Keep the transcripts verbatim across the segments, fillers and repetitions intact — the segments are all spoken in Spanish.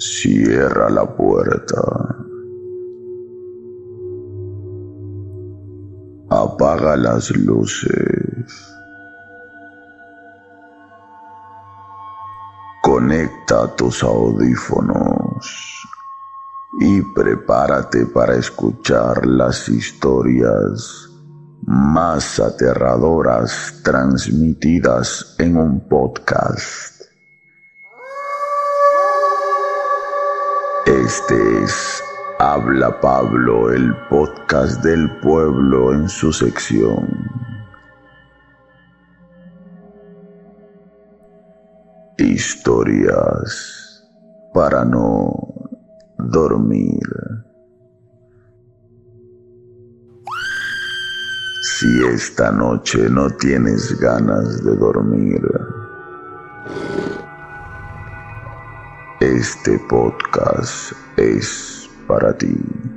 Cierra la puerta. Apaga las luces. Conecta tus audífonos y prepárate para escuchar las historias más aterradoras transmitidas en un podcast. Este es Habla Pablo, el podcast del pueblo en su sección Historias para no dormir. Si esta noche no tienes ganas de dormir, este podcast es para ti.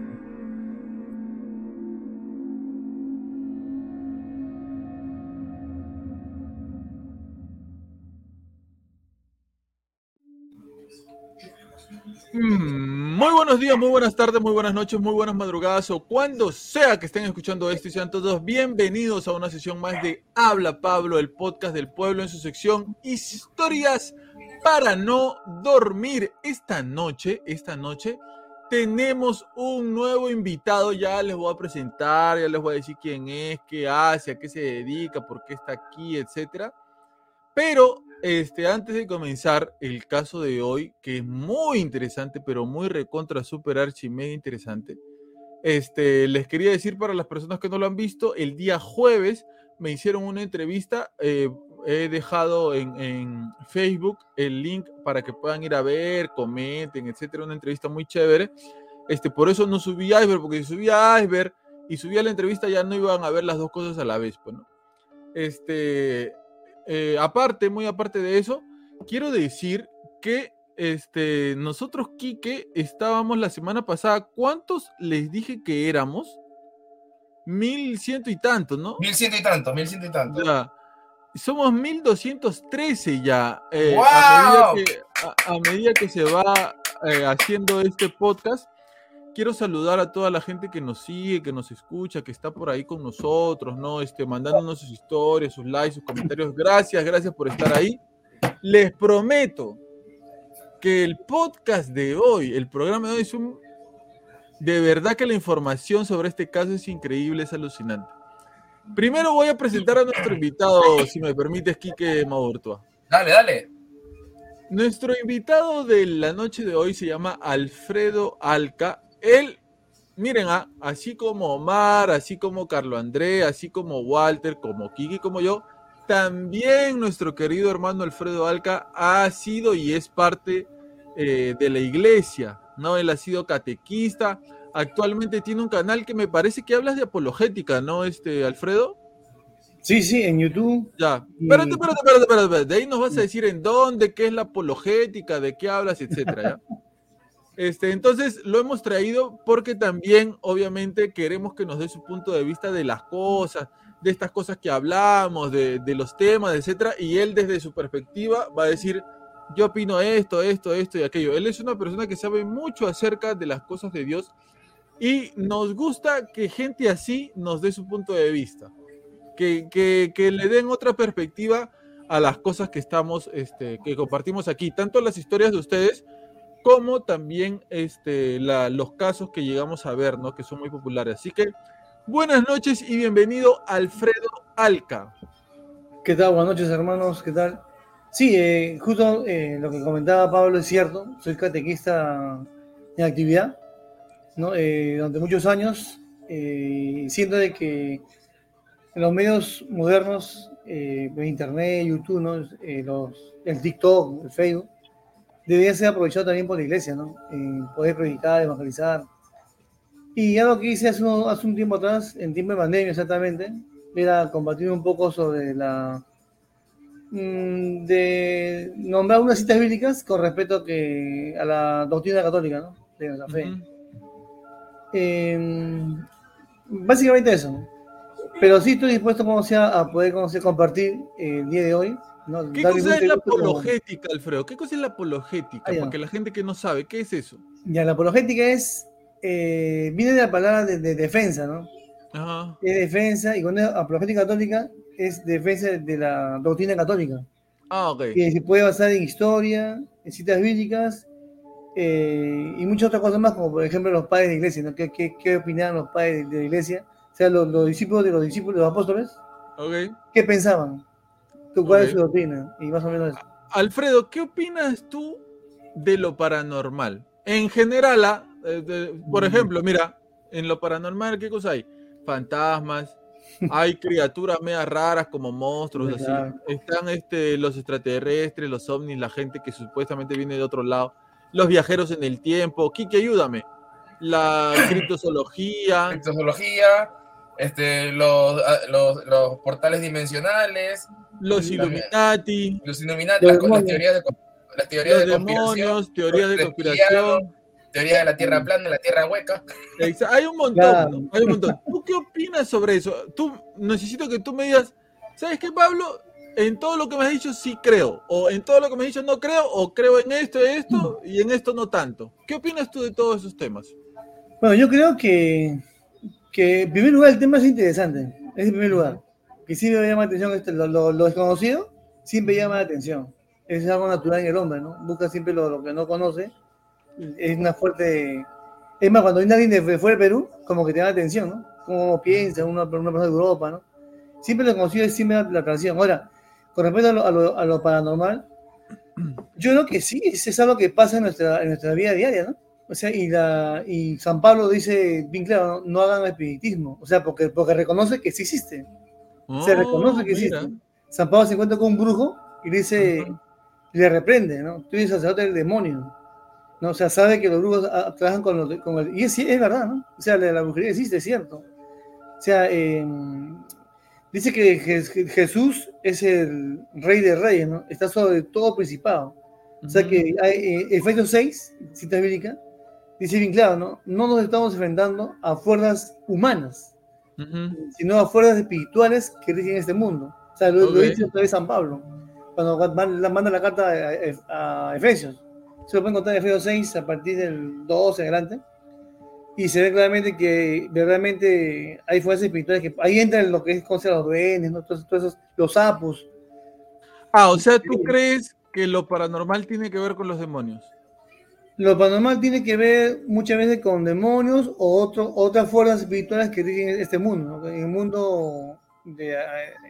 Muy buenos días, muy buenas tardes, muy buenas noches, muy buenas madrugadas o cuando sea que estén escuchando esto y sean todos bienvenidos a una sesión más de Habla Pablo, el podcast del pueblo en su sección Historias para no dormir. Esta noche, esta noche tenemos un nuevo invitado, ya les voy a presentar, ya les voy a decir quién es, qué hace, a qué se dedica, por qué está aquí, etcétera. Pero este, antes de comenzar el caso de hoy, que es muy interesante, pero muy recontra super archi mega interesante, este, les quería decir para las personas que no lo han visto, el día jueves me hicieron una entrevista, eh, he dejado en, en Facebook el link para que puedan ir a ver, comenten, etcétera, una entrevista muy chévere. Este, por eso no subí a Iceberg, porque si subía a Iceberg y subía la entrevista ya no iban a ver las dos cosas a la vez, pues, ¿no? Este... Eh, aparte, muy aparte de eso, quiero decir que este, nosotros, Quique, estábamos la semana pasada. ¿Cuántos les dije que éramos? Mil ciento y tanto, ¿no? Mil ciento y tanto, mil ciento y tanto. Ya. Somos mil doscientos trece ya. Eh, ¡Wow! a, medida que, a, a medida que se va eh, haciendo este podcast, quiero saludar a toda la gente que nos sigue, que nos escucha, que está por ahí con nosotros, ¿no? Este, mandándonos sus historias, sus likes, sus comentarios. Gracias, gracias por estar ahí. Les prometo que el podcast de hoy, el programa de hoy es un... De verdad que la información sobre este caso es increíble, es alucinante. Primero voy a presentar a nuestro invitado, si me permites, Quique Maurtua. Dale, dale. Nuestro invitado de la noche de hoy se llama Alfredo Alca. Él, miren, ah, así como Omar, así como Carlo André, así como Walter, como Kiki, como yo, también nuestro querido hermano Alfredo Alca ha sido y es parte eh, de la iglesia, ¿no? Él ha sido catequista, actualmente tiene un canal que me parece que hablas de apologética, ¿no, este, Alfredo? Sí, sí, en YouTube. Ya, espérate, espérate, espérate, espérate, espérate, de ahí nos vas a decir en dónde, qué es la apologética, de qué hablas, etcétera, ¿ya? Este, entonces lo hemos traído porque también obviamente queremos que nos dé su punto de vista de las cosas, de estas cosas que hablamos, de, de los temas, etcétera, y él desde su perspectiva va a decir, yo opino esto, esto, esto y aquello. Él es una persona que sabe mucho acerca de las cosas de Dios y nos gusta que gente así nos dé su punto de vista, que, que, que le den otra perspectiva a las cosas que estamos, este, que compartimos aquí, tanto las historias de ustedes como también este, la, los casos que llegamos a ver, ¿no? Que son muy populares. Así que, buenas noches y bienvenido Alfredo Alca. ¿Qué tal? Buenas noches, hermanos. ¿Qué tal? Sí, eh, justo eh, lo que comentaba Pablo es cierto. Soy catequista en actividad, ¿no? Eh, durante muchos años, eh, siento de que en los medios modernos, eh, Internet, YouTube, ¿no? Eh, los, el TikTok, el Facebook, debería ser aprovechado también por la iglesia, ¿no? En poder predicar, evangelizar. Y algo que hice hace un, hace un tiempo atrás, en tiempo de pandemia exactamente, era compartir un poco sobre la... Mmm, de nombrar unas citas bíblicas con respecto que, a la doctrina católica, ¿no? De la fe. Uh-huh. Eh, básicamente eso, ¿no? Pero sí estoy dispuesto como sea, a poder como sea, compartir eh, el día de hoy ¿no? ¿Qué Darwin cosa fue es la el como- apologética, Alfredo? ¿Qué cosa es la apologética? Ah, ya. Porque la gente que no sabe, ¿qué es eso? Ya, la apologética es, eh, viene de la palabra de, de defensa, ¿no? Ajá. Es defensa, y cuando es apologética católica, es defensa de la doctrina católica, Ah, ok. que se puede basar en historia, en citas bíblicas, eh, y muchas otras cosas más, como por ejemplo los padres de la iglesia, ¿no? ¿Qué, qué, qué opinaban los padres de la iglesia? O sea, los, los discípulos de los discípulos, de los apóstoles, Ok. ¿qué pensaban? ¿Cuál es Ok. su doctrina? Y más o menos eso. Alfredo, ¿qué opinas tú de lo paranormal? En general, ah, eh, de- por Mm. ejemplo, mira, en lo paranormal, ¿qué cosa hay? Fantasmas, hay criaturas medias raras como monstruos, así. Claro. Están este, los extraterrestres, los ovnis, la gente que supuestamente viene de otro lado, los viajeros en el tiempo. Kike, ayúdame. La criptozoología, Criptozoología, este, los, ah, los, los portales dimensionales, los también. Illuminati, los Illuminati, Los las, las demonios. teorías de, las teorías los de conspiración, demonios, teorías de los conspiración. teoría de la tierra plana, la tierra hueca. Exa- Hay un montón, Claro. ¿no? Hay un montón. ¿Tú qué opinas sobre eso? Tú necesito que tú me digas, ¿sabes qué, Pablo? En todo lo que me has dicho sí creo, o en todo lo que me has dicho no creo, o creo en esto, esto, y en esto no tanto. ¿Qué opinas tú de todos esos temas? Bueno, yo creo que, que en primer lugar el tema es interesante, es en primer lugar, que siempre me llama la atención este, lo, lo- lo desconocido, siempre llama la atención, es algo natural en el hombre, ¿no? Busca siempre lo, lo que no conoce, es una fuerte, es más, cuando viene alguien de, de fuera de Perú, como que te llama la atención, ¿no? Cómo piensa una, una persona de Europa, ¿no? Siempre lo desconocido es siempre la, la atracción. Ahora, con respecto a lo, a lo, a lo paranormal, yo creo que sí, es, es algo que pasa en nuestra, en nuestra vida diaria, ¿no? O sea, y, la, y San Pablo dice bien claro, no, no hagan espiritismo, o sea, porque, porque reconoce que sí existe, se reconoce Oh, que mira. existe. San Pablo se encuentra con un brujo y le dice, Ajá. le reprende, ¿no? Tú eres sacerdote del demonio, ¿no? O sea, sabe que los brujos ah, trabajan con, los, con el... Y es, es verdad, ¿no? O sea, la, la brujería existe, es cierto. O sea, eh, dice que Je- Jesús es el rey de reyes, ¿no? Está sobre todo principado. O sea que hay, eh, Efesios seis, cita bíblica, dice bien claro, ¿no? No nos estamos enfrentando a fuerzas humanas, Ujú. sino a fuerzas espirituales que rigen este mundo. O sea, lo, lo Ok. dice otra vez San Pablo, cuando manda, manda la carta a, a Efesios. Se lo pueden encontrar en Efesios seis a partir del doce adelante. Y se ve claramente que verdaderamente hay fuerzas espirituales que ahí entran lo que es con los duendes, ¿no? Todos, todos esos, los sapos. Ah, o sea, ¿tú crees que lo paranormal tiene que ver con los demonios? Lo paranormal tiene que ver muchas veces con demonios o otro, otras fuerzas espirituales que rigen este mundo, ¿no? En el mundo de, eh,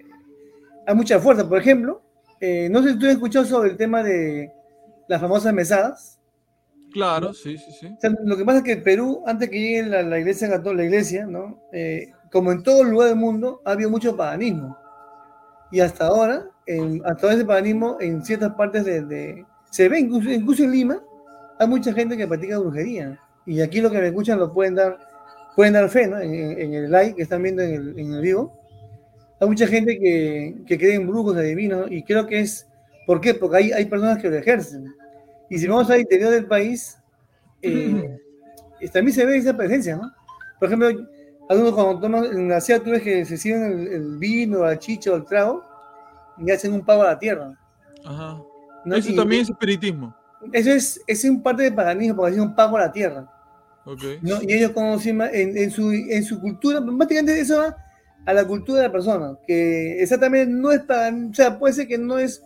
hay mucha fuerza. Por ejemplo, eh, no sé si tú has escuchado sobre el tema de las famosas mesadas. Claro, ¿no? sí, sí, sí. O sea, lo que pasa es que el Perú, antes que llegue la, la iglesia católica, la iglesia, ¿no? Eh, como en todo lugar del mundo, ha habido mucho paganismo. Y hasta ahora, en, hasta ese paganismo, en ciertas partes de, de- se ve, incluso, incluso en Lima, hay mucha gente que practica brujería. Y aquí lo que me escuchan lo pueden dar, pueden dar fe, ¿no? En, en el live que están viendo en el, en el vivo. Hay mucha gente que, que cree en brujos, adivinos, y creo que es, ¿por qué? Porque hay, hay personas que lo ejercen. Y si vamos al interior del país, eh, también se ve esa presencia, ¿no? Por ejemplo, algunos cuando toman, en la ciudad tú ves que se sirven el, el vino, la chicha o el trago, y hacen un pago a la tierra, Ajá. ¿no? Eso Y también es espiritismo. eso es, es un parte de paganismo, porque es un pago a la tierra, Ok. ¿no? Y ellos como encima, en, en, su, en su cultura, prácticamente eso va a la cultura de la persona, que exactamente no es para, o sea, puede ser que no es,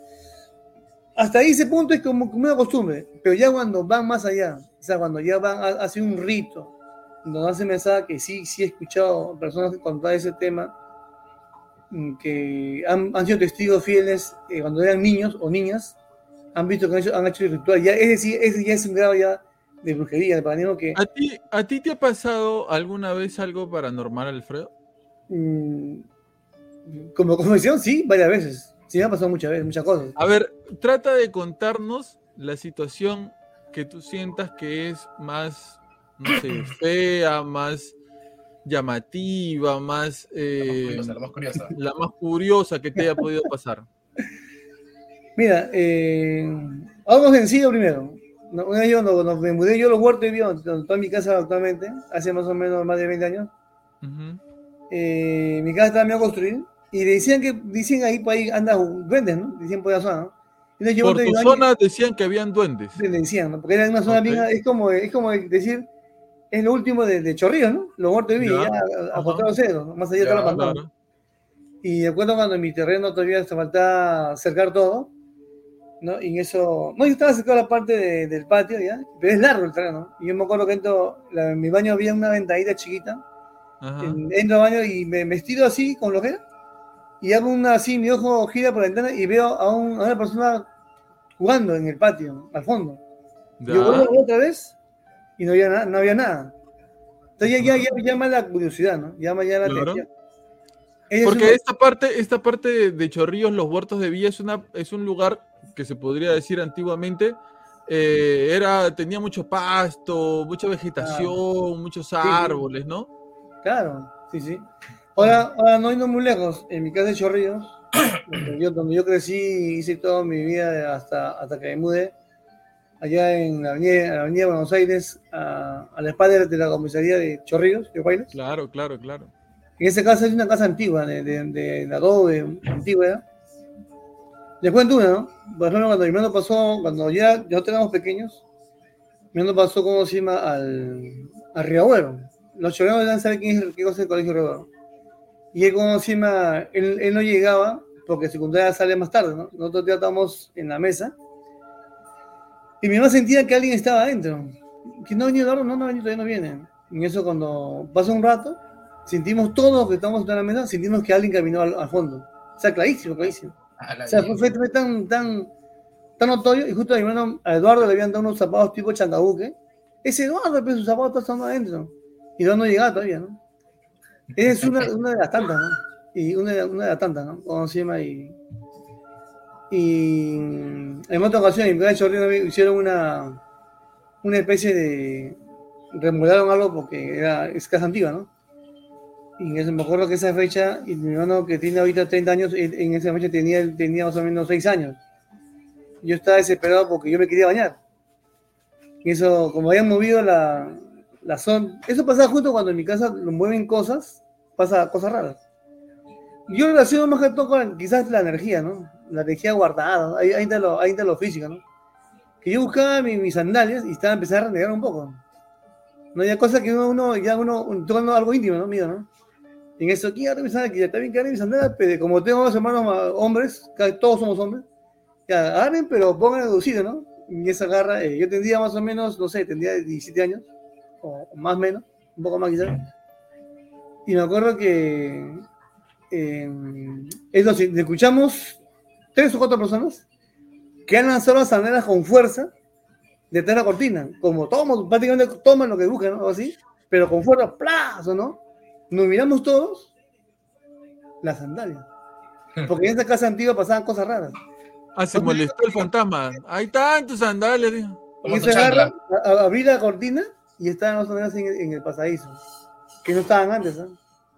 hasta ahí ese punto es como, como una costumbre, pero ya cuando van más allá, o sea, cuando ya van a hacer un rito, donde hace mensaje que sí, sí he escuchado personas contar ese tema, que han, han sido testigos fieles eh, cuando eran niños o niñas, han visto que han hecho, han hecho el ritual, ya, es decir, ese ya es un grado ya de brujería, de paganismo que, ¿A ti, ¿A ti te ha pasado alguna vez algo paranormal, Alfredo? mmm, como confesión, sí, varias veces, sí me ha pasado muchas veces, muchas cosas. A ver, trata de contarnos la situación que tú sientas que es más, no sé, fea, más llamativa, más, eh, La más curiosa, la más curiosa. la más curiosa que te haya podido pasar. Mira, eh, algo sencillo primero. No, una vez yo cuando, cuando me mudé yo a los huertos y vivo donde estoy en mi casa actualmente, hace más o menos más de veinte años. Ujú. Eh, mi casa estaba medio a construir Y decían que, dicen ahí por ahí anda duendes, ¿no? Decían por la zona, ¿no? Entonces, yo Por volteo y tu digo, zona decían que habían duendes. "Ay", le decían, ¿no? Porque era una zona Ok. bien, es como, es como decir, es lo último de, de Chorrillos, ¿no? Los muertos de Villa, Ya. ya Ajá. acostados cero, ¿no? Más allá de Ya, toda la pantalla. Claro. Y de acuerdo cuando en mi terreno todavía se faltaba cercar todo, ¿no? Y en eso, no, yo estaba cercado a la parte de- del patio, ¿ya? Pero es largo el terreno. Y yo me acuerdo que entro, la- en mi baño había una ventanita chiquita, Ajá. en- entro al baño y me, me estiro así, con lo que era, y hago una así, mi ojo gira por la ventana y veo a, un- a una persona jugando en el patio, al fondo. Yo vuelvo Ya. a ver otra vez y no había, na- no había nada. Entonces ya, ya, Ajá. ya llama la curiosidad, ¿no? Llama ya la Claro. atención. Ella es Porque una- esta parte, esta parte de, de Chorrillos, los Huertos de Villa, es, una, es un lugar que se podría decir antiguamente, eh, era, tenía mucho pasto, mucha vegetación, muchos árboles, ¿no? Claro, sí, sí. Ahora, ahora no yendo muy lejos, en mi casa de Chorrillos, donde yo, donde yo crecí, hice toda mi vida hasta, hasta que me mudé, allá en la avenida, en la avenida Buenos Aires, a, a la espalda de la comisaría de Chorrillos, de Guaylas. Claro, claro, claro. En esa casa es una casa antigua, de, de, de, de adobe, antigua, ¿ya? Les cuento una, ¿no? Por ejemplo, cuando mi hermano pasó, cuando ya nosotros éramos pequeños, mi hermano pasó como encima al, al Río Agüero. Los chorreros deben saber quién es, qué cosa es el colegio Río Agüero. Y él como encima, él, él no llegaba, porque secundaria sale más tarde, ¿no? Nosotros ya estábamos en la mesa, y mi mamá sentía que alguien estaba adentro. Que no ha venido Eduardo, no, no ha venido, todavía no viene. Y en eso cuando pasa un rato, sentimos todos que estamos en la mesa, sentimos que alguien caminó al, al fondo. O sea, clarísimo, clarísimo. A la O sea, fue, bien. fue, fue tan, tan, tan notorio, y justo a mi hermano, a Eduardo le habían dado unos zapatos tipo chancabuque. Ese Eduardo, pero sus zapatos están adentro. Y Eduardo no llegaba todavía, ¿no? Esa es una, una de las tantas, ¿no? Y una, de- una de las tantas, ¿no? Cuando se llama y... Y en otra ocasión, en mi casa de Chorrillos hicieron una, una especie de... remodelaron algo porque era, es casa antigua, ¿no? Y en ese, me acuerdo que esa fecha, y mi hermano que tiene ahorita treinta años, él- en esa fecha tenía, él tenía más o menos seis años. Yo estaba desesperado porque yo me quería bañar. Y eso, como habían movido la, la zona, eso pasaba justo cuando en mi casa lo mueven cosas, pasa cosas raras. Yo relaciono más que todo con quizás la energía, ¿no? La energía guardada, ¿no? ahí, ahí, está lo, ahí está lo físico, ¿no? Que yo buscaba mi- mis sandalias y estaba empezando a renegar un poco. No había cosas que uno, uno ya uno, tocando algo íntimo, ¿no? Mío, ¿no? En eso, aquí agarré mis sandalias, que ya está bien que agarré mis sandalias, pero como tengo dos hermanos ma- hombres, casi todos somos hombres, ya agarren, pero pongan reducido, ¿no? Y esa garra, eh, yo tendría más o menos, no sé, tendría diecisiete años, o, o más o menos, un poco más quizás. Y me acuerdo que eh, es lo siguiente, escuchamos tres o cuatro personas que han lanzado las sandalias con fuerza detrás de la cortina, como toman, prácticamente toman lo que buscan, ¿no? O así, pero con fuerza, plazo, ¿no? Nos miramos todos las sandalias. Porque en esta casa antigua pasaban cosas raras. Ah, se molestó el fantasma. Ahí están tus sandalias, dijo. Y Como tu se agarra, chancla. a, a abrir la cortina y estaban las sandalias en, el- en el pasadizo, que no estaban antes, ¿eh?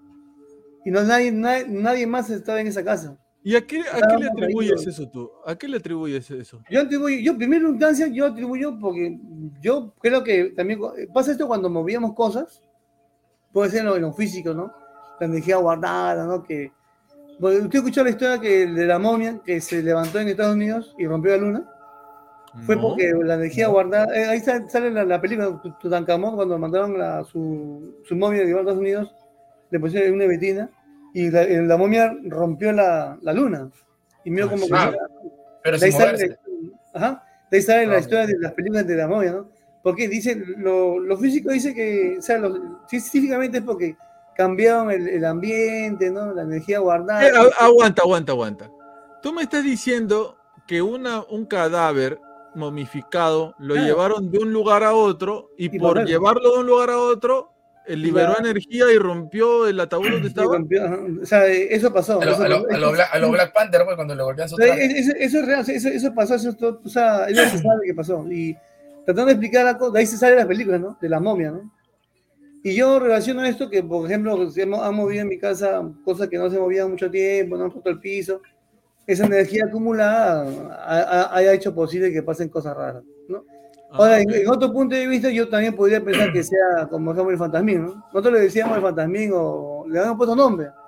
Y no, nadie, nadie, nadie más estaba en esa casa. ¿Y a qué, a qué le Estábamos atribuyes ahí, eso tú? ¿A qué le atribuyes eso? Yo atribuyo, yo, primera instancia, yo atribuyo porque yo creo que también pasa esto cuando movíamos cosas, puede ser en lo, en lo físico, ¿no? La energía guardada, ¿no? Que, bueno, ¿usted escuchó la historia que, de la momia que se levantó en Estados Unidos y rompió la luna? Fue No. porque la energía guardada, eh, ahí sale, sale la, la película Tutankamón cuando mandaron la, su, su momia de Estados Unidos, le pusieron una betina y la, la momia rompió la, la luna. Y medio Ah, como ¿sí? que... Ah, pero De ahí sin sale, moverse. ajá, de ahí sale la Ah, historia de las películas de la momia, ¿no? Porque dicen, lo, lo físico dice que, o sea, lo, científicamente es porque cambiaron el, el ambiente, ¿no? La energía guardada. Eh, a- aguanta, aguanta, aguanta. Tú me estás diciendo que una, un cadáver momificado lo Claro. llevaron de un lugar a otro y, Y por por eso. llevarlo de un lugar a otro eh, liberó La- energía y rompió el ataúd donde y estaba. rompió, ajá. O sea, eso pasó. A lo, eso, a lo- pasó. a lo Black, a lo Black Panther, pues, cuando le golpean su O sea, traje. es- es- eso es real, eso, eso pasó, eso es todo, o sea, eso se sabe que pasó. Y tratando de explicar la cosa, de ahí se sale las películas, ¿no? De la momia, ¿no? Y yo relaciono esto que, por ejemplo, se hemos- han movido en mi casa cosas que no se movían mucho tiempo, no han roto el piso. Esa energía acumulada ha- ha- haya hecho posible que pasen cosas raras, ¿no? Ahora, Ah, en, ok. en otro punto de vista, yo también podría pensar que sea como ejemplo el fantasmín, ¿no? Nosotros le decíamos el fantasmín o le habíamos puesto nombre.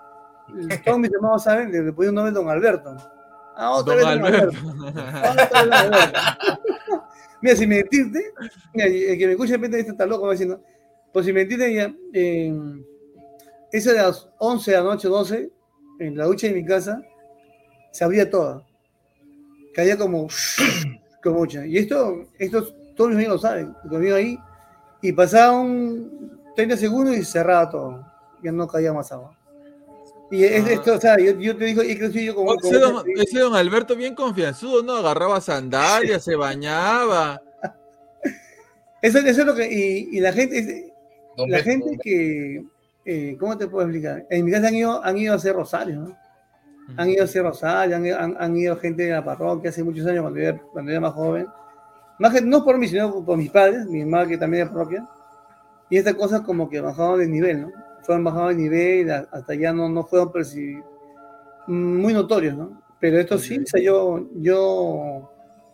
todos mis hermanos saben, le, le ponía un nombre Don Alberto. Ah, otra Don vez Don Alberto. Alberto. Ah, otra vez Don Alberto. Mira, sin mentirte, mira, el que me escucha de repente dice, está loco, va diciendo, pues sin mentirte, ya, eh, eso de las once de la noche, doce, en la ducha de mi casa, se abría toda. Caía como, como mucha. Y esto, esto todos mis amigos lo saben, los amigos ahí, y pasaba un treinta segundos y cerraba todo. Ya no caía más agua. Y es, Ah. esto, o sea, yo, yo te digo, he crecido yo como... Ese como don, ese don Alberto bien confianzudo, ¿no? Agarraba sandalias, se bañaba. Eso, eso es lo que... Y, y la gente, es- Don la Beto, gente don que... eh, ¿cómo te puedo explicar? En mi casa han ido, han ido a hacer rosario, ¿no? Han ido a hacer rosario, han, han, han ido gente de la parroquia hace muchos años cuando yo era, cuando yo era más joven. Más que, no por mí, sino por, por mis padres, mi mamá que también era parroquia. Y estas cosas como que bajaban de nivel, ¿no? Fueron bajando de nivel, a- hasta ya no, no fueron percibidos, muy notorios, ¿no? Pero esto sí, o sea, yo, yo,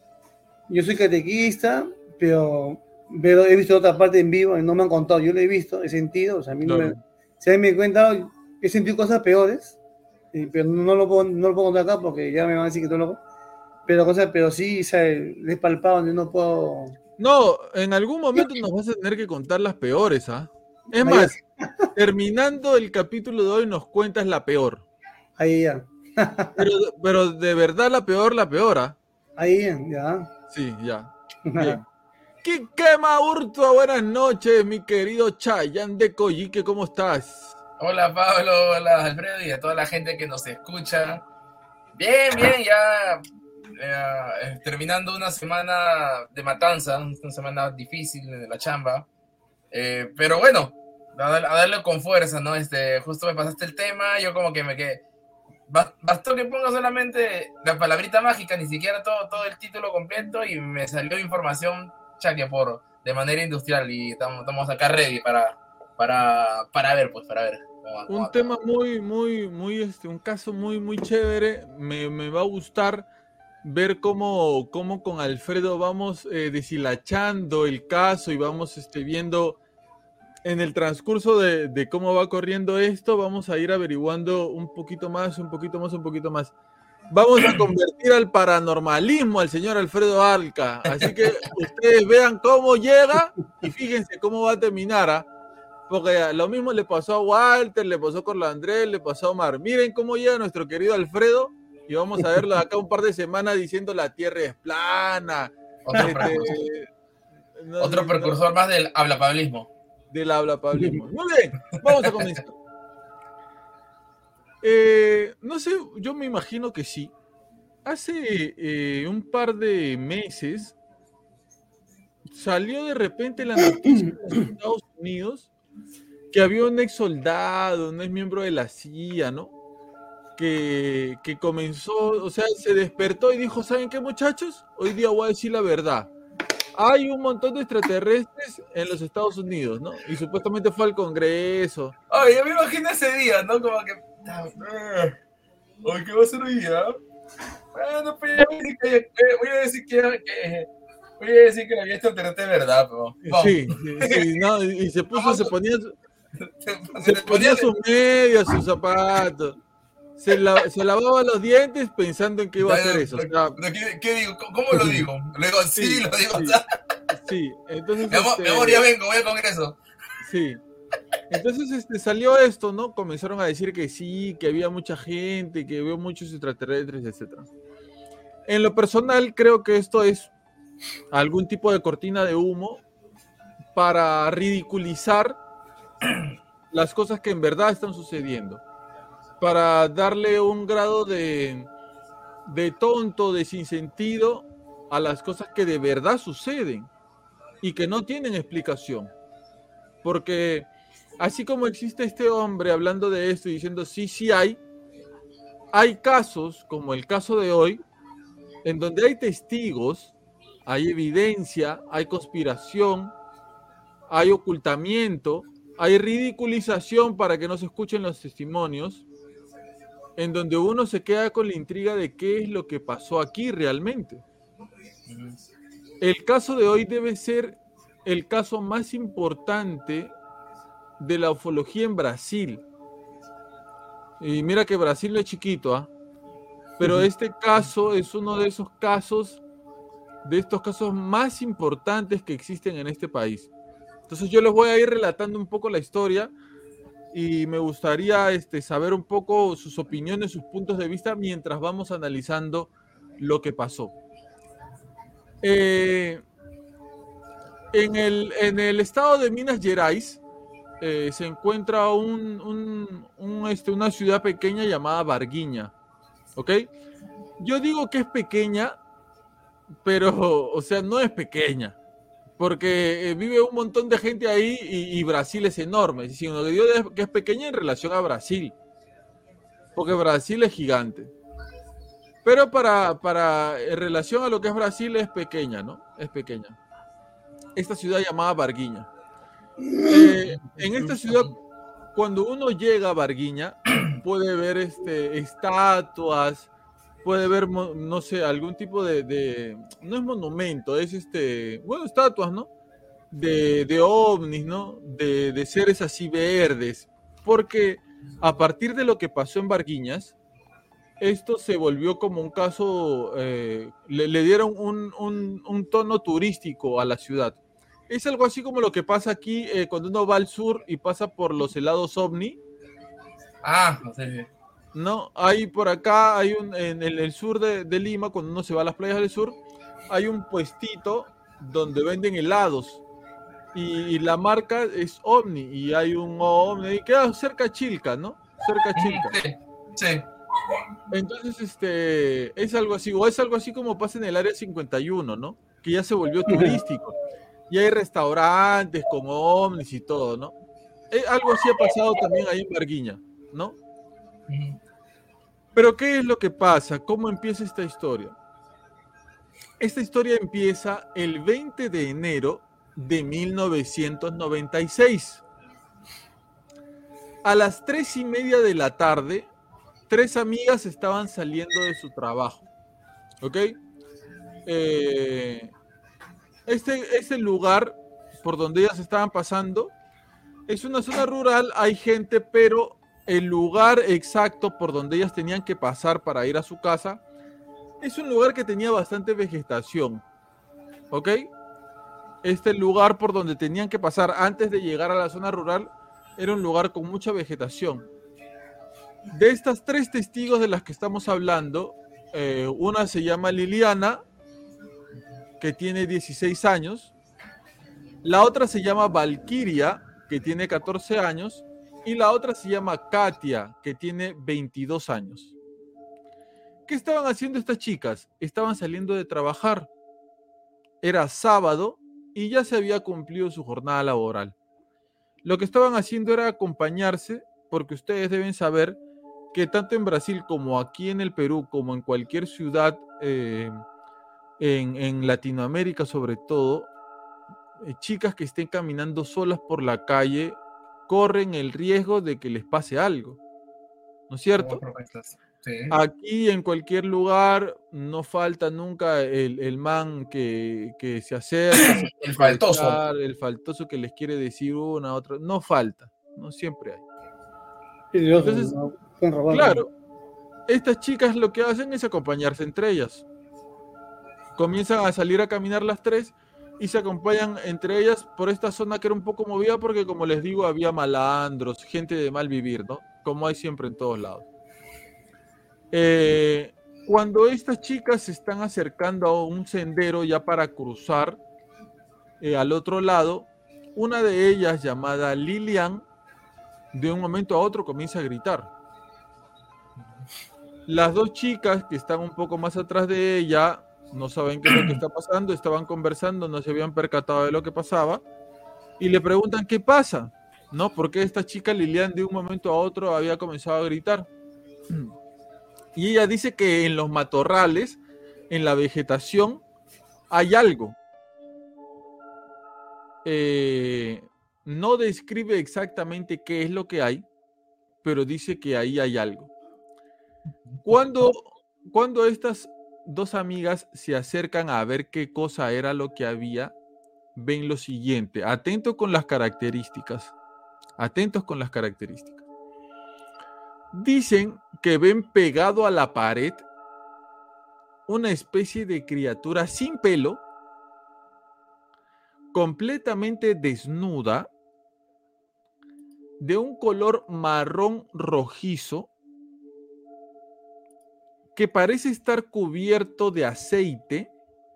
yo soy catequista, pero, pero he visto otra parte en vivo y no me han contado, yo lo he visto, he sentido, o sea, a mí no me, Claro. si a mí me cuentan, he sentido cosas peores, eh, pero no lo, puedo, no lo puedo contar acá porque ya me van a decir que estoy loco, pero, cosas, pero sí, o sea, le he palpado donde no puedo... No, en algún momento nos vas a tener que contar las peores, ¿ah? Es Ahí, más, terminando el capítulo de hoy nos cuentas la peor. ahí ya, Pero, pero de verdad la peor, la peor, ¿ah? ahí ya, ya. Sí, ya. Bien. Quiquema Hurtua, buenas noches, mi querido Chayanne de Coyique, ¿cómo estás? Hola Pablo, hola Alfredo y a toda la gente que nos escucha. Bien, bien, ya eh, terminando una semana de matanza, una semana difícil en la chamba. Eh, pero bueno, a, a darle con fuerza, ¿no? Este, justo me pasaste el tema, yo como que me quedé. Bastó que ponga solamente la palabrita mágica, ni siquiera todo, todo el título completo, y me salió información chaque por de manera industrial, y estamos, estamos acá ready para, para, para ver, pues, para ver. Cómo, cómo Un tema muy, muy, muy, este, un caso muy, muy chévere. Me, me va a gustar ver cómo, cómo con Alfredo vamos eh, deshilachando el caso y vamos este, viendo en el transcurso de, de cómo va corriendo esto, vamos a ir averiguando un poquito más, un poquito más, un poquito más. Vamos a convertir al paranormalismo al señor Alfredo Alca. Así que ustedes vean cómo llega y fíjense cómo va a terminar, ¿ah? Porque lo mismo le pasó a Walter, le pasó a Carlos Andrés, le pasó a Omar. Miren cómo llega nuestro querido Alfredo y vamos a verlo acá un par de semanas diciendo la tierra es plana. Otro, Este, precursor, no, otro no, precursor más del hablapablismo. Del hablapablismo. Muy bien, vamos a comenzar. Eh, no sé, yo me imagino que sí. Hace eh, un par de meses salió de repente la noticia en los Estados Unidos que había un ex soldado, un ex miembro de la C I A, ¿no? Que, que comenzó, o sea, se despertó y dijo, ¿saben qué, muchachos? Hoy día voy a decir la verdad. Hay un montón de extraterrestres en los Estados Unidos, ¿no? Y supuestamente fue al Congreso. Ay, yo me imagino ese día, ¿no? Como que... Ay, ¿qué va a ser hoy día? Bueno, pues voy a decir que, voy a decir que, que voy a decir que la había extraterrestre de verdad, pero... Sí, sí, sí, no, y se puso, se ponía, se Se ponía sus medias, sus zapatos. Se, la, se lavaba los dientes pensando en que iba a hacer eso. O sea, ¿Qué, ¿Qué digo? ¿Cómo lo digo? ¿Lo digo sí, sí lo digo? Sí, o sea, sí. Entonces, mi, amor, este, mi amor, ya vengo, voy al Congreso. Sí. Entonces este, salió esto, ¿no? Comenzaron a decir que sí, que había mucha gente, que vio muchos extraterrestres, etcétera. En lo personal, creo que esto es algún tipo de cortina de humo para ridiculizar las cosas que en verdad están sucediendo. Para darle un grado de, de tonto, de sinsentido a las cosas que de verdad suceden y que no tienen explicación. Porque así como existe este hombre hablando de esto y diciendo sí, sí hay, hay casos, como el caso de hoy, en donde hay testigos, hay evidencia, hay conspiración, hay ocultamiento, hay ridiculización para que no se escuchen los testimonios, en donde uno se queda con la intriga de qué es lo que pasó aquí realmente. El caso de hoy debe ser el caso más importante de la ufología en Brasil. Y mira que Brasil es chiquito, ¿ah? Pero uh-huh. Este caso es uno de esos casos, de estos casos más importantes que existen en este país. Entonces yo les voy a ir relatando un poco la historia y me gustaría este, saber un poco sus opiniones, sus puntos de vista mientras vamos analizando lo que pasó. Eh, en, el, en el estado de Minas Gerais eh, se encuentra un, un, un, este, una ciudad pequeña llamada Varginha, ¿ok? Yo digo que es pequeña, pero, o sea, no es pequeña, porque eh, vive un montón de gente ahí y, y Brasil es enorme, sino que digo que es pequeña en relación a Brasil, porque Brasil es gigante. Pero para, para, en relación a lo que es Brasil es pequeña, ¿no? Es pequeña. Esta ciudad llamada Varginha. Eh, en esta ciudad, cuando uno llega a Varginha, puede ver este, estatuas, puede ver, no sé, algún tipo de, de... No es monumento, es este... Bueno, estatuas, ¿no? De, de ovnis, ¿no? De, de seres así verdes. Porque a partir de lo que pasó en Varginhas, esto se volvió como un caso, eh, le, le dieron un, un, un tono turístico a la ciudad. Es algo así como lo que pasa aquí eh, cuando uno va al sur y pasa por los helados ovni. Ah, no sé. No, hay por acá, hay un, en el, el sur de, de Lima, cuando uno se va a las playas del sur, hay un puestito donde venden helados. Y, y la marca es Ovni, y hay un ovni, y queda cerca de Chilca, ¿no? Cerca de Chilca. Sí, sí. Entonces, este, es algo así, o es algo así como pasa en el área cincuenta y uno, ¿no? Que ya se volvió turístico. Y hay restaurantes con ovnis y todo, ¿no? Eh, algo así ha pasado también ahí en Varginha, ¿no? Pero ¿qué es lo que pasa? ¿Cómo empieza esta historia? Esta historia empieza el veinte de enero de mil novecientos noventa y seis. A las tres y media de la tarde, tres amigas estaban saliendo de su trabajo, ¿ok? Eh, este, este lugar por donde ellas estaban pasando es una zona rural, hay gente, pero el lugar exacto por donde ellas tenían que pasar para ir a su casa es un lugar que tenía bastante vegetación, ¿ok? Este lugar por donde tenían que pasar antes de llegar a la zona rural era un lugar con mucha vegetación. De estas tres testigos de las que estamos hablando, eh, una se llama Liliana, que tiene dieciséis años, la otra se llama Valquiria, que tiene catorce años, y la otra se llama Katia, que tiene veintidós años. ¿Qué estaban haciendo estas chicas? Estaban saliendo de trabajar. Era sábado y ya se había cumplido su jornada laboral. Lo que estaban haciendo era acompañarse, porque ustedes deben saber que tanto en Brasil como aquí en el Perú, como en cualquier ciudad eh, en, en Latinoamérica sobre todo, eh, chicas que estén caminando solas por la calle corren el riesgo de que les pase algo, ¿no es cierto? Sí. Aquí en cualquier lugar no falta nunca el, el man que, que se acerca, el faltoso, echar, el faltoso que les quiere decir una otra, no falta, no siempre hay. Entonces, claro, estas chicas lo que hacen es acompañarse entre ellas. Comienzan a salir a caminar las tres y se acompañan entre ellas por esta zona que era un poco movida porque, como les digo, había malandros, gente de mal vivir, ¿no? Como hay siempre en todos lados. Eh, cuando estas chicas se están acercando a un sendero ya para cruzar eh, al otro lado, una de ellas, llamada Lilian, de un momento a otro comienza a gritar. Las dos chicas que están un poco más atrás de ella no saben qué es lo que está pasando, estaban conversando, no se habían percatado de lo que pasaba y le preguntan qué pasa, ¿no? Porque esta chica Lilian de un momento a otro había comenzado a gritar. Y ella dice que en los matorrales, en la vegetación, hay algo. Eh, no describe exactamente qué es lo que hay, pero dice que ahí hay algo. Cuando, cuando estas dos amigas se acercan a ver qué cosa era lo que había, ven lo siguiente. Atentos con las características. Atentos con las características. Dicen que ven pegado a la pared una especie de criatura sin pelo, completamente desnuda, de un color marrón rojizo, que parece estar cubierto de aceite,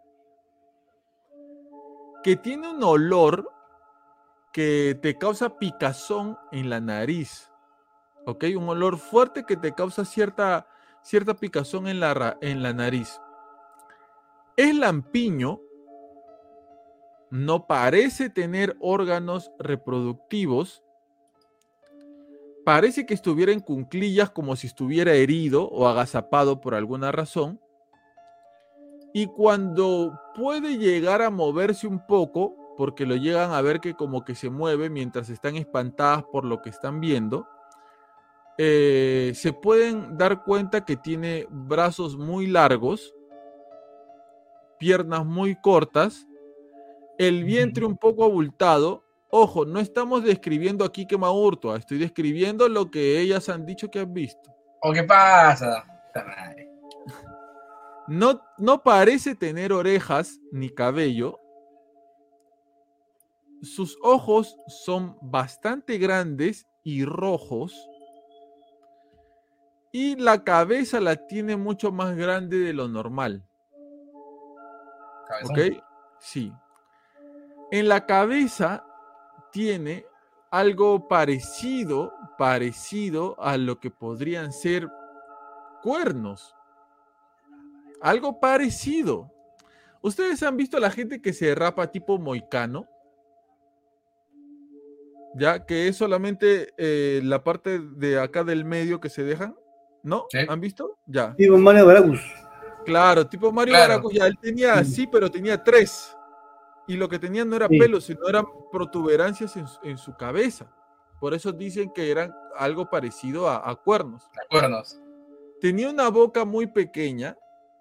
que tiene un olor que te causa picazón en la nariz, ¿ok? Un olor fuerte que te causa cierta, cierta picazón en la, en la nariz. Es lampiño, no parece tener órganos reproductivos, parece que estuviera en cuclillas como si estuviera herido o agazapado por alguna razón. Y cuando puede llegar a moverse un poco, porque lo llegan a ver que como que se mueve mientras están espantadas por lo que están viendo, eh, se pueden dar cuenta que tiene brazos muy largos, piernas muy cortas, el vientre un poco abultado. Ojo, no estamos describiendo aquí Quema Hurto, estoy describiendo lo que ellas han dicho que han visto. ¿O qué pasa? No, no parece tener orejas ni cabello. Sus ojos son bastante grandes y rojos. Y la cabeza la tiene mucho más grande de lo normal. Cabezón. ¿Ok? Sí. En la cabeza tiene algo parecido, parecido a lo que podrían ser cuernos. Algo parecido. ¿Ustedes han visto a la gente que se rapa tipo moicano? Ya, que es solamente eh, la parte de acá del medio que se dejan. ¿No? Sí. ¿Han visto? Ya. Tipo Mario Baracus. Claro, tipo Mario Claro. Baracus. Ya, él tenía así, pero tenía tres. Y lo que tenía no era Sí. pelo, sino eran protuberancias en, su- en su cabeza. Por eso dicen que eran algo parecido a, a cuernos. Cuernos. Tenía una boca muy pequeña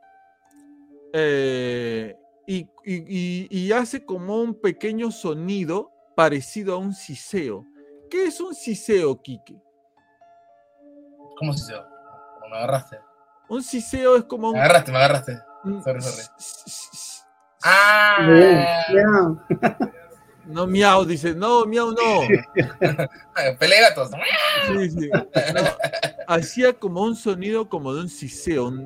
eh, y, y- y- y hace como un pequeño sonido parecido a un siseo. ¿Qué es un siseo, Quique? ¿Cómo se hizo? ¿Cómo me agarraste? Un siseo es como Me un... agarraste, me agarraste. un Sorry, sorry. s- s- s- Ah, Ya. No, miau, dice. No, miau, no. pelea gatos. Sí, sí. No, hacía como un sonido como de un siseo. Un...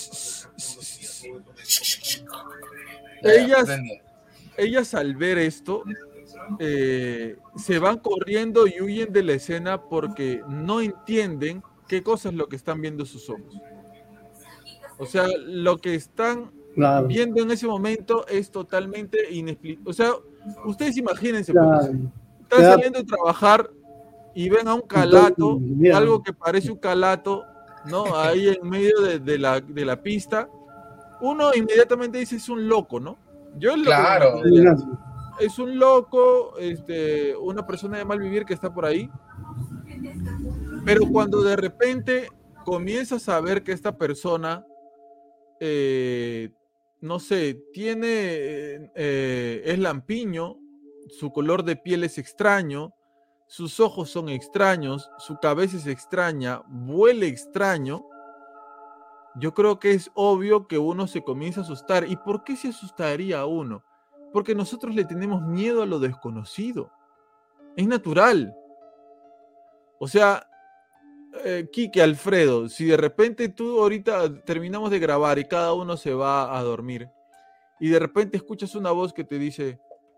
Ellas, ellas al ver esto eh, se van corriendo y huyen de la escena porque no entienden qué cosa es lo que están viendo sus ojos. O sea, lo que están Claro. viendo en ese momento es totalmente inexplicable. O sea, ustedes imagínense, Claro. pues, están Ya. saliendo de trabajar y ven a un calato, Mira. algo que parece un calato, ¿no? Ahí en medio de, de la, de la pista. Uno inmediatamente dice, es un loco, ¿no? Yo es lo Claro. que me imaginaría. Es un loco, este, una persona de mal vivir que está por ahí. Pero cuando de repente comienzas a ver que esta persona, eh, no sé, tiene, eh, es lampiño, su color de piel es extraño, sus ojos son extraños, su cabeza es extraña, huele extraño, yo creo que es obvio que uno se comienza a asustar. ¿Y por qué se asustaría uno? Porque nosotros le tenemos miedo a lo desconocido. Es natural. O sea, eh, Quique, Alfredo, si de repente tú ahorita terminamos de grabar y cada uno se va a dormir y de repente escuchas una voz que te dice,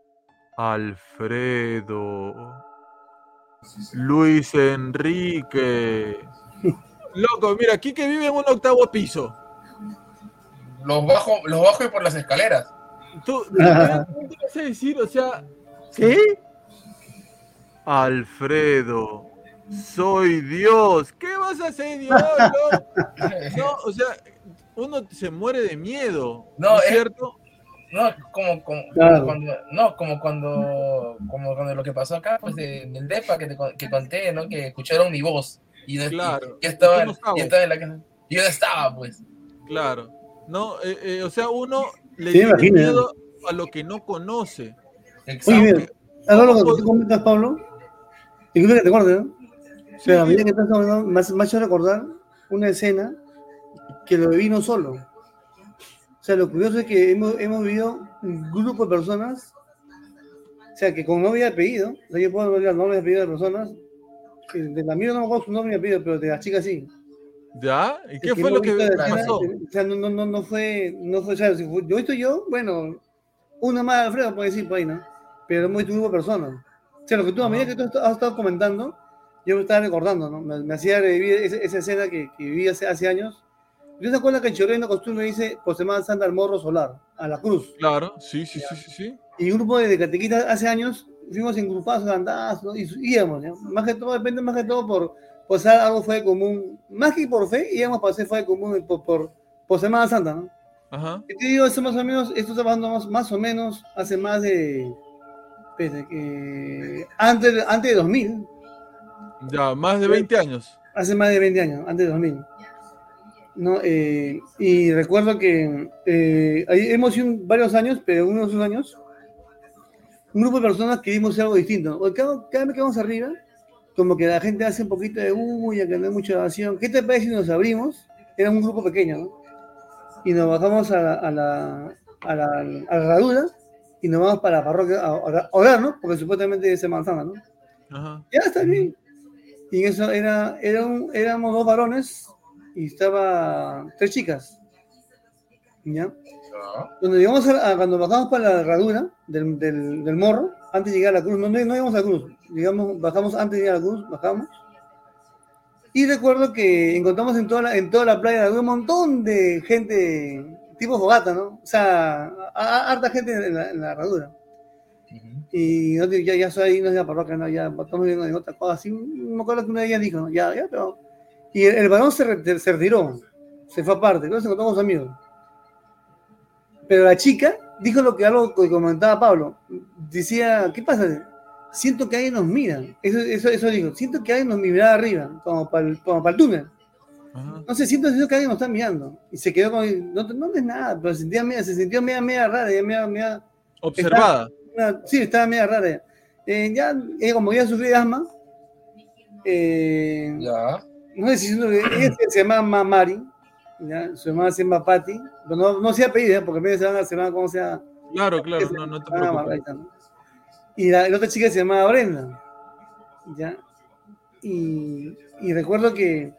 Alfredo, Luis Enrique. Loco, mira, Quique vive en un octavo piso. Los bajo, los bajo y por las escaleras. Tú, ¿qué vas a decir? O sea, ¿qué? Alfredo, soy Dios. ¿Qué vas a hacer, Dios? No, no, o sea, uno se muere de miedo, ¿no, No, es es- cierto? No, como, como, Claro. como cuando, no, como cuando, como cuando lo que pasó acá, pues de- en el depa que te con- que conté, ¿no? Que escucharon mi voz y, no- y- Claro. y yo estaba, Y tú no estabas. yo estaba en la casa. Y yo no estaba, pues. Claro. No, eh, eh, o sea, uno le Sí, tiene imagina. miedo a lo que no conoce. Oye, Exacto. mira, algo lo que tú comentas, Pablo, disculpe que te corte, ¿no? Sí, Pero a medida que estás hablando, me has me ha hecho recordar una escena que lo viví no solo. O sea, lo curioso es que hemos, hemos vivido un grupo de personas, o sea, que con nombre y apellido, o sea, yo puedo ver el nombre y apellido de personas, que de la mía no me acuerdo su nombre y apellido, pero de las chicas sí. ¿ya? ¿Y qué El que fue hemos lo que visto de la escena, pasó? o sea, no, no, no, no fue, no fue, o sea, si fue- yo estoy yo, bueno, una más Alfredo puede decir por ahí, ¿no? Pero hemos visto un grupo de personas. O sea, lo que tú, a medida que tú has estado comentando, yo me estaba recordando, ¿no? Me, me hacía revivir esa, esa escena que, que viví hace, hace años. ¿Tú te acuerdas que en Chorreno costumbre dice por Semana Santa al morro solar, a la cruz? Claro, sí, sí, sí, sí, sí. Y un grupo de catequistas hace años fuimos engrupados, andadas, ¿no? Y íbamos, ¿no? Más que todo, depende más que todo por, por ser algo fue común, más que por fe, íbamos para hacer fue común por, por, por Semana Santa, ¿no? Ajá. Y te digo, eso más o menos, esto está pasando más, más o menos hace más de, espérate, que antes, de- antes de dos mil, Ya, más de veinte años. hace más de veinte años, antes de dos mil. ¿No? Eh, y recuerdo que eh, ahí hemos ido varios años, pero unos dos años, un grupo de personas que vimos algo distinto. O Cada, cada vez que vamos arriba, como que la gente hace un poquito de bulla, que no hay mucha oración. ¿Qué te parece si nos abrimos? Era un grupo pequeño, ¿no? Y nos bajamos a la, a la, a la, a la herradura y nos vamos para la parroquia a orar, a orar, ¿no? Porque supuestamente es Semana Santa, ¿no? Ajá. Ya está bien. Y eso era, era un, éramos dos varones y estaba tres chicas. ¿Ya? Cuando llegamos a, a- cuando bajamos para la herradura del, del, del morro, antes de llegar a la cruz, no, no, no llegamos a la cruz, llegamos, bajamos antes de llegar a la cruz, bajamos. Y recuerdo que encontramos en toda la, en toda la playa un montón de gente, tipo fogata, ¿no? O sea, a- a- harta gente en la, en la herradura. Y no, ya, ya soy ahí, no es la parroquia, no, ya estamos viendo en otra cosa así. Me acuerdo que una de ellas dijo, ¿no? Ya, ya, pero. Y el, el varón se, re- se retiró, se fue aparte, entonces encontramos amigos. Pero la chica dijo lo que algo que comentaba Pablo. Decía, ¿qué pasa? Siento que alguien nos mira. Eso, eso, eso dijo, siento que alguien nos mira arriba, como para el, como para el túnel. Ajá. No sé, siento, siento que alguien nos está mirando. Y se quedó con, no, no es nada, pero se sentía media, se sintió media, media rara, ya media, media, Observada. una- sí, estaba media rara. Ya, Eh, ya ella como ya sufría de asma, eh, Ya. no sé si siendo que ella se, se llama Ma- Mari, ya, su hermana se llama Patty, pero no, no se ha pedido, ¿eh? Porque medio se van a, se van a, ¿cómo se llama? Claro, claro, no, no te Ah, preocupes. Margarita, ¿no? Y la, la otra chica se llamaba Brenda, ¿ya? Y, y recuerdo que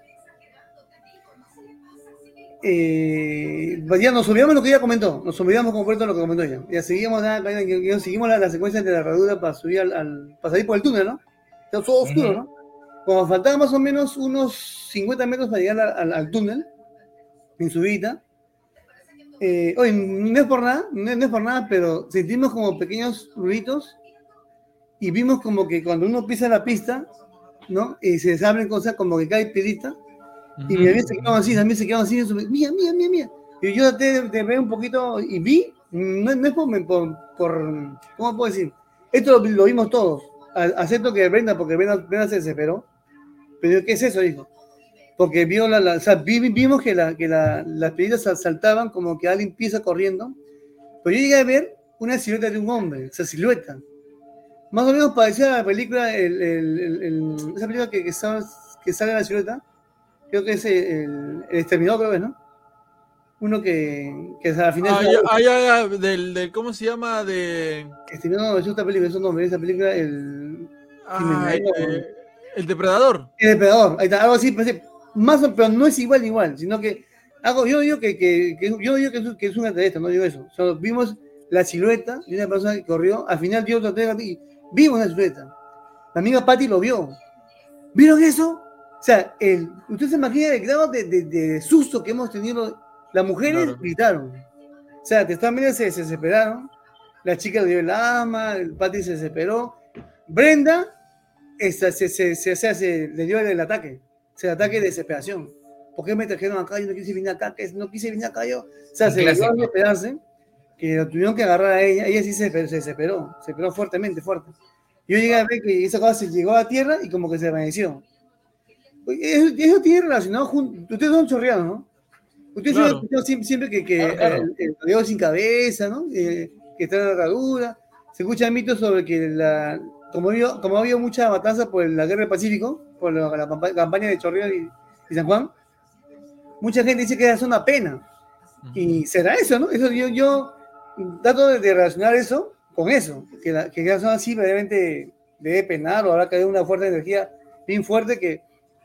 eh, ya nos olvidamos lo que ella comentó, nos olvidamos completo lo que comentó ella. Ya seguíamos, nada, ya- ya seguimos la, la secuencia de la herradura para subir al, al- para salir por el túnel, ¿no? Está todo oscuro, Ujú. ¿no? Cuando faltaban más o menos unos cincuenta metros para llegar al, al- al túnel, en subida, eh, oye, no es por nada, no es, no es por nada, pero sentimos como pequeños ruidos y vimos como que cuando uno pisa la pista, ¿no? Y se abren cosas como que cae piedrita. Y mi Ujú. amiga se quedaron así, también se quedaron así, eso, mía, mía, mía, mía. Y yo traté de, de ver un poquito y vi, no, no es por, por, por- ¿cómo puedo decir? Esto lo, lo vimos todos. A- Acepto que Brenda, porque Brenda, Brenda se desesperó. Pero yo, ¿qué es eso? Dijo. Porque vio la, la- o sea, vi- vimos que, la, que la, las piedritas sal- saltaban como que alguien empieza corriendo. Pero yo llegué a ver una silueta de un hombre, esa silueta. Más o menos parecía a la película, el, el- el- el- esa película que, que, sale, que sale la silueta. Creo que es el, el Exterminador, creo que es, ¿no? Uno que, que al final Ah, es una ya, ah, ya, ya, del, del, ¿cómo se llama? De. Exterminador, es otra película, es un nombre, esa película, el Ay, Criminal, de- el depredador. el Depredador, ahí está, algo así, parece, más o- pero no es igual, igual, sino que algo, yo digo que, que, que- yo digo que es, que es un extraterrestre, no digo eso. Solo vimos la silueta de una persona que corrió, al final yo traté de y vimos la silueta. La amiga Patty lo vio. ¿Vieron eso? O sea, el, usted se imagina el grado de, de, de susto que hemos tenido. Las mujeres Claro. gritaron. O sea, que también se, se desesperaron. La chica le dio el ama, el Patty se desesperó. Brenda esa, se, se, se, se, se- le dio el, el ataque. O sea, el ataque de desesperación. ¿Por qué me trajeron acá? Yo no quise venir acá, que no quise venir acá yo. O sea, Un se le dio clásico. a desesperarse, que lo tuvieron que agarrar a ella. Ella sí se, se desesperó, se desesperó fuertemente, fuerte. Yo llegué a ver que esa cosa se llegó a tierra y como que se desvaneció. Eso, eso tiene relacionado junto. Ustedes son chorreanos, ¿no? Ustedes Claro. han escuchado siempre, siempre que, que Claro, claro. el, el rodeo sin cabeza, ¿no? Eh, que está en la herradura. Se escuchan mitos sobre que la, como había, como había mucha matanza por la guerra del Pacífico, por la, la campa- campaña de Chorrillos y, y San Juan, mucha gente dice que es una pena. Y será eso, ¿no? Eso yo, yo trato de, de relacionar eso con eso, que la, que la zona así realmente debe penar o habrá caído una fuerte energía bien fuerte que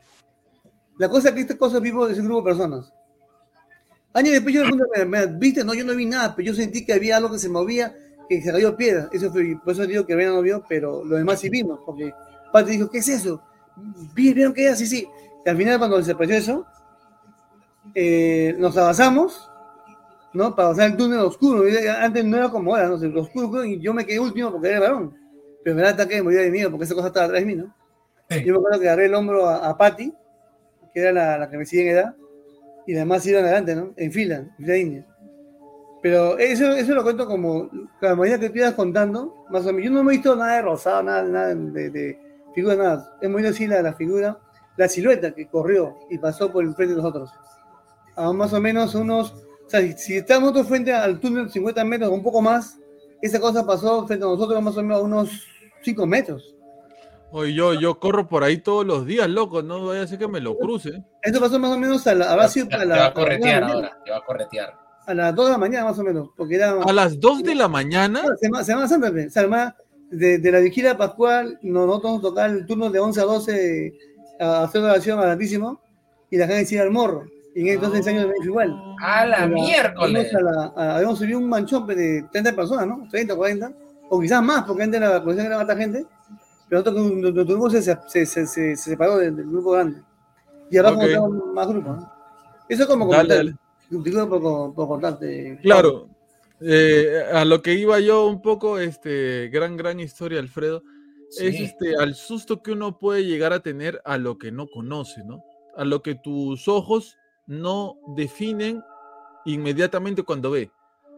la cosa es que estas cosas vivo de ese grupo de personas. Años después yo me pregunto, me- me- ¿viste? No, yo no vi nada, pero yo sentí que había algo que se movía, que se cayó piedra. Eso fue, por eso digo que Reina no vio, pero lo demás sí vimos, porque Pati dijo, ¿qué es eso? Vi- ¿Vieron qué era? Sí, sí. Y al final cuando desapareció eso, eh, nos avanzamos, ¿no? Para pasar el túnel oscuro. Y antes no era como ahora, ¿no? El oscuro, y yo me quedé último porque era el varón. Pero me da ataque de morir de miedo porque esa cosa estaba atrás de mí, ¿no? Sí. Yo me acuerdo que agarré el hombro a, a Patty, que era la, la que me sigue en edad, y las demás iban adelante, ¿no? En fila, en fila india. Pero eso, eso lo cuento como, a medida que tú ibas contando, más o menos. Yo no me he visto nada de rosado, nada, nada de, de figura, nada. Hemos visto así la, la figura, la silueta que corrió y pasó por el frente de nosotros. A más o menos unos, o sea, si, si estamos nosotros frente al túnel cincuenta metros o un poco más, esa cosa pasó frente a nosotros más o menos a unos cinco metros. Oye, yo, yo corro por ahí todos los días, loco, no vaya a ser que me lo cruce. Eso pasó más o menos a la, habrá sido Te, a te la, va a a las dos de la corretear mañana. ahora, te va a corretear. A las dos de la mañana más o menos, porque era... A las dos de la mañana. Bueno, Semana, Semana Santa, pe. Semana de, de la vigilia pascual, no- nosotros nos tocaba el turno de once a doce a hacer oración al Altísimo y la gente se iba al morro. Y en entonces años de igual. ¡A la A la- miércoles! a la- a- habíamos subido un manchón pe, de treinta personas, ¿no? treinta, cuarenta, o quizás más, porque antes la procesión era harta gente, pero nosotros nuestro grupo se, se, se, se, se separó del, del grupo grande. Y ahora Ok. juntamos más grupos, ¿no? Eso es como Dale, comentario. dale. Disculpa por, por cortarte. Claro, eh, a lo que iba yo un poco, este, gran, gran historia, Alfredo, es Sí. este, al susto que uno puede llegar a tener a lo que no conoce, ¿no? A lo que tus ojos no definen inmediatamente cuando ve.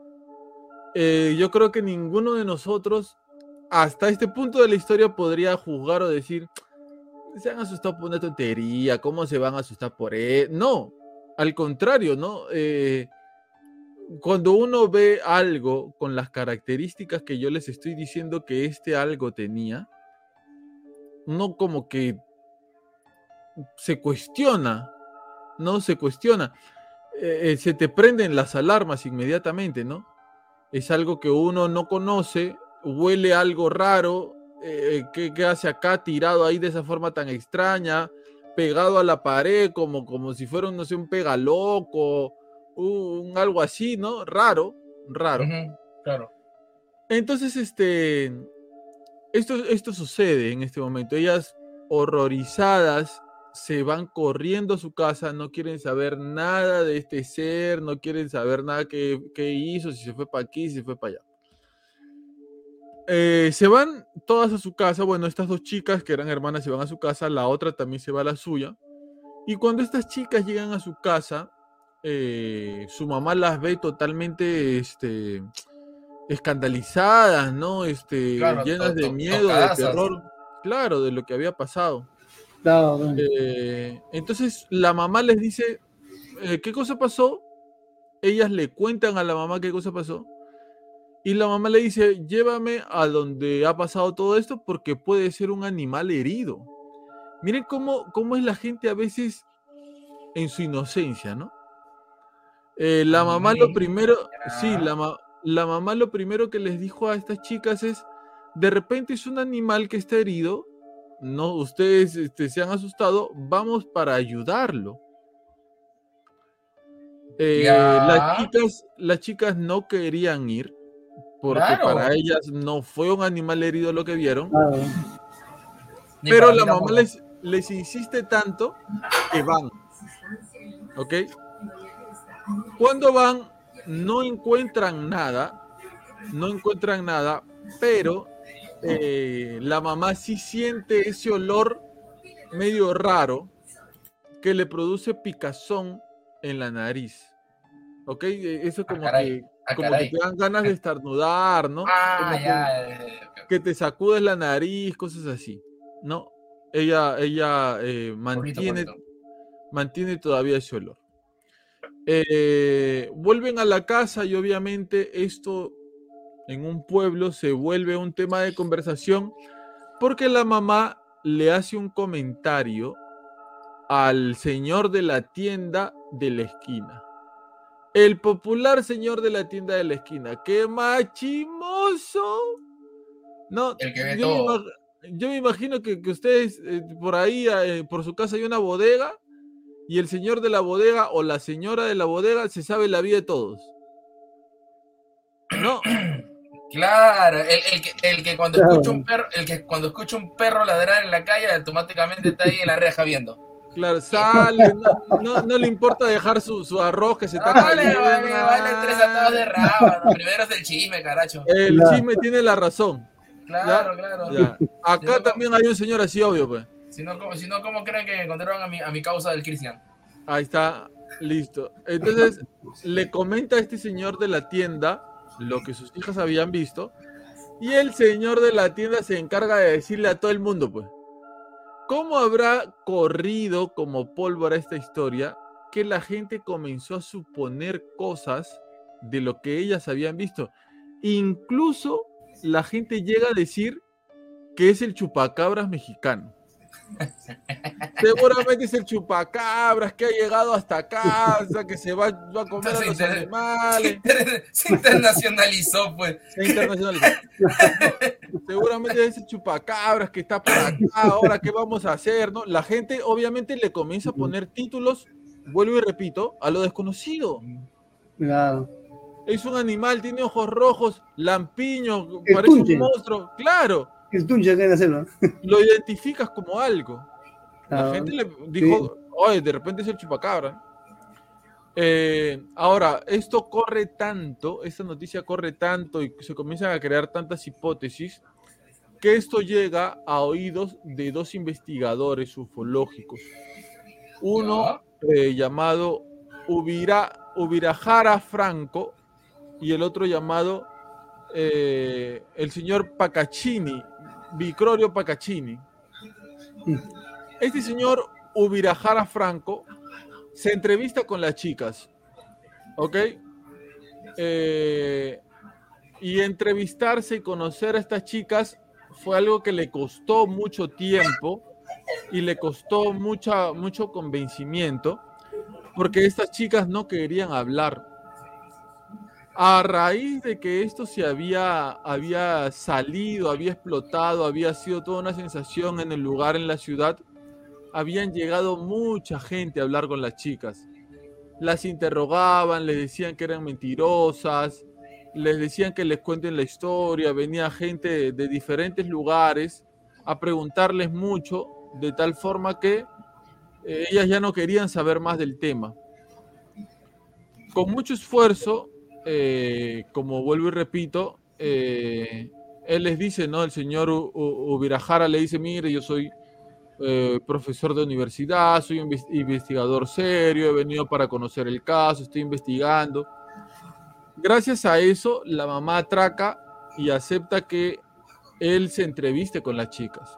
Eh, yo creo que ninguno de nosotros, hasta este punto de la historia, podría juzgar o decir, se han asustado por una tontería, ¿cómo se van a asustar por él? No, al contrario, ¿no? Eh, cuando uno ve algo con las características que yo les estoy diciendo que este algo tenía, uno como que se cuestiona, ¿no? Se cuestiona. Eh, eh, se te prenden las alarmas inmediatamente, ¿no? Es algo que uno no conoce, huele algo raro, eh, ¿qué, qué hace acá tirado ahí de esa forma tan extraña, pegado a la pared como, como si fuera, no sé, un pegaloco, un algo así, ¿no? Raro, raro. Ujú, claro. Entonces, este, esto, esto sucede en este momento. Ellas, horrorizadas, se van corriendo a su casa, no quieren saber nada de este ser, no quieren saber nada que, que hizo, si se fue para aquí, si se fue para allá. Eh, se van todas a su casa. Bueno, estas dos chicas que eran hermanas se van a su casa, la otra también se va a la suya. Y cuando estas chicas llegan a su casa, eh, su mamá las ve totalmente este, escandalizadas, ¿no? Este, Claro, llenas to- de to- miedo, de tocadazas. terror, claro, de lo que había pasado. Claro, bueno. Eh, entonces la mamá les dice, eh, ¿qué cosa pasó? Ellas le cuentan a la mamá qué cosa pasó. Y la mamá le dice, llévame a donde ha pasado todo esto porque puede ser un animal herido. Miren cómo, cómo es la gente a veces en su inocencia, ¿no? Eh, la mamá lo primero, sí, la, ma- la mamá lo primero que les dijo a estas chicas es, de repente es un animal que está herido, no, ustedes este, se han asustado, vamos para ayudarlo. Eh, Ya. las chicas, las chicas no querían ir porque Claro. para ellas no fue un animal herido lo que vieron, Claro. Ni pero para mí la mamá tampoco. les, les insiste tanto que van, ¿ok? Cuando van, no encuentran nada, no encuentran nada, pero eh, la mamá sí siente ese olor medio raro que le produce picazón en la nariz, ¿ok? Eh, Eso Ah, como caray. que, Ah, como que caray. te dan ganas de estornudar, ¿no? Ah, Como que- ya. eh, que te sacudes la nariz, cosas así, ¿no? Ella, ella eh, Poquito, mantiene, poquito. mantiene todavía ese olor. Eh, vuelven a la casa y obviamente esto en un pueblo se vuelve un tema de conversación porque la mamá le hace un comentario al señor de la tienda de la esquina. El popular señor de la tienda de la esquina. ¡Qué machimoso! No, El que ve yo, me todo. imag- yo me imagino que, que ustedes eh, por ahí, eh, por su casa hay una bodega y el señor de la bodega o la señora de la bodega se sabe la vida de todos. ¿No? Claro, el, el que, el que cuando Claro. escucha un perro, el que cuando escucha un perro ladrar en la calle, automáticamente está ahí en la reja viendo. Claro, sale, no, no, no le importa dejar su, su arroz que se está Vale, cayendo. vale, vale, tres atados de rábano. Primero es el chisme, caracho. El Claro. chisme tiene la razón. Claro, claro. Ya. Acá Sí, también hay un señor así, obvio, pues. Si no, ¿cómo, si no, ¿cómo creen que encontraron a mi, a mi causa del Cristian? Ahí está, listo. Entonces, le comenta a este señor de la tienda lo que sus hijas habían visto, y el señor de la tienda se encarga de decirle a todo el mundo, pues, ¿cómo habrá corrido como pólvora esta historia que la gente comenzó a suponer cosas de lo que ellas habían visto? Incluso la gente llega a decir que es el chupacabras mexicano. Seguramente es el chupacabras que ha llegado hasta casa, que se va, va a comer a los Entonces, animales. Se internacionalizó, pues. Se internacionalizó. No, seguramente es el chupacabras que está por acá. Ahora, ¿qué vamos a hacer? ¿No? La gente obviamente le comienza a poner títulos, vuelvo y repito, a lo desconocido. Claro. Es un animal, tiene ojos rojos, lampiño, El parece tunche. un monstruo. Claro, El tunche acá en la selva. lo identificas como algo. La Claro. gente le dijo, oye, de repente es el chupacabra. Eh, ahora, esto corre tanto, esta noticia corre tanto y se comienzan a crear tantas hipótesis que esto llega a oídos de dos investigadores ufológicos. Uno eh, llamado Ubira, Ubirajara Franco y el otro llamado eh, el señor Pacaccini, Vicrorio Pacaccini. Este señor Ubirajara Franco se entrevista con las chicas, ¿ok? Eh, y entrevistarse y conocer a estas chicas fue algo que le costó mucho tiempo y le costó mucha, mucho convencimiento, porque estas chicas no querían hablar. A raíz de que esto se había, había salido, había explotado, había sido toda una sensación en el lugar, en la ciudad, habían llegado mucha gente a hablar con las chicas. Las interrogaban, les decían que eran mentirosas, les decían que les cuenten la historia, venía gente de, de diferentes lugares a preguntarles mucho, de tal forma que eh, ellas ya no querían saber más del tema. Con mucho esfuerzo, eh, como vuelvo y repito, eh, él les dice, ¿no? El señor Ubirajara le dice, mire, yo soy Eh, profesor de universidad, soy un investigador serio, he venido para conocer el caso, estoy investigando. Gracias a eso, la mamá atraca y acepta que él se entreviste con las chicas.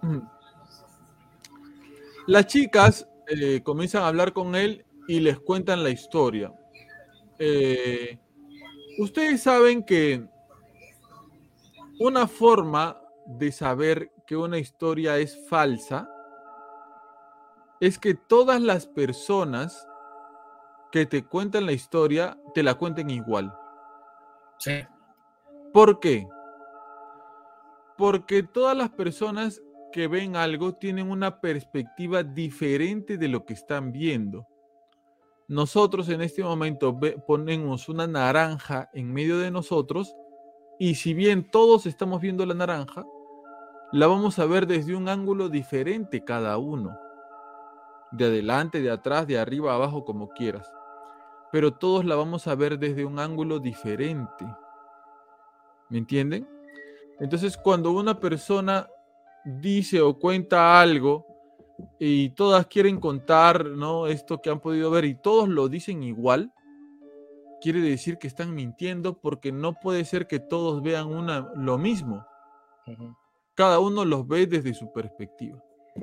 Las chicas eh, comienzan a hablar con él y les cuentan la historia. Eh, ustedes saben que una forma de saber que una historia es falsa es que todas las personas que te cuentan la historia te la cuenten igual. Sí. ¿Por qué? Porque todas las personas que ven algo tienen una perspectiva diferente de lo que están viendo. Nosotros en este momento ve, ponemos una naranja en medio de nosotros y si bien todos estamos viendo la naranja, la vamos a ver desde un ángulo diferente cada uno. De adelante, de atrás, de arriba, abajo, como quieras. Pero todos la vamos a ver desde un ángulo diferente. ¿Me entienden? Entonces, cuando una persona dice o cuenta algo y todas quieren contar, ¿no?, esto que han podido ver y todos lo dicen igual, quiere decir que están mintiendo porque no puede ser que todos vean una, lo mismo. Uh-huh. Cada uno los ve desde su perspectiva.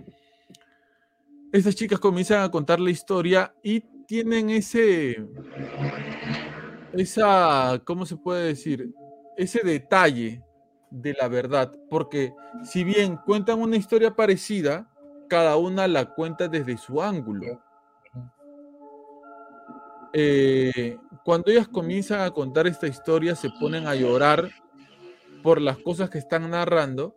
Estas chicas comienzan a contar la historia y tienen ese, esa, ¿cómo se puede decir? Ese detalle de la verdad, porque si bien cuentan una historia parecida, cada una la cuenta desde su ángulo. Eh, cuando ellas comienzan a contar esta historia, se ponen a llorar por las cosas que están narrando.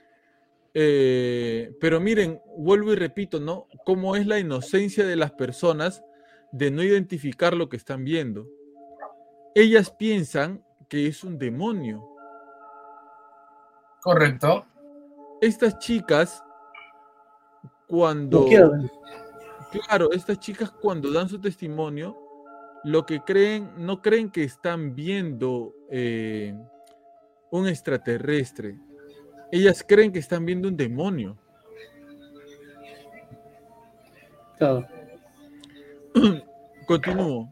Eh, pero miren, vuelvo y repito, ¿no? Cómo es la inocencia de las personas de no identificar lo que están viendo. Ellas piensan que es un demonio. Correcto. Estas chicas, cuando... Claro, estas chicas cuando dan su testimonio, lo que creen, no creen que están viendo eh, un extraterrestre. Ellas creen que están viendo un demonio. Claro. Continúo.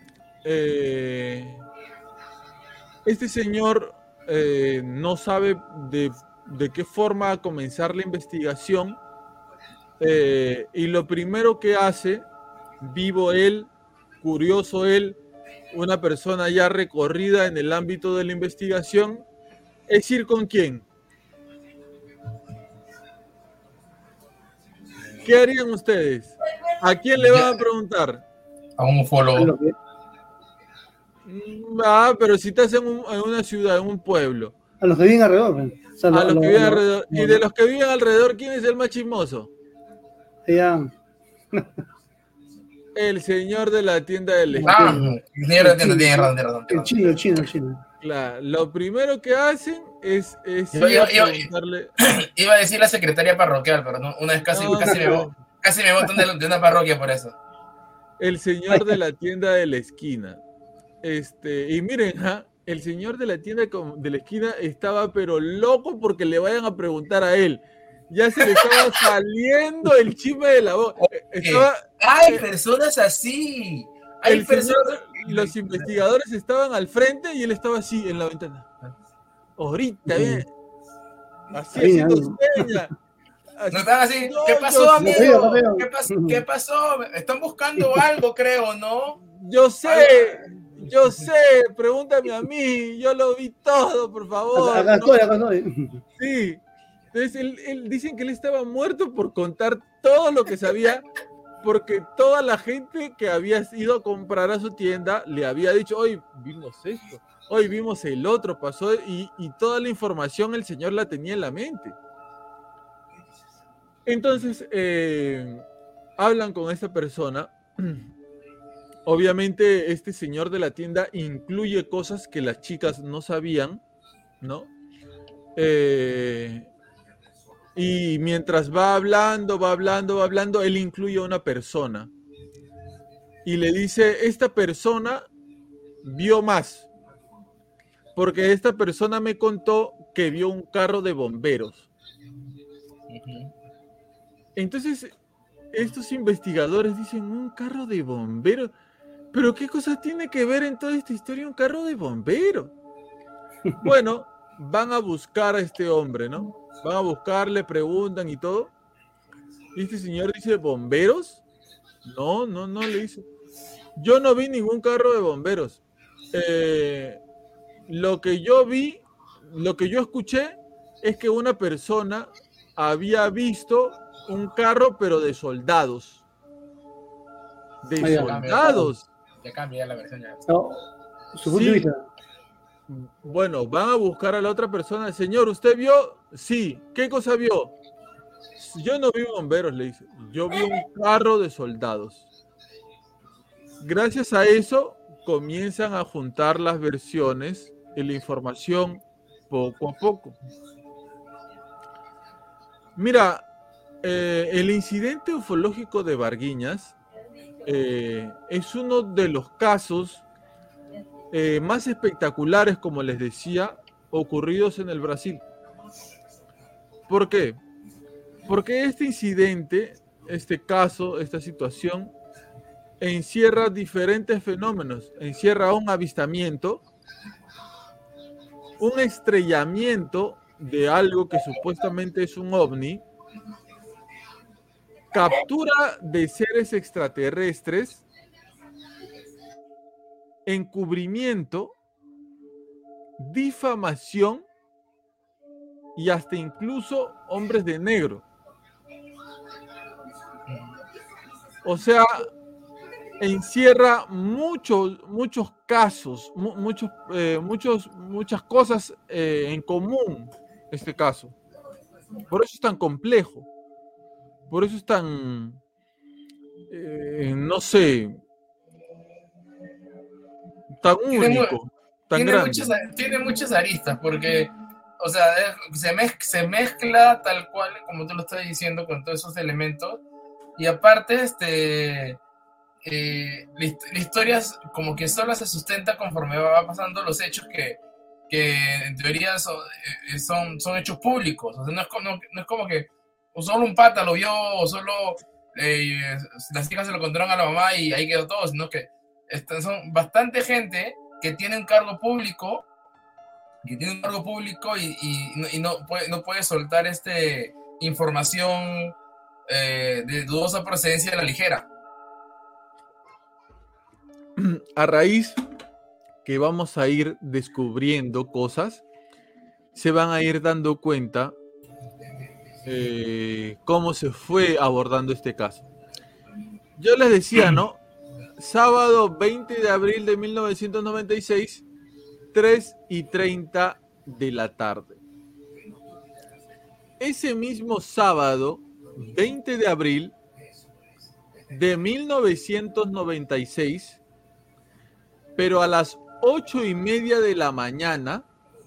Eh, este señor eh, no sabe de, de qué forma comenzar la investigación. Eh, y lo primero que hace, vivo él, curioso él, una persona ya recorrida en el ámbito de la investigación, es ir con quién. ¿Qué harían ustedes? ¿A quién le van a preguntar? A un ufólogo. Ah, pero si estás en, un, en una ciudad, en un pueblo. A los que viven alrededor. O sea, a lo, los lo, que viven lo, alrededor. lo, Y de los que viven alrededor, ¿quién es el más chismoso? Ya. El señor de la tienda de la Ah, esquina. tiene razón, tiene razón, tiene razón. El chino, el chino, el chino. Claro, lo primero que hacen es, es Yo- ir yo- a yo- preguntarle. Iba a decir la secretaria parroquial, pero no, una vez casi, No, casi, me, no. bo- casi me botan de, de una parroquia por eso. El señor de la tienda de la esquina. Este, y miren, ¿ja? El señor de la tienda com- de la esquina estaba pero loco porque le vayan a preguntar a él. Ya se le estaba saliendo el chisme de la boca. Estaba, Hay personas así. Hay el personas. señor, los investigadores estaban al frente y él estaba así en la ventana. Ahorita, bien. Así Ahí, Ah, haciendo ahí. señas. Así, No están así. no, ¿Qué yo pasó, sé, amigo? no veo. ¿Qué, pas- ¿Qué pasó? Están buscando algo, creo, ¿no? Yo sé, yo sé, pregúntame a mí, yo lo vi todo, por favor. Acá, acá ¿no? estoy, acá estoy. Sí. Entonces, él, él- dicen que él estaba muerto por contar todo lo que sabía, porque toda la gente que había ido a comprar a su tienda le había dicho, hoy vimos esto, hoy vimos el otro, pasó, y, y toda la información el señor la tenía en la mente. Entonces, eh, hablan con esta persona. Obviamente, este señor de la tienda incluye cosas que las chicas no sabían, ¿no? Eh, y mientras va hablando, va hablando, va hablando, él incluye a una persona. Y le dice, esta persona vio más. Porque esta persona me contó que vio un carro de bomberos. Entonces, estos investigadores dicen, un carro de bomberos. ¿Pero qué cosa tiene que ver en toda esta historia un carro de bomberos? Bueno, van a buscar a este hombre, ¿no? Van a buscarle, preguntan y todo. Y este señor dice, ¿bomberos? No, no, no, le dice. Yo no vi ningún carro de bomberos. Eh, lo que yo vi, lo que yo escuché es que una persona había visto un carro, pero de soldados. De Ah, ya. soldados. Ya cambia la versión. Ya. No, su punto Sí. de vista. Bueno, van a buscar a la otra persona. Señor, ¿usted vio? Sí. ¿Qué cosa vio? Yo no vi bomberos, le dice. Yo vi un carro de soldados. Gracias a eso, comienzan a juntar las versiones y la información poco a poco. Mira, eh, el incidente ufológico de Varguiñas eh, es uno de los casos eh, más espectaculares, como les decía, ocurridos en el Brasil. ¿Por qué? Porque este incidente, este caso, esta situación, encierra diferentes fenómenos. Encierra un avistamiento, un estrellamiento de algo que supuestamente es un ovni, captura de seres extraterrestres, encubrimiento, difamación y hasta incluso hombres de negro. O sea, encierra muchos, muchos casos, mu muchos, eh, muchos, muchas cosas eh, en común este caso. Por eso es tan complejo. Por eso es tan, eh, no sé, tan Tiene, único, tan tiene, grande. muchas, tiene muchas aristas, porque, o sea, se, mez, se mezcla tal cual, como tú lo estás diciendo, con todos esos elementos, y aparte, este, eh, la, la historia como que solo se sustenta conforme va pasando los hechos que, que en teoría son, eh, son, son hechos públicos. O sea, no es como, no, no es como que o solo un pata lo vio, o solo eh, las hijas se lo contaron a la mamá y ahí quedó todo, sino que están, son bastante gente que tiene un cargo público, que tiene un cargo público y, y, y no, puede, no puede soltar este, información eh, de dudosa procedencia a la ligera. A raíz que vamos a ir descubriendo cosas, se van a ir dando cuenta eh, cómo se fue abordando este caso. Yo les decía, ¿no? Sábado veinte de abril de mil novecientos noventa y seis, tres y treinta de la tarde. Ese mismo sábado, veinte de abril de mil novecientos noventa y seis, pero a las ocho y media de la mañana,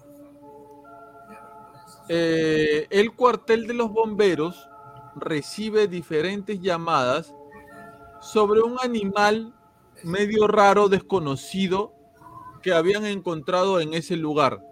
eh, el cuartel de los bomberos recibe diferentes llamadas sobre un animal medio raro, desconocido, que habían encontrado en ese lugar.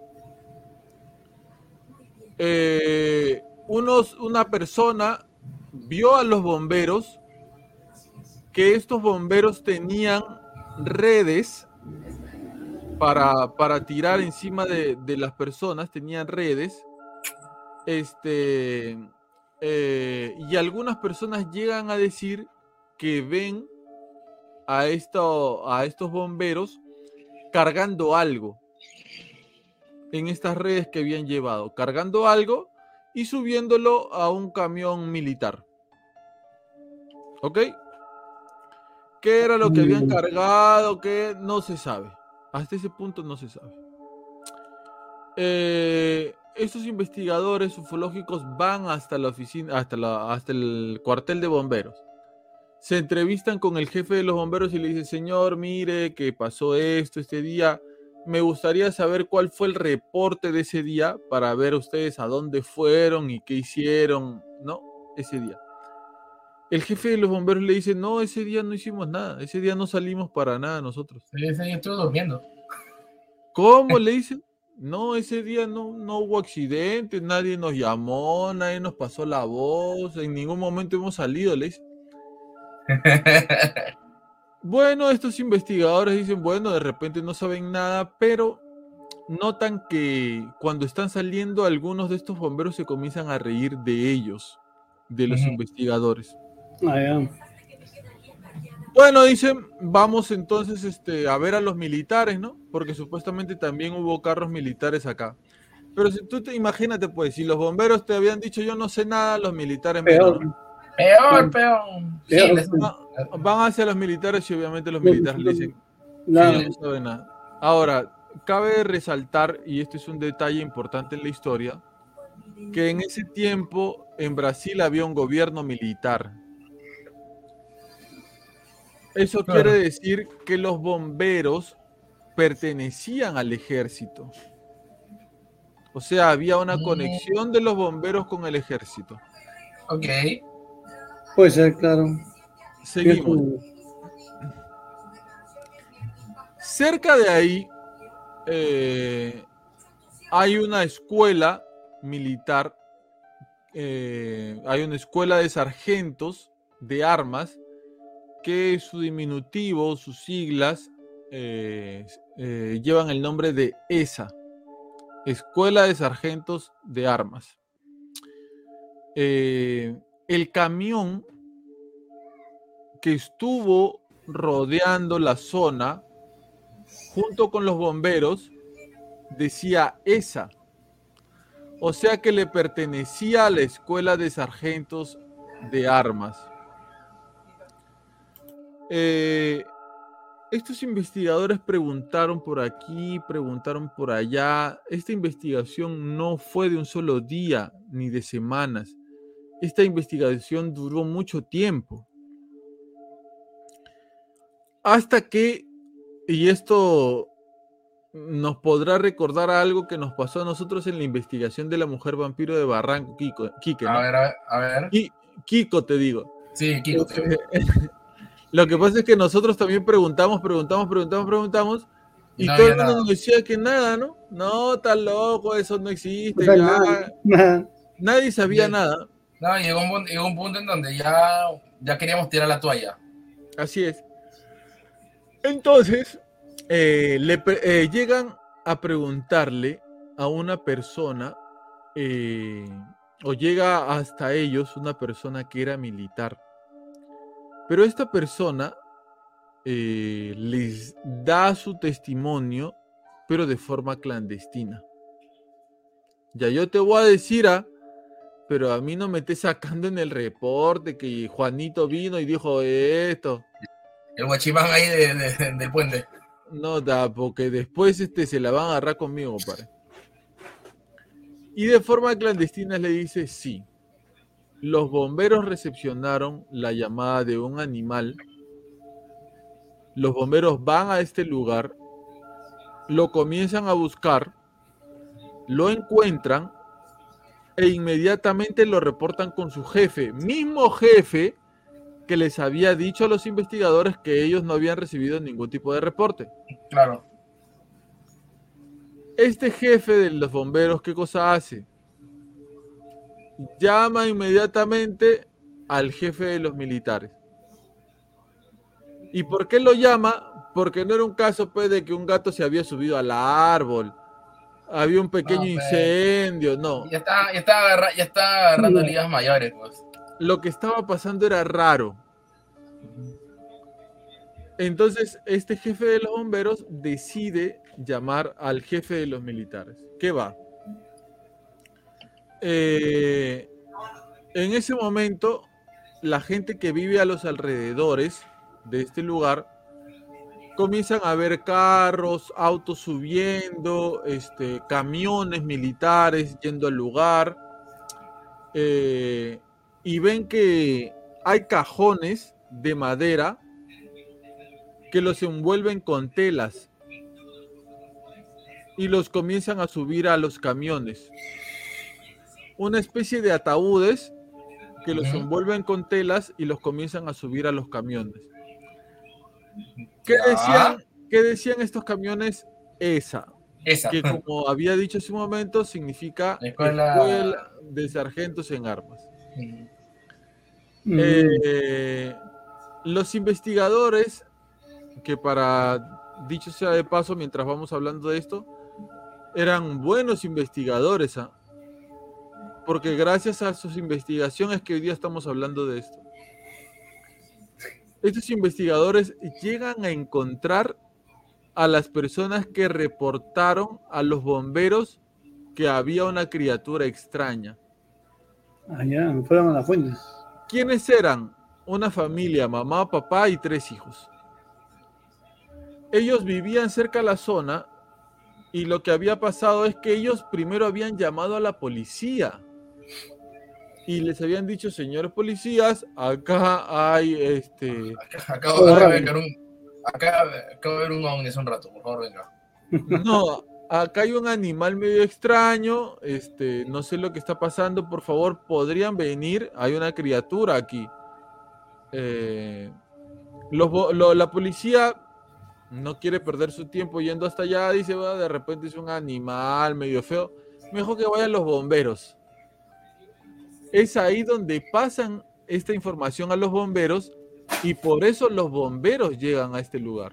Eh, unos, una persona vio a los bomberos, que estos bomberos tenían redes para, para tirar encima de, de las personas, tenían redes, este, eh, y algunas personas llegan a decir que ven a, esto, a estos bomberos cargando algo en estas redes que habían llevado, cargando algo y subiéndolo a un camión militar. ¿Ok? ¿Qué era lo que habían cargado? ¿Qué? No se sabe. Hasta ese punto no se sabe. Eh, estos investigadores ufológicos van hasta la oficina, hasta, la, hasta el cuartel de bomberos. Se entrevistan con el jefe de los bomberos y le dicen: señor, mire que pasó esto este día. Me gustaría saber cuál fue el reporte de ese día para ver ustedes a dónde fueron y qué hicieron, ¿no? Ese día. El jefe de los bomberos le dice: no, ese día no hicimos nada, ese día no salimos para nada nosotros. Ese día estuve durmiendo. ¿Cómo? Le dicen. No, ese día no, no hubo accidentes, nadie nos llamó, nadie nos pasó la voz, en ningún momento hemos salido, le dicen. Bueno, estos investigadores dicen, bueno, de repente no saben nada, pero notan que cuando están saliendo algunos de estos bomberos se comienzan a reír de ellos, de los uh-huh. investigadores. Ah, yeah. Bueno, dicen, vamos entonces este, a ver a los militares, ¿no? Porque supuestamente también hubo carros militares acá. Pero si tú te imagínate, pues, si los bomberos te habían dicho yo no sé nada, los militares peor, menos. Peor, peor. peor. Sí, van, van hacia los militares y obviamente los militares le dicen nada. Que no saben nada. Ahora, cabe resaltar, y este es un detalle importante en la historia, que en ese tiempo en Brasil había un gobierno militar. Eso claro. quiere decir que los bomberos pertenecían al ejército. O sea, había una mm. conexión de los bomberos con el ejército. Ok. Puede ser, claro. Seguimos. Cerca de ahí eh, hay una escuela militar, eh, hay una escuela de sargentos de armas, que su diminutivo, sus siglas, eh, eh, llevan el nombre de E S A, Escuela de Sargentos de Armas. Eh, el camión que estuvo rodeando la zona, junto con los bomberos, decía E S A. o sea que le pertenecía a la escuela de sargentos de armas. Eh, estos investigadores preguntaron por aquí, preguntaron por allá. Esta investigación no fue de un solo día ni de semanas. Esta investigación duró mucho tiempo. Hasta que, y esto nos podrá recordar algo que nos pasó a nosotros en la investigación de la mujer vampiro de Barranco, Kiko, Quique, ¿no? A ver, a ver, a ver. Ki- Kiko, te digo. Sí, Kiko. Este, lo que pasa es que nosotros también preguntamos, preguntamos, preguntamos, preguntamos, y No todo el había mundo nada. nos decía que nada, ¿no? No, está loco, eso no existe, No, ya. nada, nada. Nadie sabía Bien. nada. No, llegó un, punto, llegó un punto en donde ya, ya queríamos tirar la toalla. Así es. Entonces, eh, le pre- eh, llegan a preguntarle a una persona, eh, o llega hasta ellos una persona que era militar. Pero esta persona eh, les da su testimonio, pero de forma clandestina. Ya yo te voy a decir, ah, pero a mí no me estés sacando en el reporte que Juanito vino y dijo esto. El guachimán ahí de, de, del puente. No da, porque después este, se la van a agarrar conmigo, padre. Y de forma clandestina le dice sí. Los bomberos recepcionaron la llamada de un animal. Los bomberos van a este lugar, lo comienzan a buscar, lo encuentran e inmediatamente lo reportan con su jefe, mismo jefe que les había dicho a los investigadores que ellos no habían recibido ningún tipo de reporte. Claro. Este jefe de los bomberos, ¿qué cosa hace? Llama inmediatamente al jefe de los militares. ¿Y por qué lo llama? Porque no era un caso pues, de que un gato se había subido al árbol, había un pequeño No, pues. incendio, no. Ya está, ya está, agarra, ya está agarrando ligas mayores, pues. Lo que estaba pasando era raro. Entonces, este jefe de los bomberos decide llamar al jefe de los militares. ¿Qué va? Eh, en ese momento, la gente que vive a los alrededores de este lugar comienzan a ver carros, autos subiendo, este, camiones militares yendo al lugar, eh, y ven que hay cajones de madera que los envuelven con telas y los comienzan a subir a los camiones. Una especie de ataúdes que los Ujú. envuelven con telas y los comienzan a subir a los camiones. ¿Qué Ya. decían, qué decían estos camiones? Esa, Esa. que como había dicho hace un momento, significa La escuela- Escuela de Sargentos en Armas. Ujú. Mm. Eh, los investigadores, que para dicho sea de paso, mientras vamos hablando de esto, eran buenos investigadores, ¿ah? Porque gracias a sus investigaciones que hoy día estamos hablando de esto. Estos investigadores llegan a encontrar a las personas que reportaron a los bomberos que había una criatura extraña. Ah, ya, me fueron a las fuentes. ¿Quiénes eran? Una familia, mamá, papá y tres hijos. Ellos vivían cerca de la zona y lo que había pasado es que ellos primero habían llamado a la policía y les habían dicho, señores policías, acá hay este... Acabo de ver un, acá, acabo de ver un ovni hace un rato, por favor, venga. No, acá hay un animal medio extraño, este, no sé lo que está pasando, por favor, podrían venir, hay una criatura aquí. Eh, los, bo- lo- la policía no quiere perder su tiempo yendo hasta allá, dice, "Va, de repente es un animal medio feo, mejor que vayan los bomberos". Es ahí donde pasan esta información a los bomberos y por eso los bomberos llegan a este lugar.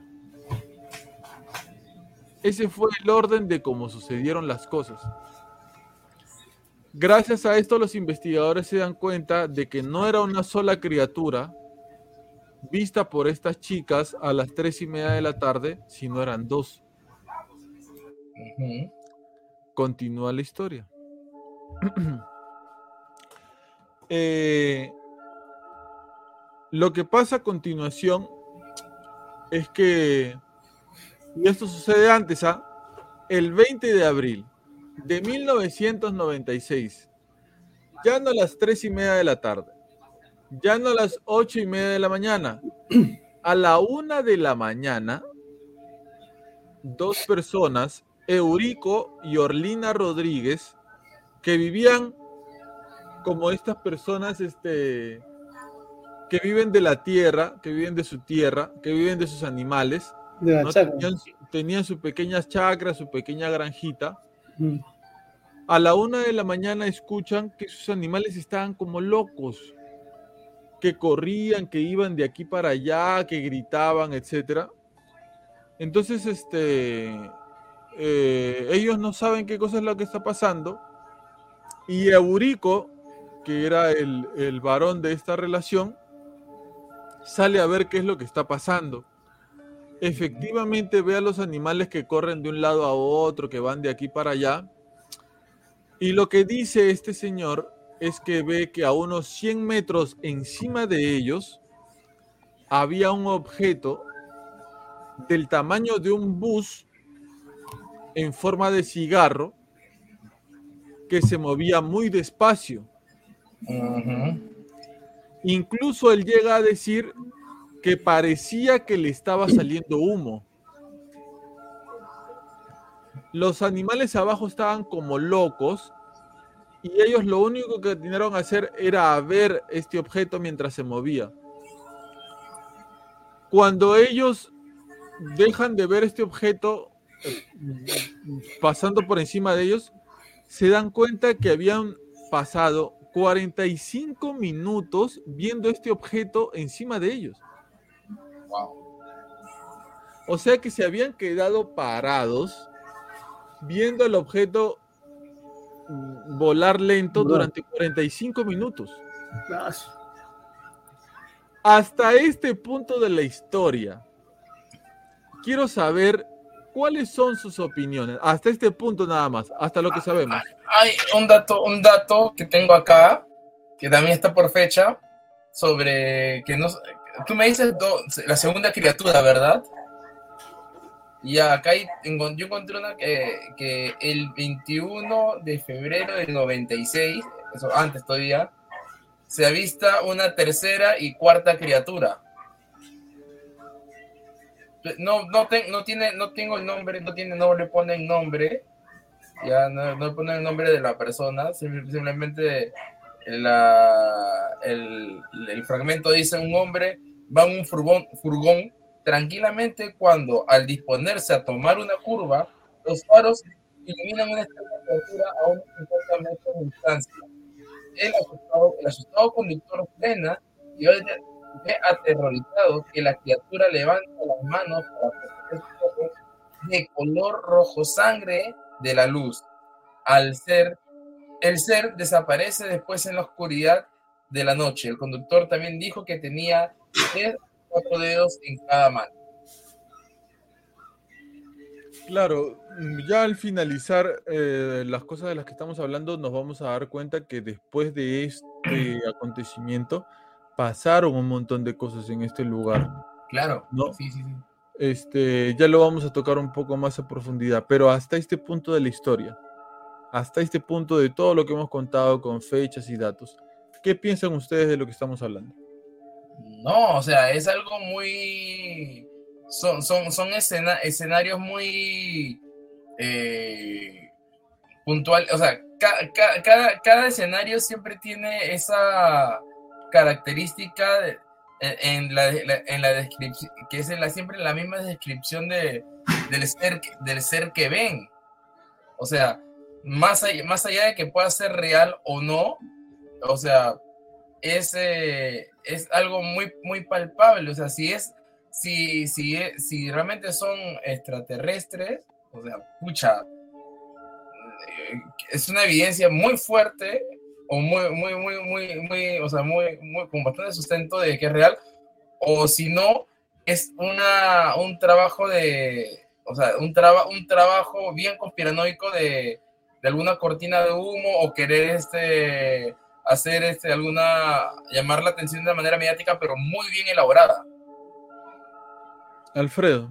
Ese fue el orden de cómo sucedieron las cosas. Gracias a esto los investigadores se dan cuenta de que no era una sola criatura vista por estas chicas a las tres y media de la tarde, sino eran dos. Ujú. Continúa la historia. eh, lo que pasa a continuación es que, y esto sucede antes, ¿ah? El veinte de abril de mil novecientos noventa y seis, ya no a las tres y media de la tarde, ya no a las ocho y media de la mañana, a la una de la mañana, dos personas, Eurico y Orlina Rodríguez, que vivían como estas personas este, que viven de la tierra, que viven de su tierra, que viven de sus animales, De la ¿no? chacra. tenían, tenían sus pequeñas chacras, su pequeña granjita. Mm. A la una de la mañana escuchan que sus animales estaban como locos, que corrían, que iban de aquí para allá, que gritaban, etcétera. Entonces, este, eh, ellos no saben qué cosa es lo que está pasando. Y Eurico, que era el, el varón de esta relación, sale a ver qué es lo que está pasando. Efectivamente ve a los animales que corren de un lado a otro, que van de aquí para allá. Y lo que dice este señor es que ve que a unos cien metros encima de ellos había un objeto del tamaño de un bus en forma de cigarro que se movía muy despacio. Uh-huh. Incluso él llega a decir que parecía que le estaba saliendo humo. Los animales abajo estaban como locos y ellos lo único que tenían que hacer era ver este objeto mientras se movía. Cuando ellos dejan de ver este objeto eh, pasando por encima de ellos, se dan cuenta que habían pasado cuarenta y cinco minutos viendo este objeto encima de ellos. Wow. O sea que se habían quedado parados viendo el objeto volar lento durante cuarenta y cinco minutos. Hasta este punto de la historia, quiero saber cuáles son sus opiniones. Hasta este punto nada más, hasta lo que sabemos. Hay un dato, un dato que tengo acá, que también está por fecha, sobre que no... Tú me dices do, la segunda criatura, ¿verdad? Y acá hay, yo encontré una que, que el veintiuno de febrero del noventa y seis, eso antes todavía, se avista una tercera y cuarta criatura. No, no, te, no, tiene, no tengo el nombre, no tiene nombre, le ponen nombre, ya no, no ponen el nombre de la persona, simplemente la, el, el fragmento dice: un hombre va en un furgón, furgón tranquilamente cuando, al disponerse a tomar una curva, los faros iluminan una extraña criatura a unos cincuenta metros de distancia. El asustado, el asustado conductor frena y ve aterrorizado que la criatura levanta las manos para proteger su ojo de color rojo sangre de la luz. Al ser, el ser desaparece después en la oscuridad de la noche. El conductor también dijo que tenía tres o cuatro dedos en cada mano. Claro, ya al finalizar eh, las cosas de las que estamos hablando, nos vamos a dar cuenta que después de este acontecimiento pasaron un montón de cosas en este lugar. Claro, ¿no? Sí, sí, sí. Este, ya lo vamos a tocar un poco más a profundidad, pero hasta este punto de la historia, hasta este punto de todo lo que hemos contado con fechas y datos, ¿qué piensan ustedes de lo que estamos hablando? No, o sea, es algo muy... Son, son, son escena, escenarios muy eh, puntuales. O sea, ca, ca, cada, cada escenario siempre tiene esa característica de, en, la, en la descripción, que es en la, siempre la misma descripción de, del, ser, del ser que ven. O sea, más allá, más allá de que pueda ser real o no, o sea, es, eh, es algo muy, muy palpable. O sea, si es Si, si, si realmente son extraterrestres, o sea, pucha, es una evidencia muy fuerte, o muy, muy, muy, muy, muy, o sea, muy, muy, con bastante sustento de que es real, o si no, es una, un trabajo de, o sea, un, traba, un trabajo bien conspiranoico de, de alguna cortina de humo o querer este, hacer este, alguna, llamar la atención de una manera mediática, pero muy bien elaborada. Alfredo.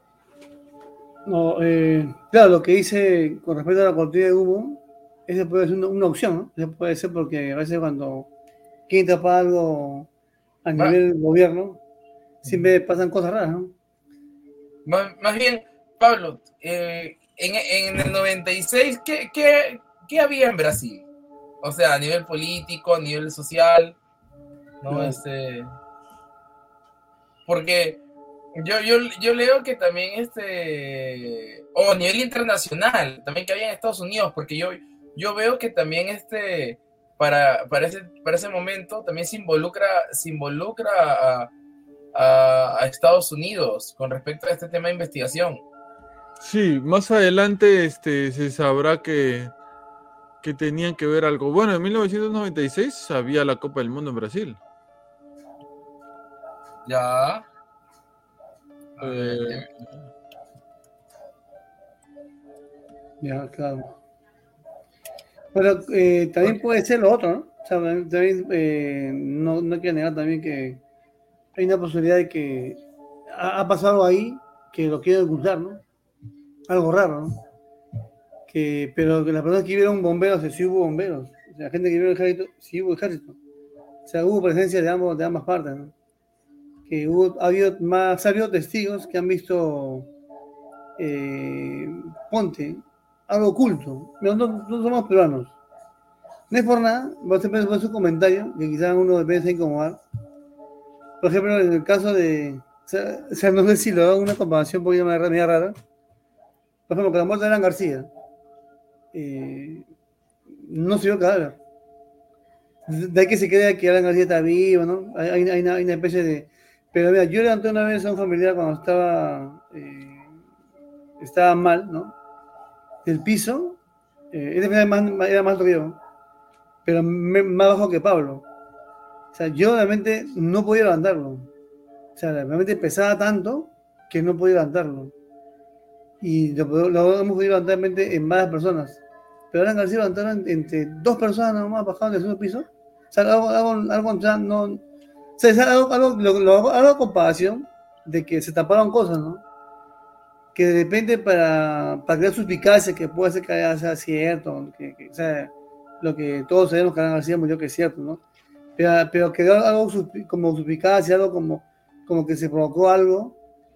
No, eh, claro, lo que dice con respecto a la cortina de humo, esa puede ser una, una opción, ¿no? Esa puede ser porque a veces cuando quieren tapar algo a Ma- nivel gobierno, siempre pasan cosas raras, ¿no? Más, más bien, Pablo, eh, en, en el noventa y seis, ¿qué, qué, ¿qué había en Brasil? O sea, a nivel político, a nivel social, ¿no? Claro. Este, porque yo, yo, yo leo que también, este, o a nivel internacional, también que había en Estados Unidos, porque yo, yo veo que también este, para, para, ese, para ese momento también se involucra, se involucra a, a, a Estados Unidos con respecto a este tema de investigación. Sí, más adelante este, se sabrá que, que tenían que ver algo. Bueno, en mil novecientos noventa y seis había la Copa del Mundo en Brasil. Ya. A ver, Eh, Ya, claro. Pero eh, también puede ser lo otro, ¿no? O sea, también eh, no, no hay que negar también que hay una posibilidad de que ha, ha pasado algo ahí que lo quieren ocultar, ¿no? Algo raro, ¿no? Que, pero que las personas que vieron bomberos, sí hubo bomberos. O sea, la gente que vio el ejército, sí hubo ejército. O sea, hubo presencia de, ambos, de ambas partes, ¿no? Que hubo, ha habido más, ha habido testigos que han visto, eh, ponte, algo oculto. No, no, no somos peruanos. No es por nada, voy a hacer un comentario que quizás uno debe incomodar. Por ejemplo, en el caso de, o sea, o sea, no sé si lo hago una comparación un poquito más media rara. Por ejemplo, con la muerte de Alan García, eh, no se vio cadáver. De ahí que se crea que Alan García está vivo, ¿no? Hay, hay, hay, una, hay una especie de... Pero mira, yo levanté una vez a un familiar cuando estaba, eh, estaba mal, ¿no? Del piso, eh, era más, era más río, pero me, más bajo que Pablo. O sea, yo realmente no podía levantarlo. O sea, realmente pesaba tanto que no podía levantarlo. Y lo, lo hemos podido levantar en varias personas. Pero Alan García levantaron entre dos personas nomás bajaron del segundo piso. O sea, algo, algo, algo ya no... O sea, es algo, algo, lo, lo, algo a comparación de que se taparon cosas, ¿no? Que de repente para, para crear suspicacia, que puede ser que sea cierto, que, que, o sea, lo que todos sabemos que Alan García murió que es cierto, ¿no? Pero, pero quedó algo como suspicacia, algo como, como que se provocó algo,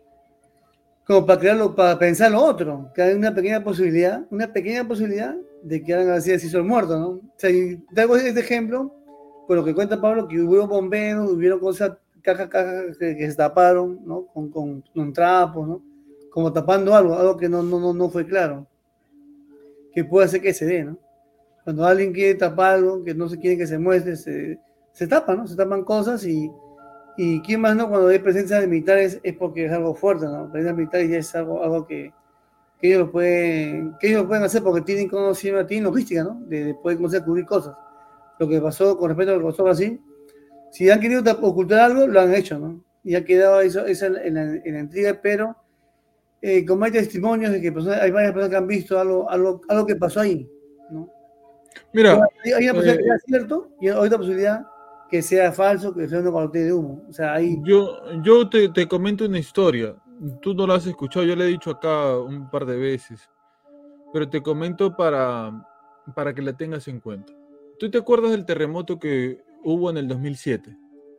como para crearlo, para pensar lo otro, que hay una pequeña posibilidad, una pequeña posibilidad de que Alan García se hizo el muerto, ¿no? O sea, y traigo este ejemplo, por lo que cuenta Pablo, que hubo bomberos, hubieron cosas, cajas, cajas que, que se taparon, ¿no? Con, con, con trapos, ¿no? Como tapando algo, algo que no, no, no, no fue claro, que puede ser que se dé, ¿no? Cuando alguien quiere tapar algo, que no se quiere que se muestre, se, se tapa, ¿no? Se tapan cosas y, y quién más, ¿no? Cuando hay presencia de militares es porque es algo fuerte, ¿no? La presencia de militares ya es algo, algo que, que, ellos lo pueden, que ellos lo pueden hacer porque tienen conocimiento, tienen logística, ¿no? De, de poder conocer, cubrir cosas. Lo que pasó con respecto a lo que pasó en Brasil, si han querido ocultar algo, lo han hecho, ¿no? Y ha quedado eso, eso en, la, en la intriga, pero eh, como hay testimonios de que personas, hay varias personas que han visto algo, algo, algo que pasó ahí, ¿no? Mira, hay, hay una posibilidad eh, que sea cierto y hay otra posibilidad que sea falso, que sea una cortina de humo. O sea, hay... yo, yo te, te comento una historia. Tú no la has escuchado, yo le he dicho acá un par de veces, pero te comento para, para que la tengas en cuenta. ¿Tú te acuerdas del terremoto que hubo en el dos mil siete?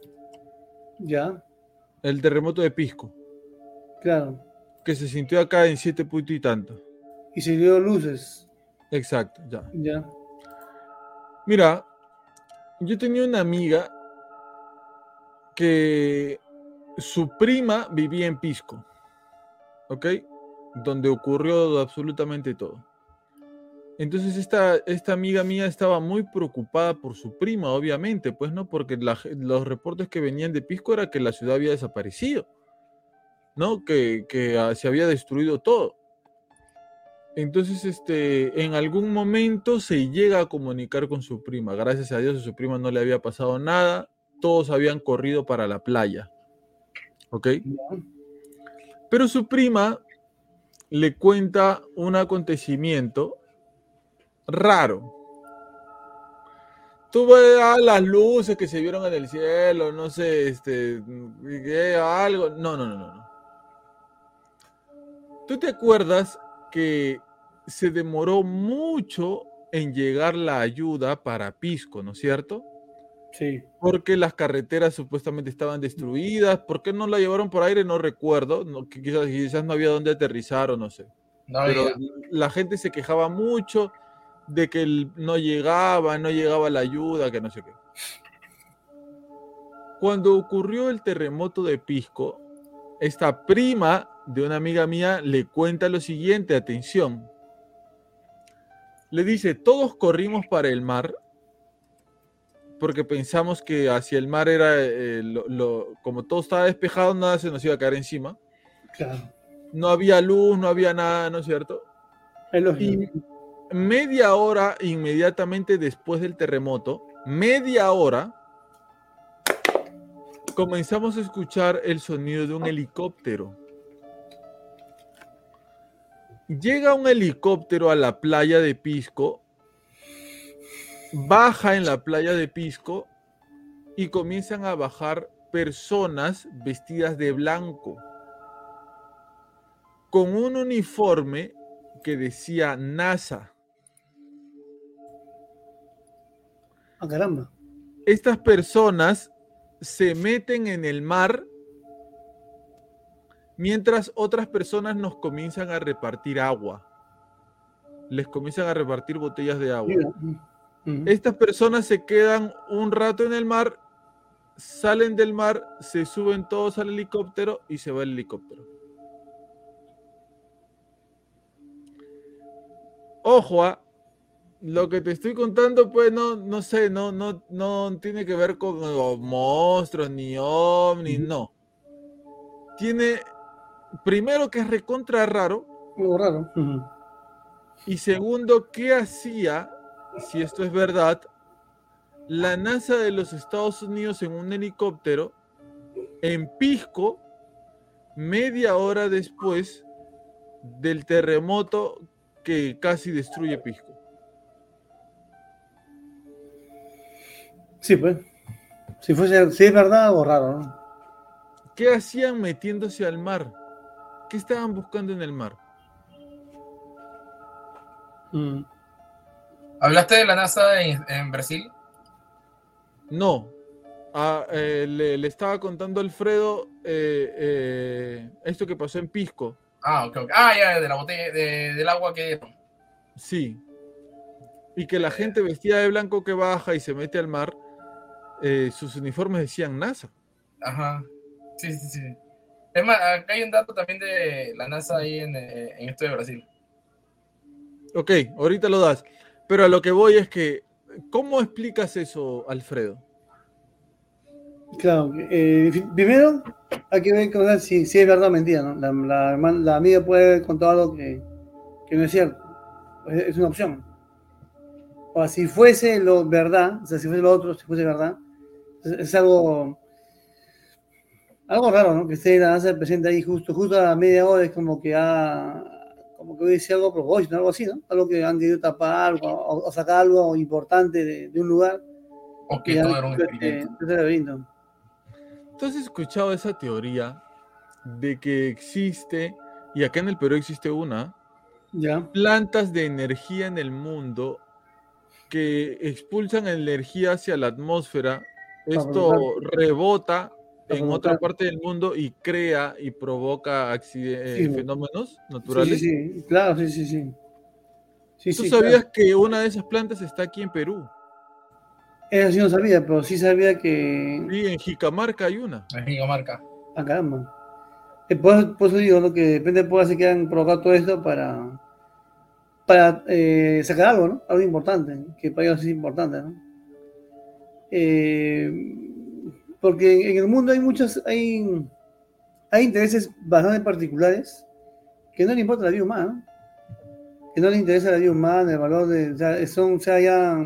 Ya, El terremoto de Pisco, claro. que se sintió acá en siete puntos y tanto. Y se dio luces. Exacto, ya. Ya. Mira, yo tenía una amiga que su prima vivía en Pisco, ¿ok? Donde ocurrió absolutamente todo. Entonces esta, esta amiga mía estaba muy preocupada por su prima, obviamente, pues no, porque la, los reportes que venían de Pisco era que la ciudad había desaparecido, ¿no? Que, que uh, se había destruido todo. Entonces, este, en algún momento se llega a comunicar con su prima. Gracias a Dios a su prima no le había pasado nada. Todos habían corrido para la playa. ¿Ok? Ya. Pero su prima le cuenta un acontecimiento raro. Tú ves ah, las luces que se vieron en el cielo, no sé, este, eh, algo. No, no, no, no, no. ¿Tú te acuerdas que se demoró mucho en llegar la ayuda para Pisco, ¿no es cierto? Sí. Porque las carreteras supuestamente estaban destruidas. ¿Por qué no la llevaron por aire? No recuerdo. No, que quizás, quizás no había dónde aterrizar o no sé. No Pero había. la gente se quejaba mucho de que el- no llegaba, no llegaba la ayuda, que no sé qué. Cuando ocurrió el terremoto de Pisco, esta prima de una amiga mía le cuenta lo siguiente, atención. Le dice, todos corrimos para el mar porque pensamos que hacia el mar era, eh, lo, lo- como todo estaba despejado, nada se nos iba a caer encima. Claro. No había luz, no había nada, ¿no es cierto? Es lógico. Y media hora inmediatamente después del terremoto, media hora, comenzamos a escuchar el sonido de un helicóptero. Llega un helicóptero a la playa de Pisco, baja en la playa de Pisco y comienzan a bajar personas vestidas de blanco, con un uniforme que decía NASA. Ah, caramba. Estas personas se meten en el mar mientras otras personas nos comienzan a repartir agua. Les comienzan a repartir botellas de agua. Mira. Ujú. Estas personas se quedan un rato en el mar, salen del mar, se suben todos al helicóptero y se va el helicóptero. Ojo, ¿ah? Lo que te estoy contando, pues no, no sé, no, no, no tiene que ver con oh, monstruos ni ovnis, Ujú. no. Tiene, primero que es recontra raro, Algo raro. Ujú. y segundo, ¿qué hacía, si esto es verdad, la NASA de los Estados Unidos en un helicóptero en Pisco media hora después del terremoto que casi destruye Pisco? Sí, pues. Si fuese, si es verdad, algo raro, ¿no? ¿Qué hacían metiéndose al mar? ¿Qué estaban buscando en el mar? Mm. ¿Hablaste de la NASA en, en Brasil? No. Ah, eh, le, le estaba contando a Alfredo eh, eh, esto que pasó en Pisco. Ah, ok, ok. Ah, ya, de la botella, de- del agua que dieron. Sí. Y que la gente vestida de blanco que baja y se mete al mar, eh, sus uniformes decían NASA. Ajá. Sí, sí, sí. Es más, acá hay un dato también de la NASA ahí en, eh, en esto de Brasil. Ok, ahorita lo das. Pero a lo que voy es que, ¿cómo explicas eso, Alfredo? Claro. eh, fi- primero, hay que ver con- si, si es verdad o mentira, ¿no? La, la, hermana- la amiga puede haber contado algo que, que no es cierto. Es, es una opción. O si fuese lo verdad, o sea, si fuese lo otro, si fuese verdad, es, es algo, algo raro, ¿no? Que esté la NASA presente ahí justo, justo a la media hora, es como que ha, como que dice algo a propósito, algo así, ¿no? Algo que han querido tapar algo, o, o sacar algo importante de, de un lugar O y que han todo era un hecho este, experimento. este laberinto. ¿Tú has escuchado esa teoría de que existe, y acá en el Perú existe una, Ya. plantas de energía en el mundo que expulsan energía hacia la atmósfera? Para provocar, Esto rebota para en otra provocar. parte del mundo y crea y provoca accide- eh, Sí, fenómenos sí, sí, naturales. sí, claro, sí, sí, sí. Sí, ¿Tú sí, claro. sabías que una de esas plantas está aquí en Perú? Eso sí no sabía, pero sí sabía que. Sí, en Jicamarca hay una. Es mi marca. Ah, caramba. Eh, Por, eso- por eso digo, ¿no? Que depende de pueblas se quieran provocar todo esto para, para eh, sacar algo, ¿no? Algo importante, que para ellos es importante, ¿no? Eh, porque en el mundo hay muchos, hay, hay intereses bastante particulares que no le importa la vida humana, ¿no? Que no le interesa la vida humana, el valor de. O sea, son, o sea, ya.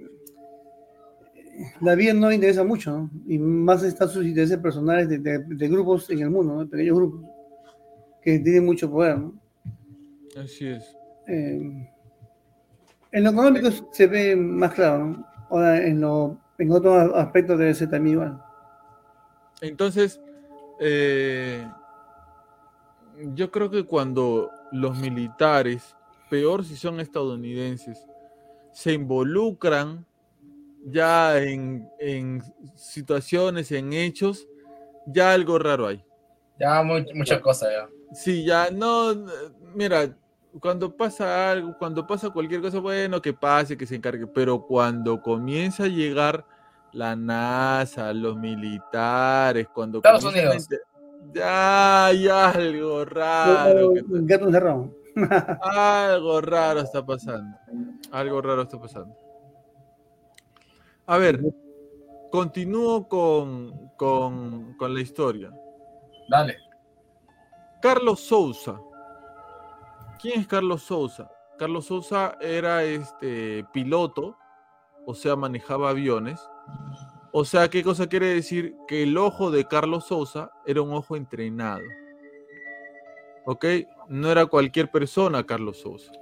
La vida no le interesa mucho, ¿no? Y más están sus intereses personales de, de- de grupos en el mundo, ¿no? Pequeños grupos que tienen mucho poder, ¿no? Así es. Eh, En lo económico se ve más claro, ¿no? Ahora en, lo, en otros aspectos debe ser también igual. Entonces, eh, yo creo que cuando los militares, peor si son estadounidenses, se involucran ya en, en situaciones, en hechos, ya algo raro hay. Ya muy, mucha cosa ya. Sí, ya no, mira, cuando pasa algo, cuando pasa cualquier cosa, bueno, que pase, que se encargue, pero cuando comienza a llegar la NASA, los militares, cuando Estados comienzan a Unidos. enter- ya hay algo raro, que está- Un gato encerrado. algo raro está pasando, algo raro está pasando. A ver, continúo con, con, con la historia. Dale. Carlos Sousa. ¿Quién es Carlos Sousa? Carlos Sousa era este piloto, o sea, manejaba aviones. O sea, ¿qué cosa quiere decir? Que el ojo de Carlos Sousa era un ojo entrenado. ¿Ok? No era cualquier persona, Carlos Sousa.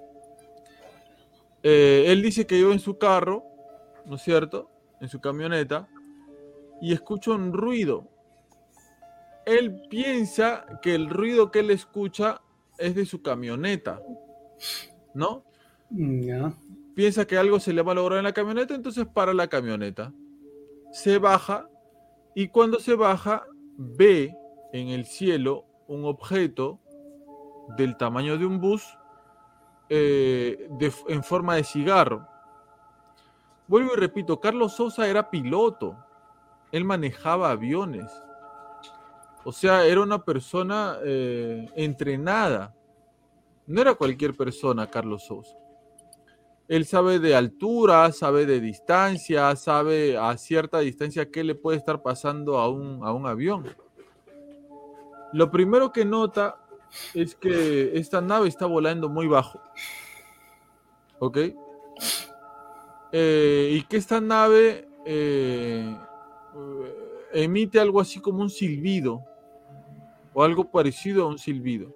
Eh, él dice que iba en su carro, ¿no es cierto? En su camioneta, y escucha un ruido. Él piensa que el ruido que él escucha es de su camioneta, ¿no? Ya. Piensa que algo se le va a lograr en la camioneta, entonces para la camioneta. Se baja y cuando se baja ve en el cielo un objeto del tamaño de un bus eh, de, en forma de cigarro. Vuelvo y repito, Carlos Sousa era piloto. Él manejaba aviones. O sea, era una persona eh, entrenada. No era cualquier persona, Carlos Sousa. Él sabe de altura, sabe de distancia, sabe a cierta distancia qué le puede estar pasando a un, a un avión. Lo primero que nota es que esta nave está volando muy bajo. ¿Ok? Eh, y que esta nave eh, emite algo así como un silbido. O algo parecido a un silbido.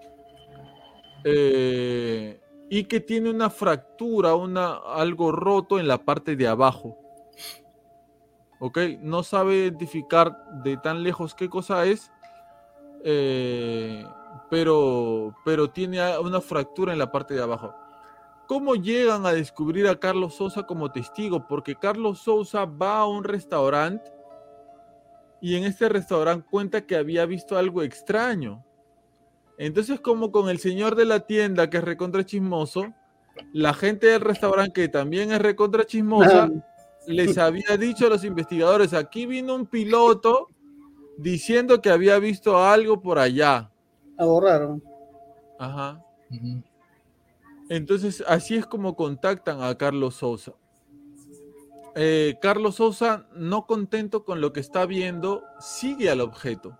Eh... y que tiene una fractura, una, algo roto en la parte de abajo. ¿Ok? No sabe identificar de tan lejos qué cosa es, eh, pero, pero tiene una fractura en la parte de abajo. ¿Cómo llegan a descubrir a Carlos Sousa como testigo? Porque Carlos Sousa va a un restaurante y en este restaurante cuenta que había visto algo extraño. Entonces, como con el señor de la tienda que es recontra chismoso, la gente del restaurante que también es recontra chismosa, les había dicho a los investigadores, aquí vino un piloto diciendo que había visto algo por allá. Algo raro. Ajá. Uh-huh. Entonces, así es como contactan a Carlos Sousa. Eh, Carlos Sousa, no contento con lo que está viendo, sigue al objeto.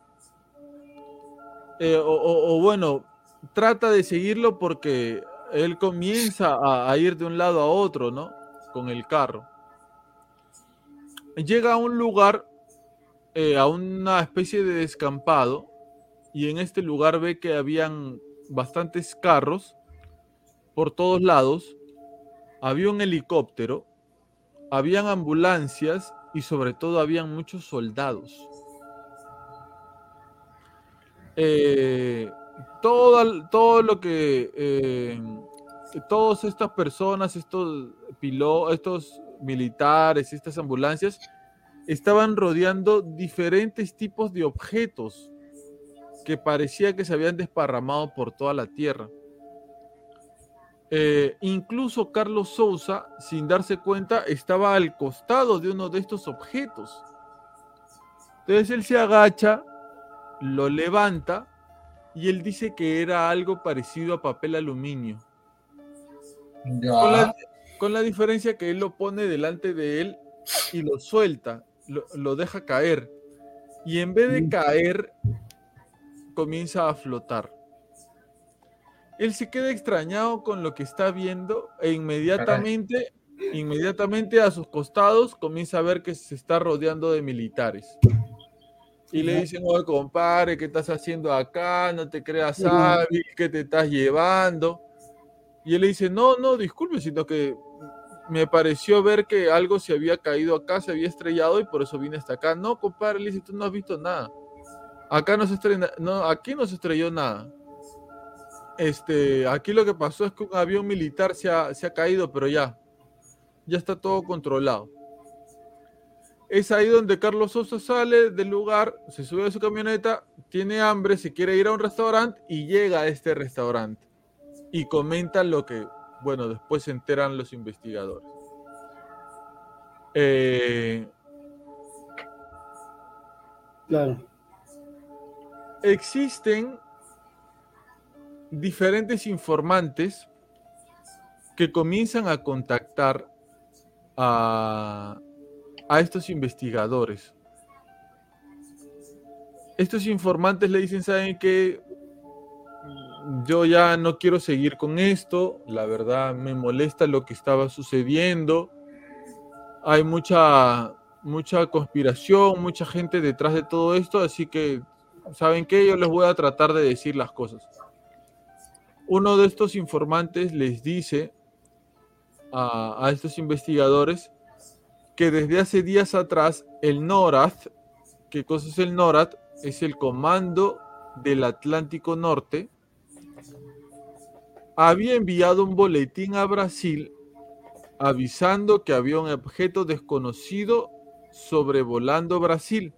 Eh, o, o, o bueno, trata de seguirlo porque él comienza a, a ir de un lado a otro, ¿no? Con el carro. Llega a un lugar, eh, a una especie de descampado, y en este lugar ve que habían bastantes carros por todos lados, había un helicóptero, habían ambulancias y sobre todo habían muchos soldados. Eh, todo, todo lo que eh, todas estas personas, estos pilotos, estos militares, estas ambulancias estaban rodeando diferentes tipos de objetos que parecía que se habían desparramado por toda la tierra. Eh, incluso Carlos Sousa, sin darse cuenta, estaba al costado de uno de estos objetos. Entonces él se agacha, lo levanta y él dice que era algo parecido a papel aluminio. Ya. Con la, con la diferencia que él lo pone delante de él y lo suelta, lo, lo deja caer. Y en vez de caer, comienza a flotar. Él se queda extrañado con lo que está viendo e inmediatamente, inmediatamente a sus costados comienza a ver que se está rodeando de militares. Y le dicen, oye, compadre, ¿qué estás haciendo acá? No te creas hábil, ¿qué te estás llevando? Y él le dice, no, no, disculpe, sino que me pareció ver que algo se había caído acá, se había estrellado y por eso vine hasta acá. No, compadre, le dice, tú no has visto nada. Acá no se estrella, no, aquí no se estrelló nada. Este, aquí lo que pasó es que un avión militar se ha, se ha caído, pero ya, ya está todo controlado. Es ahí donde Carlos Sosa sale del lugar, se sube a su camioneta, tiene hambre, se quiere ir a un restaurante y llega a este restaurante. Y comenta lo que, bueno, después se enteran los investigadores. Eh, Claro. existen diferentes informantes que comienzan a contactar a, a estos investigadores. Estos informantes le dicen, ¿saben qué? Yo ya no quiero seguir con esto, la verdad me molesta lo que estaba sucediendo, hay mucha, mucha conspiración, mucha gente detrás de todo esto, así que, ¿saben qué? Yo les voy a tratar de decir las cosas. Uno de estos informantes les dice a, a estos investigadores que desde hace días atrás el NORAD, ¿qué cosa es el NORAD? Es el Comando del Atlántico Norte, había enviado un boletín a Brasil avisando que había un objeto desconocido sobrevolando Brasil.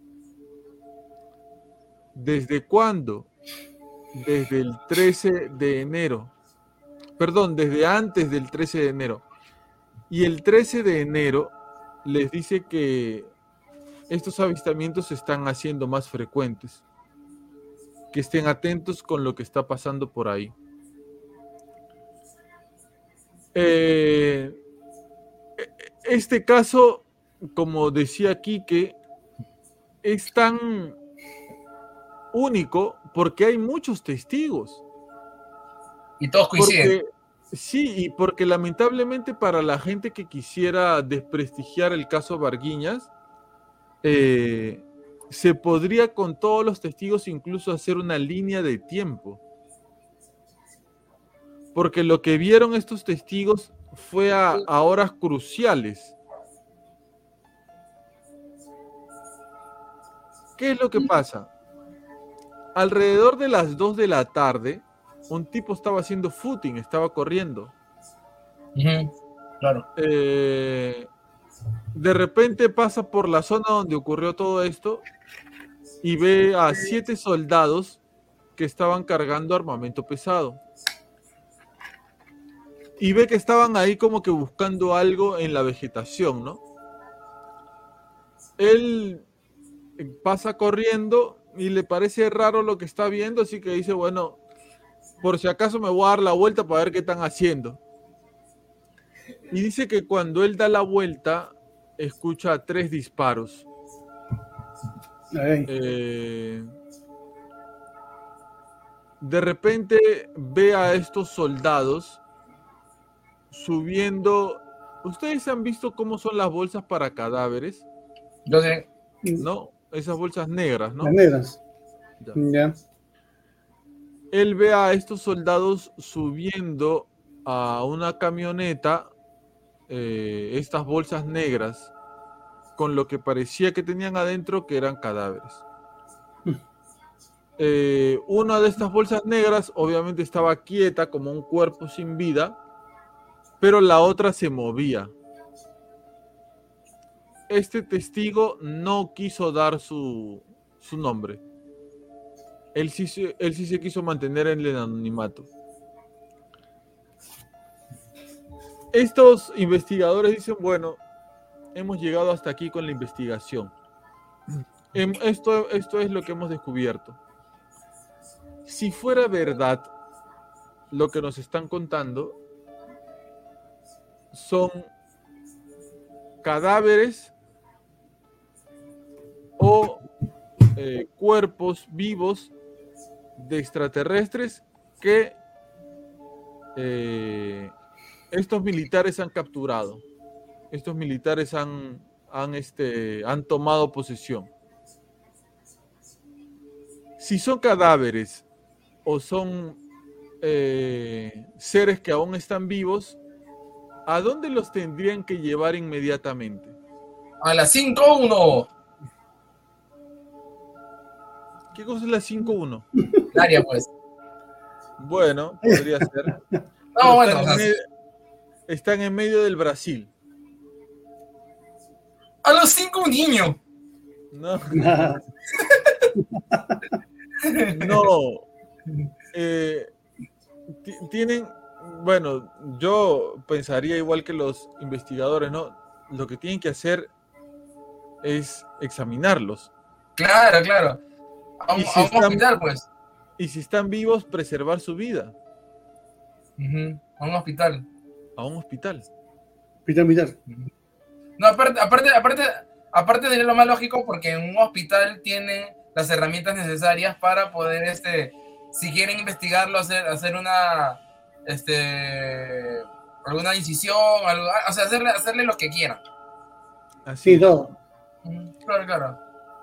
¿Desde cuándo? Desde el trece de enero. Perdón, desde antes del trece de enero. Y el trece de enero les dice que estos avistamientos se están haciendo más frecuentes. Que estén atentos con lo que está pasando por ahí. Eh, este caso, como decía Quique, es tan único porque hay muchos testigos. Y todos coinciden. Porque, sí, y porque lamentablemente para la gente que quisiera desprestigiar el caso Varguiñas, eh, se podría con todos los testigos incluso hacer una línea de tiempo. Porque lo que vieron estos testigos fue a, a horas cruciales. ¿Qué es lo que pasa? Alrededor de las dos de la tarde, un tipo estaba haciendo footing, estaba corriendo. Uh-huh. Claro. Eh, de repente pasa por la zona donde ocurrió todo esto y ve a siete soldados que estaban cargando armamento pesado. Y ve que estaban ahí como que buscando algo en la vegetación, ¿no? Él pasa corriendo y le parece raro lo que está viendo, así que dice, bueno, por si acaso me voy a dar la vuelta para ver qué están haciendo. Y dice que cuando él da la vuelta, escucha tres disparos. Eh, de repente ve a estos soldados subiendo. ¿Ustedes han visto cómo son las bolsas para cadáveres? Yo sé. ¿No? Esas bolsas negras, ¿no? Las negras. Ya. Ya. Él ve a estos soldados subiendo a una camioneta eh, estas bolsas negras con lo que parecía que tenían adentro que eran cadáveres. Eh, una de estas bolsas negras obviamente estaba quieta como un cuerpo sin vida, pero la otra se movía. Este testigo no quiso dar su, su nombre. Él sí, él sí se quiso mantener en el anonimato. Estos investigadores dicen, bueno, hemos llegado hasta aquí con la investigación. Esto, esto es lo que hemos descubierto. Si fuera verdad lo que nos están contando, son cadáveres o eh, cuerpos vivos de extraterrestres que eh, estos militares han capturado. Estos militares han, han, este, han tomado posesión. Si son cadáveres o son eh, seres que aún están vivos, ¿a dónde los tendrían que llevar inmediatamente? A las cinco uno. ¿Qué cosa es la cinco uno? El área, pues. Bueno, podría ser. No, Pero bueno, están, o en sea, medio, están en medio del Brasil. a los cinco un niño. No. No. Eh, t- tienen, bueno, yo pensaría igual que los investigadores, ¿no? Lo que tienen que hacer es examinarlos. Claro, claro. A un, Y si a un están- hospital, pues. Y si están vivos, preservar su vida Ujú, a un hospital. a un hospital. Hospital militar. No, aparte, aparte, aparte, aparte de lo más lógico, porque en un hospital tienen las herramientas necesarias para poder, este, si quieren investigarlo, hacer, hacer una, este, alguna incisión, algo, o sea, hacerle, hacerle lo que quieran. Así Sí, es. todo. Ujú, claro, claro.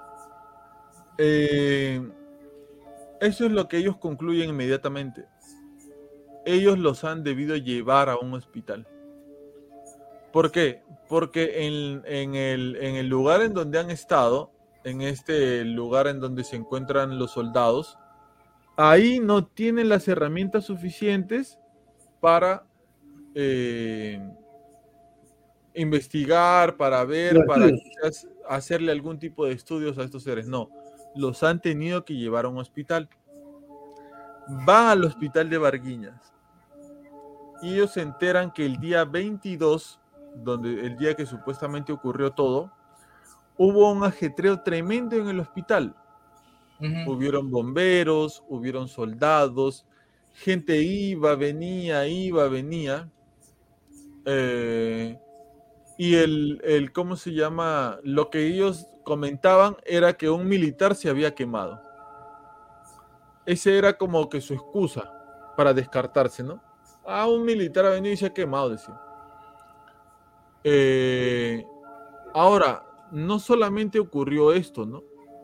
Eh, eso es lo que ellos concluyen inmediatamente. Ellos los han debido llevar a un hospital. ¿Por qué? Porque en, en el, en el lugar en donde han estado, en este lugar en donde se encuentran los soldados, ahí no tienen las herramientas suficientes para eh, investigar, para ver, Los para estudios. quizás hacerle algún tipo de estudios a estos seres. No, los han tenido que llevar a un hospital. Van al hospital de Varguiñas y ellos se enteran que el día veintidós, donde el día que supuestamente ocurrió todo, hubo un ajetreo tremendo en el hospital. Ujú. Hubieron bomberos, hubieron soldados, gente iba, venía, iba, venía. Eh, y el, el, ¿cómo se llama? Lo que ellos comentaban era que un militar se había quemado. Ese era como que su excusa para descartarse, ¿no? Ah, un militar ha venido y se ha quemado, decía. Eh, ahora, no solamente ocurrió esto, ¿no?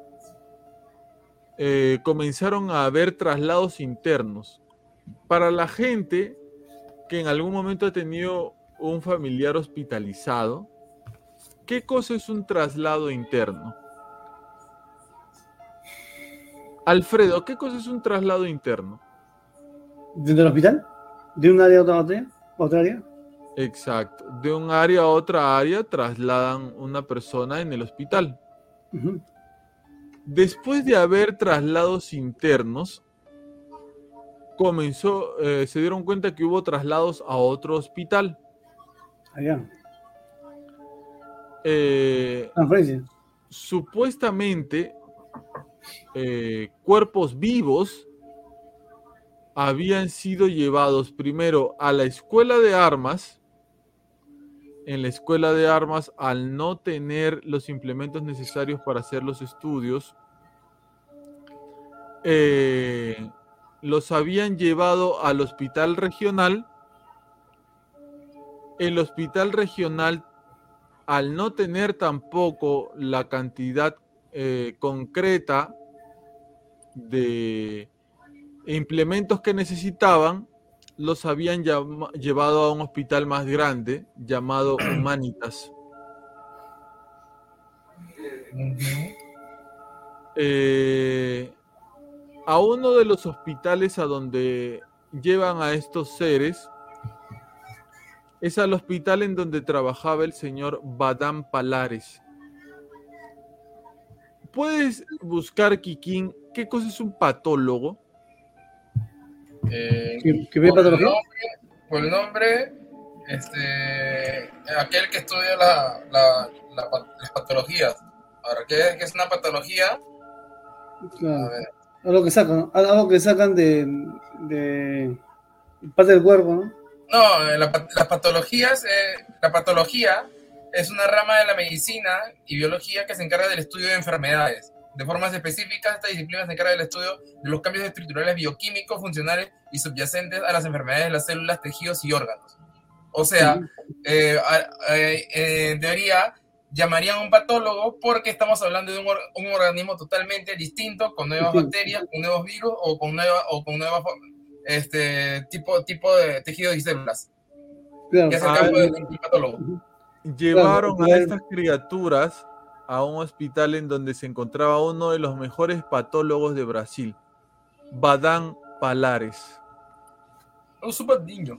Eh, comenzaron a haber traslados internos. Para la gente que en algún momento ha tenido un familiar hospitalizado, ¿qué cosa es un traslado interno? Alfredo, ¿qué cosa es un traslado interno? ¿Dentro del hospital? ¿De un área a otra, otra, otra área? Exacto. De un área a otra área trasladan una persona en el hospital. Ujú. Después de haber traslados internos, comenzó, eh, se dieron cuenta que hubo traslados a otro hospital. Allá. Eh, Transferencia. supuestamente, eh, cuerpos vivos habían sido llevados primero a la escuela de armas. En la escuela de armas, al no tener los implementos necesarios para hacer los estudios, eh, los habían llevado al hospital regional. El hospital regional, al no tener tampoco la cantidad eh, concreta de implementos que necesitaban, los habían llama- llevado a un hospital más grande llamado Humanitas. Ujú. Eh, a uno de los hospitales a donde llevan a estos seres es al hospital en donde trabajaba el señor Badán Palares. ¿Puedes buscar, Kikín, qué cosa es un patólogo? Eh, ¿Qué, qué ve por, el patología? nombre, por el nombre, este, aquel que estudia la, la, la pa- las patologías. Ahora, ¿qué, qué es una patología? A Claro. ver, Algo que sacan, ¿no? Algo que sacan de, de parte del cuerpo, ¿no? no, eh, la, pat- las patologías, eh, la patología es una rama de la medicina y biología que se encarga del estudio de enfermedades. De formas específicas, esta disciplina se encarga del estudio de los cambios estructurales bioquímicos, funcionales y subyacentes a las enfermedades de las células, tejidos y órganos. O sea, eh, a- eh, eh, en teoría, llamarían a un patólogo porque estamos hablando de un, or- un organismo totalmente distinto, con nuevas Distinto. bacterias, con nuevos virus o con, nueva, o con nuevas este tipo, tipo de tejido de células. Claro. Que es el Ah, campo del del patólogo. Llevaron Claro, a estas criaturas a un hospital en donde se encontraba uno de los mejores patólogos de Brasil, Badán Palares. Un super niño.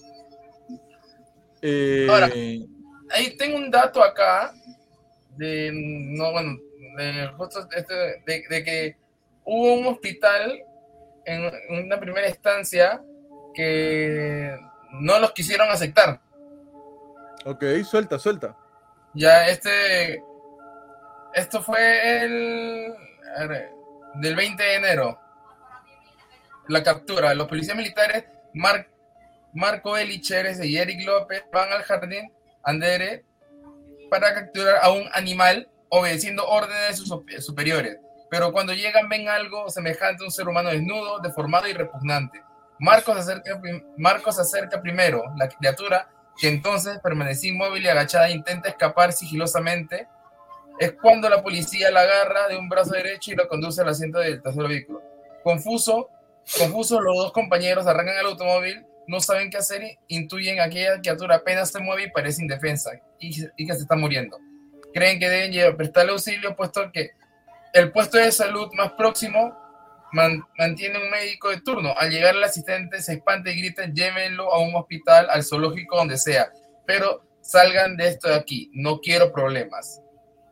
Eh, Ahora, ahí tengo un dato acá de, no, bueno, de, justo este, de, de que hubo un hospital en una primera instancia que no los quisieron aceptar. ok, suelta, suelta. Ya este, esto fue el a ver, del veinte de enero. La captura. Los policías militares Mar, Marco Elicheres y Eric López van al jardín Andere para capturar a un animal obedeciendo órdenes de sus superiores. Pero cuando llegan ven algo semejante a un ser humano desnudo, deformado y repugnante. Marcos se acerca, Marcos se acerca primero. La criatura, que entonces permanecía inmóvil y agachada, intenta escapar sigilosamente. Es cuando la policía la agarra de un brazo derecho y lo conduce al asiento del tercer vehículo. Confuso, confuso, los dos compañeros arrancan el automóvil, no saben qué hacer, intuyen que aquella criatura apenas se mueve y parece indefensa y, y que se está muriendo. Creen que deben llevar, prestarle auxilio, puesto que el puesto de salud más próximo man, mantiene un médico de turno. Al llegar el asistente se espanta y grita: llévenlo a un hospital, al zoológico, donde sea, pero salgan de esto de aquí, no quiero problemas.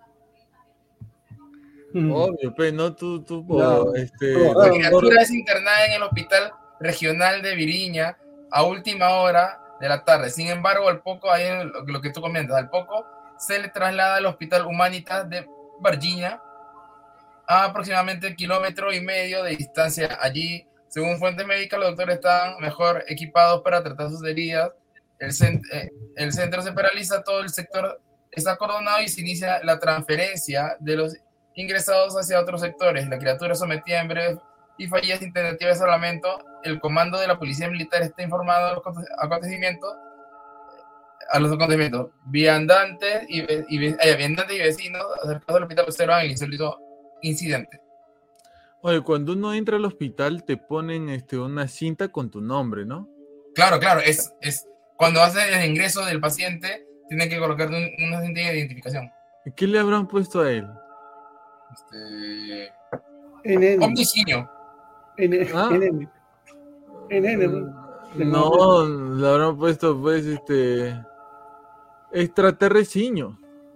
Mm. Obvio, pe, no tú, tú por, No. este, No, La no, criatura es internada en el Hospital Regional de Viriña a última hora de la tarde. Sin embargo, al poco, ahí lo, lo que tú comentas, al poco se le traslada al Hospital Humanitas de Varginha a aproximadamente kilómetro y medio de distancia. Allí, según fuentes médicas, los doctores están mejor equipados para tratar sus heridas. El, cent eh, el centro se paraliza, todo el sector está acordonado y se inicia la transferencia de los ingresados hacia otros sectores. La criatura sometida en breves y fallidas tentativas de salvamento. El comando de la policía militar está informado de los acontecimientos, a los acontecimientos. Viandantes y, y, eh, viandantes y vecinos acercados al hospital observan el insólito incidente. Oye, cuando uno entra al hospital te ponen este, una cinta con tu nombre, ¿no? Claro, claro, es, es cuando haces el ingreso del paciente, tienen que colocarte un, una cinta de identificación. ¿Qué le habrán puesto a él? Este... N N. Omnicinio. N Ah. N. N N. No, le habrán puesto, pues, este. Extraterreciño.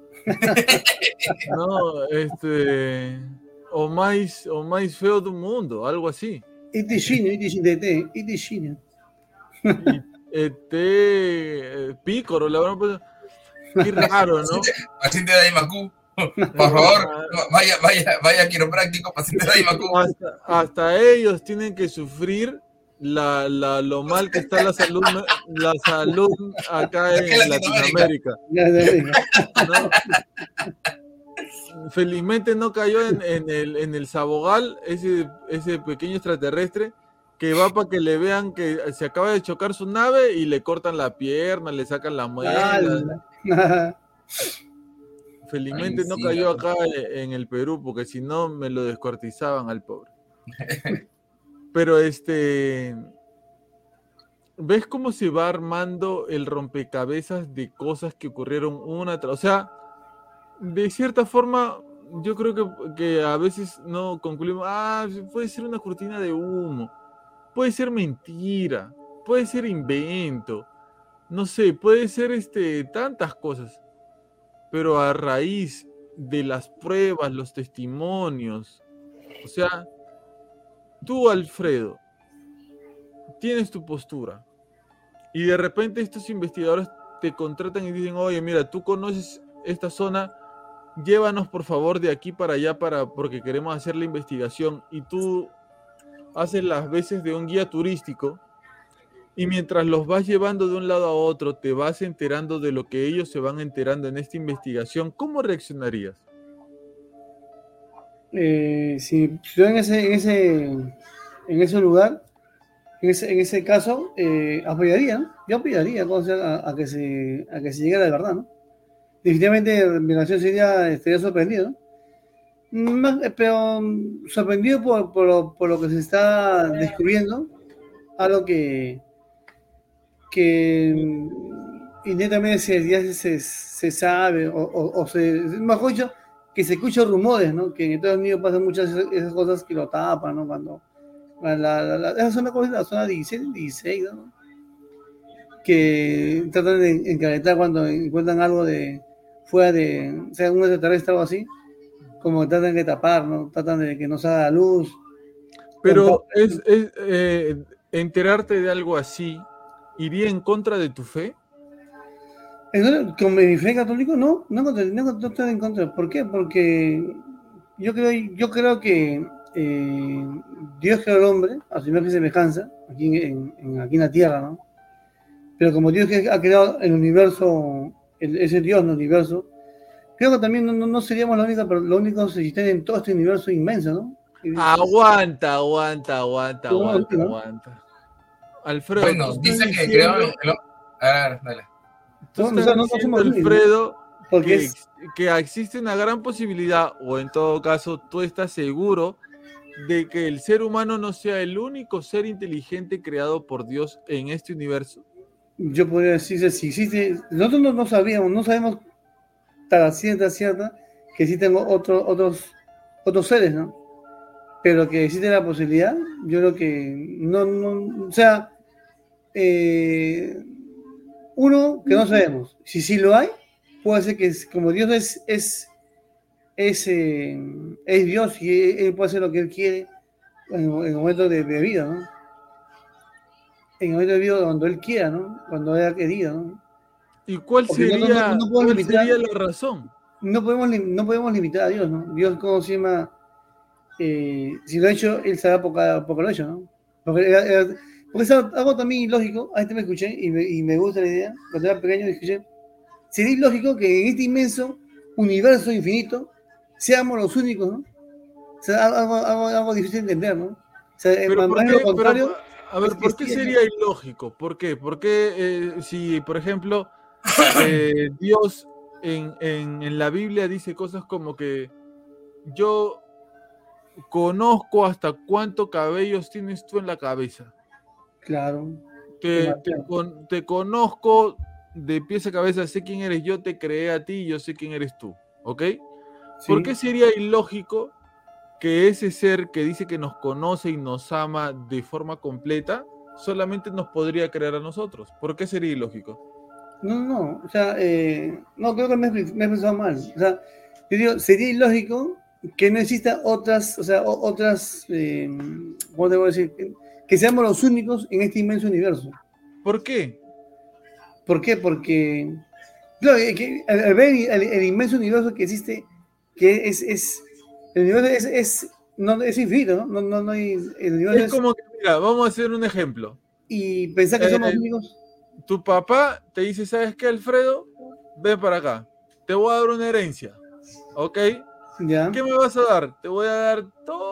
No, este. O más, o más feo del mundo, algo así. Este chino, este chino, este, este chino. Y, este. eh, Pícoro, le habrán puesto. Qué raro, ¿no? Paciente de Aimacú. Por favor, vaya, vaya, vaya quiropráctico, paciente de Aimacú. Hasta, hasta ellos tienen que sufrir la, la, lo mal que está la salud, la salud acá en, en Latinoamérica. ¿No? Felizmente no cayó en, en, el, en el Sabogal, ese, ese pequeño extraterrestre que va para que le vean que se acaba de chocar su nave y le cortan la pierna, le sacan la muela. Felizmente Ay, no sí, cayó acá en el Perú, porque si no me lo descuartizaban al pobre. Pero este, ¿ves cómo se va armando el rompecabezas de cosas que ocurrieron una tras? O sea, de cierta forma, yo creo que, que a veces no concluimos, ah, puede ser una cortina de humo, puede ser mentira, puede ser invento, no sé, puede ser este, tantas cosas. Pero a raíz de las pruebas, los testimonios, o sea, tú, Alfredo, tienes tu postura y de repente estos investigadores te contratan y dicen, oye, mira, tú conoces esta zona, llévanos por favor de aquí para allá para, porque queremos hacer la investigación, y tú haces las veces de un guía turístico. Y mientras los vas llevando de un lado a otro, te vas enterando de lo que ellos se van enterando en esta investigación. ¿Cómo reaccionarías? Eh, si yo en ese, en ese, en ese lugar, en ese, en ese caso, eh, apoyaría, ¿no? Yo apoyaría a, a, que se, a que se llegara de verdad, ¿no? Definitivamente mi nación sería, estaría sorprendido, ¿no? Pero sorprendido por, por, lo, por lo que se está descubriendo. algo que, que inmediatamente se, ya se, se sabe, o, o, o se, mejor dicho, que se escuchan rumores, ¿no? Que en Estados Unidos pasan muchas esas cosas que lo tapan, ¿no? Cuando, la, la, la, esa zona, ¿cómo es? La zona dieciséis, dieciséis, ¿no? Que tratan de encaretar cuando encuentran algo de fuera de, o sea, un extraterrestre o algo así, como que tratan de tapar, ¿no? Tratan de que no salga la luz. Pero es, es eh, enterarte de algo así, ¿iría en contra de tu fe? Con mi fe católico no, no, no, no estoy en contra. ¿Por qué? Porque yo creo, yo creo que eh, Dios creó al hombre a su imagen y semejanza, aquí en, en, aquí en la tierra, ¿no? Pero como Dios ha creado el universo, el, ese Dios en el universo, creo que también no, no, no seríamos la única, pero lo único que existen en todo este universo inmenso, ¿no? Aguanta, aguanta, aguanta, No, aguanta, ¿no? aguanta. Alfredo, Bueno, tú dice estás que diciendo, creó. A ver, dale. tú No, estás no, no, no diciendo, somos únicos, Alfredo, porque que, es, ex- que existe una gran posibilidad, o en todo caso, tú estás seguro de que el ser humano no sea el único ser inteligente creado por Dios en este universo. yo podría decir, si existe, nosotros no, no sabíamos, no sabemos tan cierta, cierta, que existen otros, otros, otros seres, ¿no? Pero que existe la posibilidad, yo creo que no, no, o sea, eh, uno que no sabemos, si sí lo hay, puede ser que es- como Dios es, es, es, eh, es Dios y él, él puede hacer lo que él quiere en, en el momento de, de vida, ¿no? En el momento de vida cuando él quiera, ¿no? Cuando haya querido, ¿no? ¿Y cuál Porque no, no, no, sería, no podemos cuál limitar, sería la razón? no podemos, lim- no podemos limitar a Dios, ¿no? Dios, ¿cómo se llama? Eh, si lo ha hecho, él sabrá por qué por qué lo ha hecho, ¿no? Porque, era- era- porque es algo, algo también ilógico, ahí te me escuché y me, y me gusta la idea, cuando era pequeño escuché, sería ilógico que en este inmenso universo infinito seamos los únicos, ¿no? O sea, algo, algo, algo difícil de entender, ¿no? O sea, eh, Pero más ¿por más qué? lo Pero, contrario a es ver, que ¿por qué sí, sería ilógico? ¿Por qué? Porque eh, si, por ejemplo, eh, Dios en, en, en la Biblia dice cosas como que yo conozco hasta cuánto cabellos tienes tú en la cabeza. claro, Te, te, demasiado. con- te conozco de pies a cabeza, sé quién eres yo, te creé a ti y yo sé quién eres tú. ¿Ok? ¿Por Sí. qué sería ilógico que ese ser que dice que nos conoce y nos ama de forma completa solamente nos podría crear a nosotros? ¿Por qué sería ilógico? No, no, no, o sea, eh, no, creo que me, he expli- me he pensado mal. O sea, yo digo, sería ilógico que no exista otras, o sea, o- otras, eh, ¿cómo te voy a decir? Que, que seamos los únicos en este inmenso universo. ¿Por qué? ¿Por qué? Porque, claro, eh, que al, al ver el, el inmenso universo que existe, que es, es el universo es, es, no, es infinito, ¿no? No, no, no hay, el universo Es es, como que, mira, vamos a hacer un ejemplo. y pensar que Eh, somos los únicos, tu papá te dice, ¿sabes qué, Alfredo? Ven para acá. Te voy a dar una herencia. ¿Ok? ¿ya? ¿Qué me vas a dar? Te voy a dar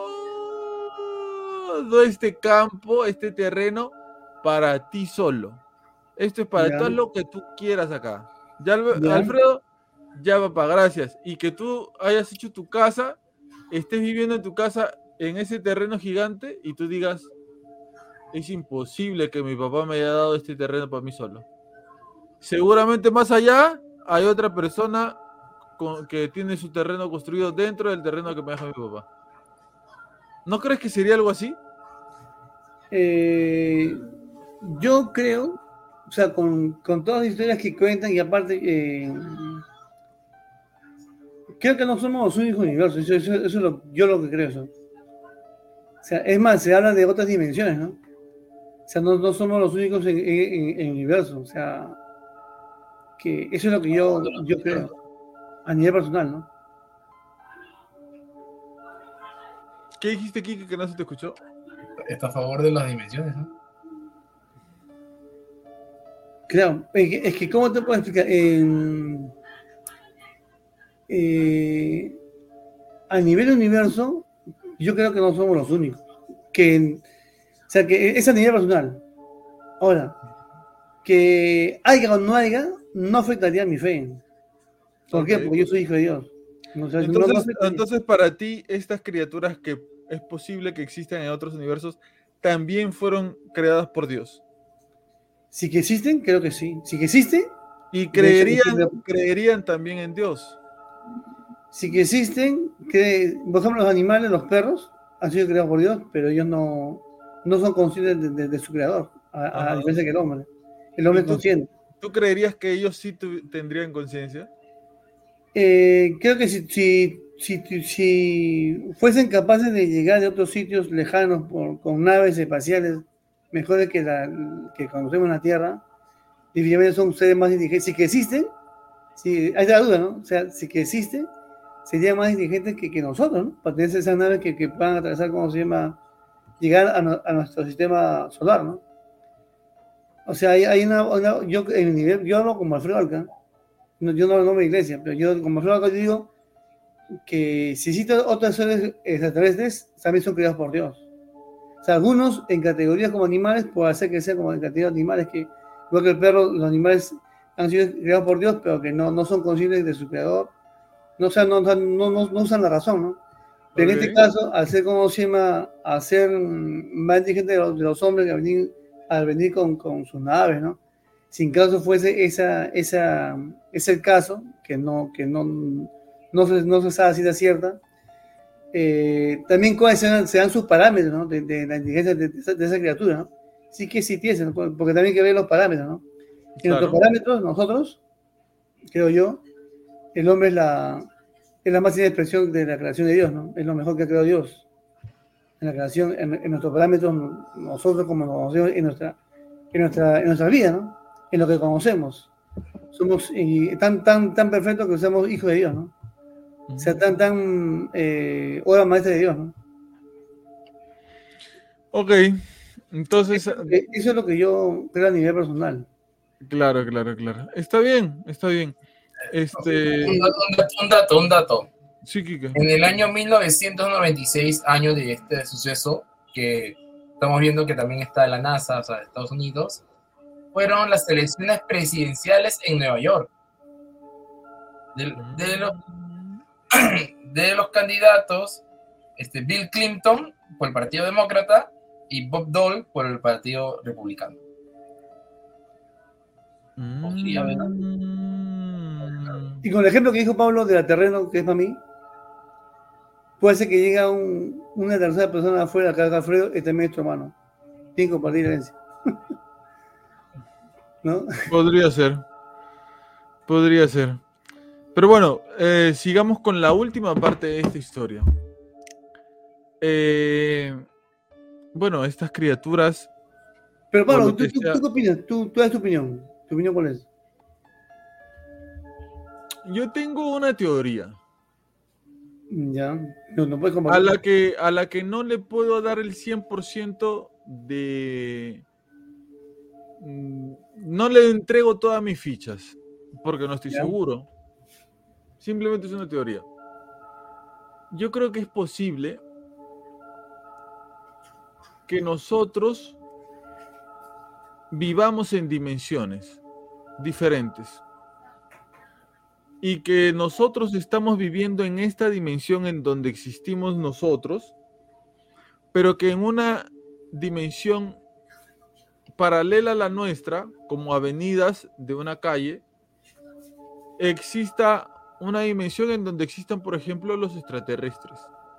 todo este campo, este terreno, para ti solo. Esto es para ¿Ya? todo lo que tú quieras acá. Ya, Albe- ¿Ya? Alfredo, ya papá, gracias. Y que tú hayas hecho tu casa, estés viviendo en tu casa en ese terreno gigante y tú digas, es imposible que mi papá me haya dado este terreno para mí solo. Seguramente más allá hay otra persona con- que tiene su terreno construido dentro del terreno que me deja mi papá. ¿No crees que sería algo así? Eh, yo creo, o sea, con, con todas las historias que cuentan y aparte, eh, creo que no somos los únicos universos, eso, eso- eso es lo, yo lo que creo eso. O sea, es más, se habla de otras dimensiones, ¿no? O sea, no, no somos los únicos en, en- en el universo, o sea, que eso es lo que yo, yo creo, a nivel personal, ¿no? ¿Qué dijiste, Kike, que no se te escuchó? Está a favor de las dimensiones, ¿no? Claro, es que, es que ¿cómo te puedo explicar? En- eh, a nivel universo, yo creo que no somos los únicos. Que, o sea, que es a nivel personal. Ahora, que haya o no haya, no afectaría mi fe. ¿Por qué? Ok. Porque yo soy hijo de Dios. O sea, no- no Entonces, afectaría. entonces, para ti, estas criaturas que es posible que existan en otros universos, también fueron creadas por Dios? Si que existen, creo que sí. Si que existen, Y creerían, de hecho, creerían también en Dios. si que existen, que, por ejemplo, los animales, los perros, han sido creados por Dios, pero ellos no, no son conscientes de, de- de su creador, a, a Ajá. diferencia que el hombre. El hombre ¿Y es tú? consciente. ¿Tú creerías que ellos sí tu- tendrían conciencia? Eh, creo que si, si, si, si fuesen capaces de llegar de otros sitios lejanos por- con naves espaciales mejores que, la, que conocemos en la Tierra, definitivamente son seres más inteligentes. Si que existen, si, hay la duda, ¿no? O sea, si que existen, serían más inteligentes que, que nosotros, ¿no? Para tener esas naves que, que puedan atravesar, ¿cómo se llama? Llegar a, no- a nuestro sistema solar, ¿no? O sea, hay, hay una, una- yo en mi nivel, yo hablo como Alfredo Alca, no, yo no, no me iglesia, pero yo como Alfredo Alca yo digo que si existen otros seres extraterrestres, también son creados por Dios. O sea, algunos en categorías como animales, puede hacer que sean como en categorías de animales, que igual que el perro, los animales han sido creados por Dios, pero que no, no son conscientes de su creador, no, o sea, no, no, no, no usan la razón, ¿no? Pero en este Ok. caso, al ser como se llama, al ser mm, más inteligente de los, de los hombres que venir, al venir con, con sus naves, ¿no? Si en caso fuese esa, esa, es el caso, que no, que no, no se, no se sabe si es cierta, eh, también cuáles serán, serán sus parámetros, ¿no? De, de la inteligencia de, de esa, de esa criatura, ¿no? Sí que sí tiene, ¿no? Porque también hay que ver los parámetros, ¿no? En nuestros Claro. parámetros, nosotros, creo yo, el hombre es la, es la máxima expresión de la creación de Dios, ¿no? Es lo mejor que ha creado Dios. En la creación, en, en nuestros parámetros, nosotros como nos conocemos en nuestra, en nuestra, en nuestra vida, ¿no? En lo que conocemos. Somos y, tan, tan, tan perfectos que somos hijos de Dios, ¿no? O sea, tan, tan eh, obra maestra de Dios, ¿no? Ok, entonces, Eh, Eso es lo que yo creo a nivel personal. claro, claro, claro. Está bien, está bien. Este, Un, dato, un dato, un dato, un dato. sí, Kike. En el año mil novecientos noventa y seis, año de este suceso, que estamos viendo que también está la NASA, o sea, de Estados Unidos, fueron las elecciones presidenciales en Nueva York. De, de, los, de los candidatos, este, Bill Clinton por el Partido Demócrata y Bob Dole por el Partido Republicano. Mm. Y con el ejemplo que dijo Pablo de la terreno, que es para mí, puede ser que llegue un, una tercera persona afuera, acá Alfredo, y también es tu hermano. Tiene que compartir herencia. ¿No? Podría ser. Podría ser. Pero bueno, eh, sigamos con la última parte de esta historia. Eh, bueno, estas criaturas. Pero por Pablo, lo ¿tú, que tú, sea- tú qué opinas? ¿Tú, tú das tu opinión. ¿Tu opinión cuál es? Yo tengo una teoría Ya, no, no puedes a compartir. la que, a la que no le puedo dar el cien por ciento de... mm, No le entrego todas mis fichas, porque no estoy Ya. seguro. Simplemente es una teoría. Yo creo que es posible que nosotros vivamos en dimensiones diferentes y que nosotros estamos viviendo en esta dimensión en donde existimos nosotros, pero que en una dimensión paralela a la nuestra, como avenidas de una calle, exista una dimensión en donde existan, por ejemplo, los extraterrestres.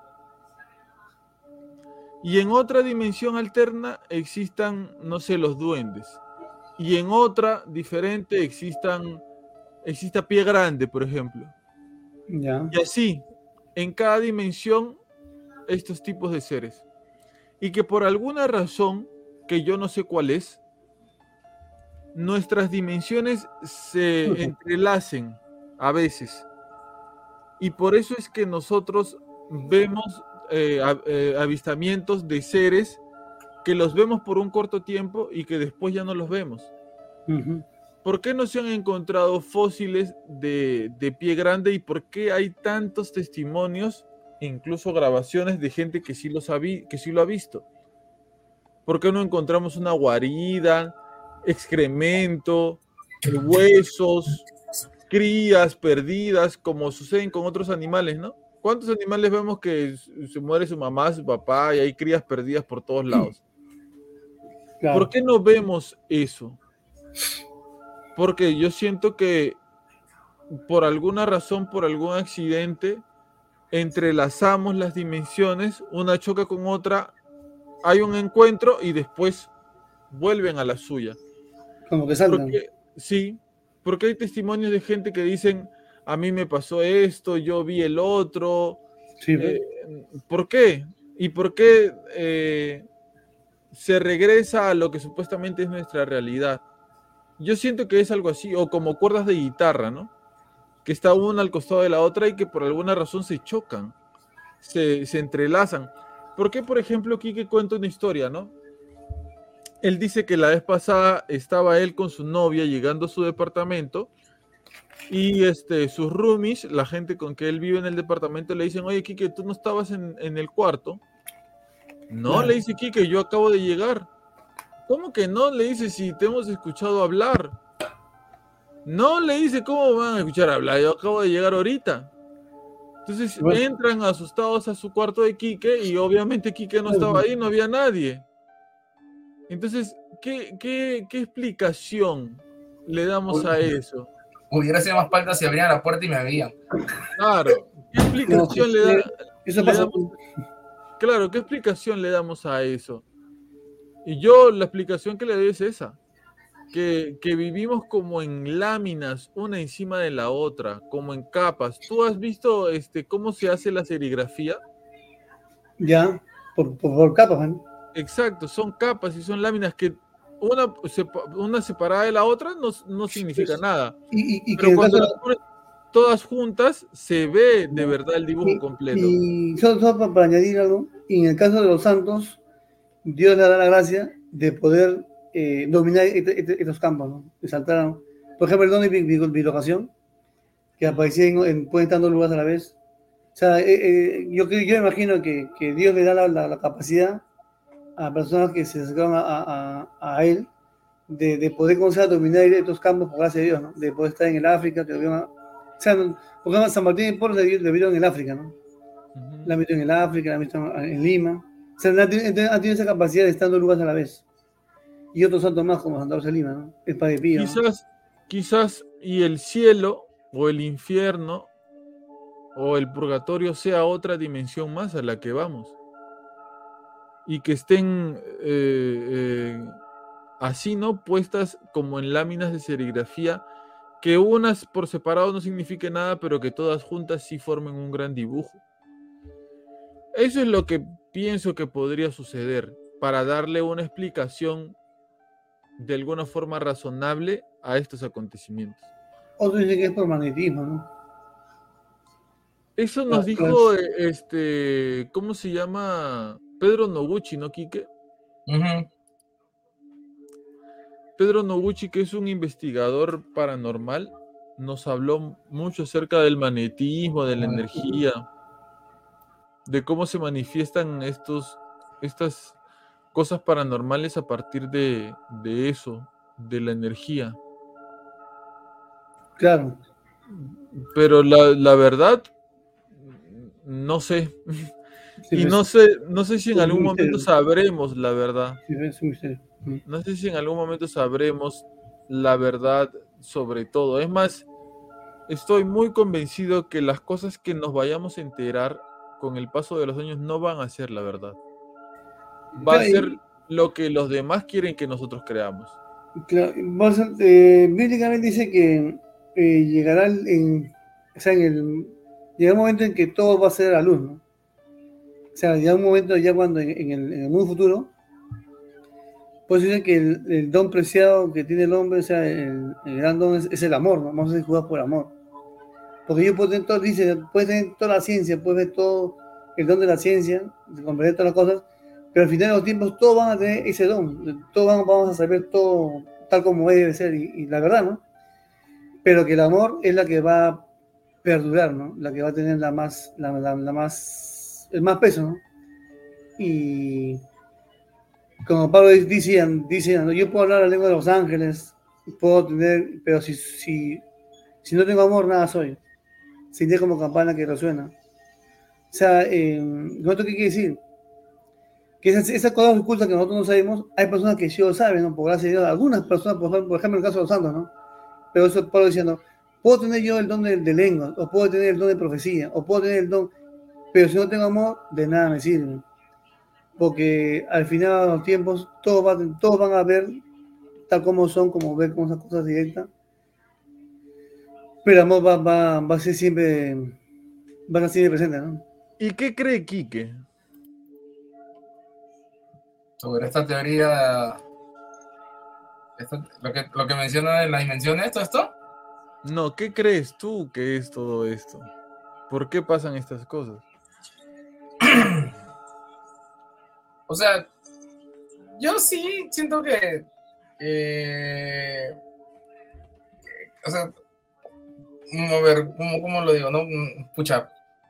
Y en otra dimensión alterna existan, no sé, los duendes. Y en otra diferente existan, exista Pie Grande, por ejemplo. Ya. Y así, en cada dimensión, estos tipos de seres. Y que por alguna razón, que yo no sé cuál es, nuestras dimensiones se entrelacen a veces. Y por eso es que nosotros vemos eh, a, eh, avistamientos de seres que los vemos por un corto tiempo y que después ya no los vemos. Uh-huh. ¿Por qué no se han encontrado fósiles de, de Pie Grande y por qué hay tantos testimonios, incluso grabaciones de gente que sí, los ha vi, que sí lo ha visto? ¿Por qué no encontramos una guarida, excremento, huesos, crías perdidas, como suceden con otros animales, ¿no? ¿Cuántos animales vemos que se muere su mamá, su papá y hay crías perdidas por todos lados? Claro. ¿Por qué no vemos eso? Porque yo siento que por alguna razón, por algún accidente, entrelazamos las dimensiones, una choca con otra, hay un encuentro y después vuelven a la suya. Como que saltan. Porque, sí, porque hay testimonios de gente que dicen, a mí me pasó esto, yo vi el otro. Sí, Eh, ¿Por qué? ¿Y por qué eh, se regresa a lo que supuestamente es nuestra realidad? Yo siento que es algo así, o como cuerdas de guitarra, ¿no? Que está una al costado de la otra y que por alguna razón se chocan, se, se entrelazan. ¿Por qué, por ejemplo, Quique cuenta una historia, ¿no? Él dice que la vez pasada estaba él con su novia llegando a su departamento y este, sus roomies, la gente con que él vive en el departamento, le dicen, oye, Quique, ¿tú no estabas en, en el cuarto? No, Claro. le dice Quique, yo acabo de llegar. ¿Cómo que no? Le dice, si te hemos escuchado hablar. No, le dice, ¿cómo van a escuchar hablar? Yo acabo de llegar ahorita. Entonces Bueno. entran asustados a su cuarto de Quique y obviamente Quique no estaba ahí, no había nadie. Entonces, ¿qué, qué, qué explicación le damos a eso? Hubiera sido más falta si abrían la puerta y me veían. Claro, ¿qué explicación No, le da? Eso le pasa. damos- claro, ¿qué explicación le damos a eso? Y yo la explicación que le doy es esa, que, que vivimos como en láminas, una encima de la otra, como en capas. ¿Tú has visto este, cómo se hace la serigrafía? Ya, por, por, por capas, ¿no? Exacto, son capas y son láminas que una, sepa- una separada de la otra no, no significa Pues, nada. Y, y, y que Pero en el cuando caso las pones todas juntas, se ve de verdad el dibujo y, completo. y solo, solo para, para añadir algo, y en el caso de los santos, Dios le da la gracia de poder eh, dominar este- este- estos campos, ¿no? De saltar, ¿no? Por ejemplo, el don de bi- bi- bilocación, que aparecía en, en pueden estar en dos lugares a la vez. O sea, eh, eh, yo, creo- yo imagino que, que Dios le da la, la- la capacidad a personas que se acercaron a, a- a- a Él de, de poder comenzar a dominar estos campos por gracia de Dios, ¿no? De poder estar en el África, que lo vieron a- o sea, no- porque San Martín de Porres le, le vieron en el África, ¿no? Ujú. La han visto en el África, la han visto en Lima. O sea, han tenido, han tenido esa capacidad de estar en dos lugares a la vez. Y otros santos más, como Santa Rosa de Lima, ¿no? El Padre Pío, ¿no? Quizás, quizás y el cielo o el infierno o el purgatorio sea otra dimensión más a la que vamos. Y que estén eh, eh, así, ¿no? Puestas como en láminas de serigrafía, que unas por separado no signifique nada, pero que todas juntas sí formen un gran dibujo. Eso es lo que pienso que podría suceder para darle una explicación de alguna forma razonable a estos acontecimientos. Otros dicen que es por magnetismo, ¿no? Eso Ah, nos pues. dijo, eh, este, ¿cómo se llama? Pedro Noguchi, ¿no, Quique? Ujú. Pedro Noguchi, que es un investigador paranormal, nos habló mucho acerca del magnetismo, de la energía, de cómo se manifiestan estos, estas cosas paranormales a partir de, de eso, de la energía. Claro. Pero la, la verdad, no sé. Sí, Y pues, no sé, no sé si en un algún momento misterio. sabremos la verdad. Sí, es un misterio. Mm. No sé si en algún momento sabremos la verdad sobre todo. Es más, estoy muy convencido que las cosas que nos vayamos a enterar con el paso de los años no van a ser la verdad. Va a Claro, ser y- lo que los demás quieren que nosotros creamos. claro, vos, eh, bíblicamente dice que eh, llegará el- en, o sea, en el, llegará un momento en que todo va a ser a luz, ¿no? O sea, ya un momento ya cuando en, en el, en el mundo futuro, pues dice que el, el don preciado que tiene el hombre, o sea, el, el gran don es, es el amor, ¿no? Vamos a ser jugados por amor. Porque yo puedo tener todo, dice, puedes tener toda la ciencia, puedes ver todo el don de la ciencia, de comprender todas las cosas, pero al final de los tiempos todos van a tener ese don, todos van- vamos a saber todo tal como debe ser, y, y la verdad, ¿no? Pero que el amor es la que va a perdurar, ¿no? La que va a tener la más, la, la- la más, el más peso, ¿no? Y como Pablo decía, dice, ¿no? Yo puedo hablar la lengua de los ángeles, puedo tener, pero si, si, si no tengo amor, nada soy. Sería como campana que resuena. O sea, eh, ¿esto qué quiere decir? que esas, esas cosas ocultas que nosotros no sabemos, hay personas que sí lo saben, ¿no? Por gracia de Dios, algunas personas, por ejemplo, por ejemplo el caso de los santos, ¿no? Pero eso Pablo diciendo, puedo tener yo el don de, de lengua, o puedo tener el don de profecía, o puedo tener el don, pero si no tengo amor, de nada me sirve. Porque al final de los tiempos, todos, va, todos van a ver tal como son, como ver con esas cosas directas. Pero el amor va, va, va a ser siempre, va a ser siempre presente, ¿no? ¿Y qué cree Quique? Sobre esta teoría, esta- lo, que, lo que menciona de las dimensiones, todo esto. No, ¿qué crees tú que es todo esto? ¿Por qué pasan estas cosas? O sea, yo sí siento que, eh, o sea, a ver, ¿cómo, cómo lo digo? No, Mm, pucha.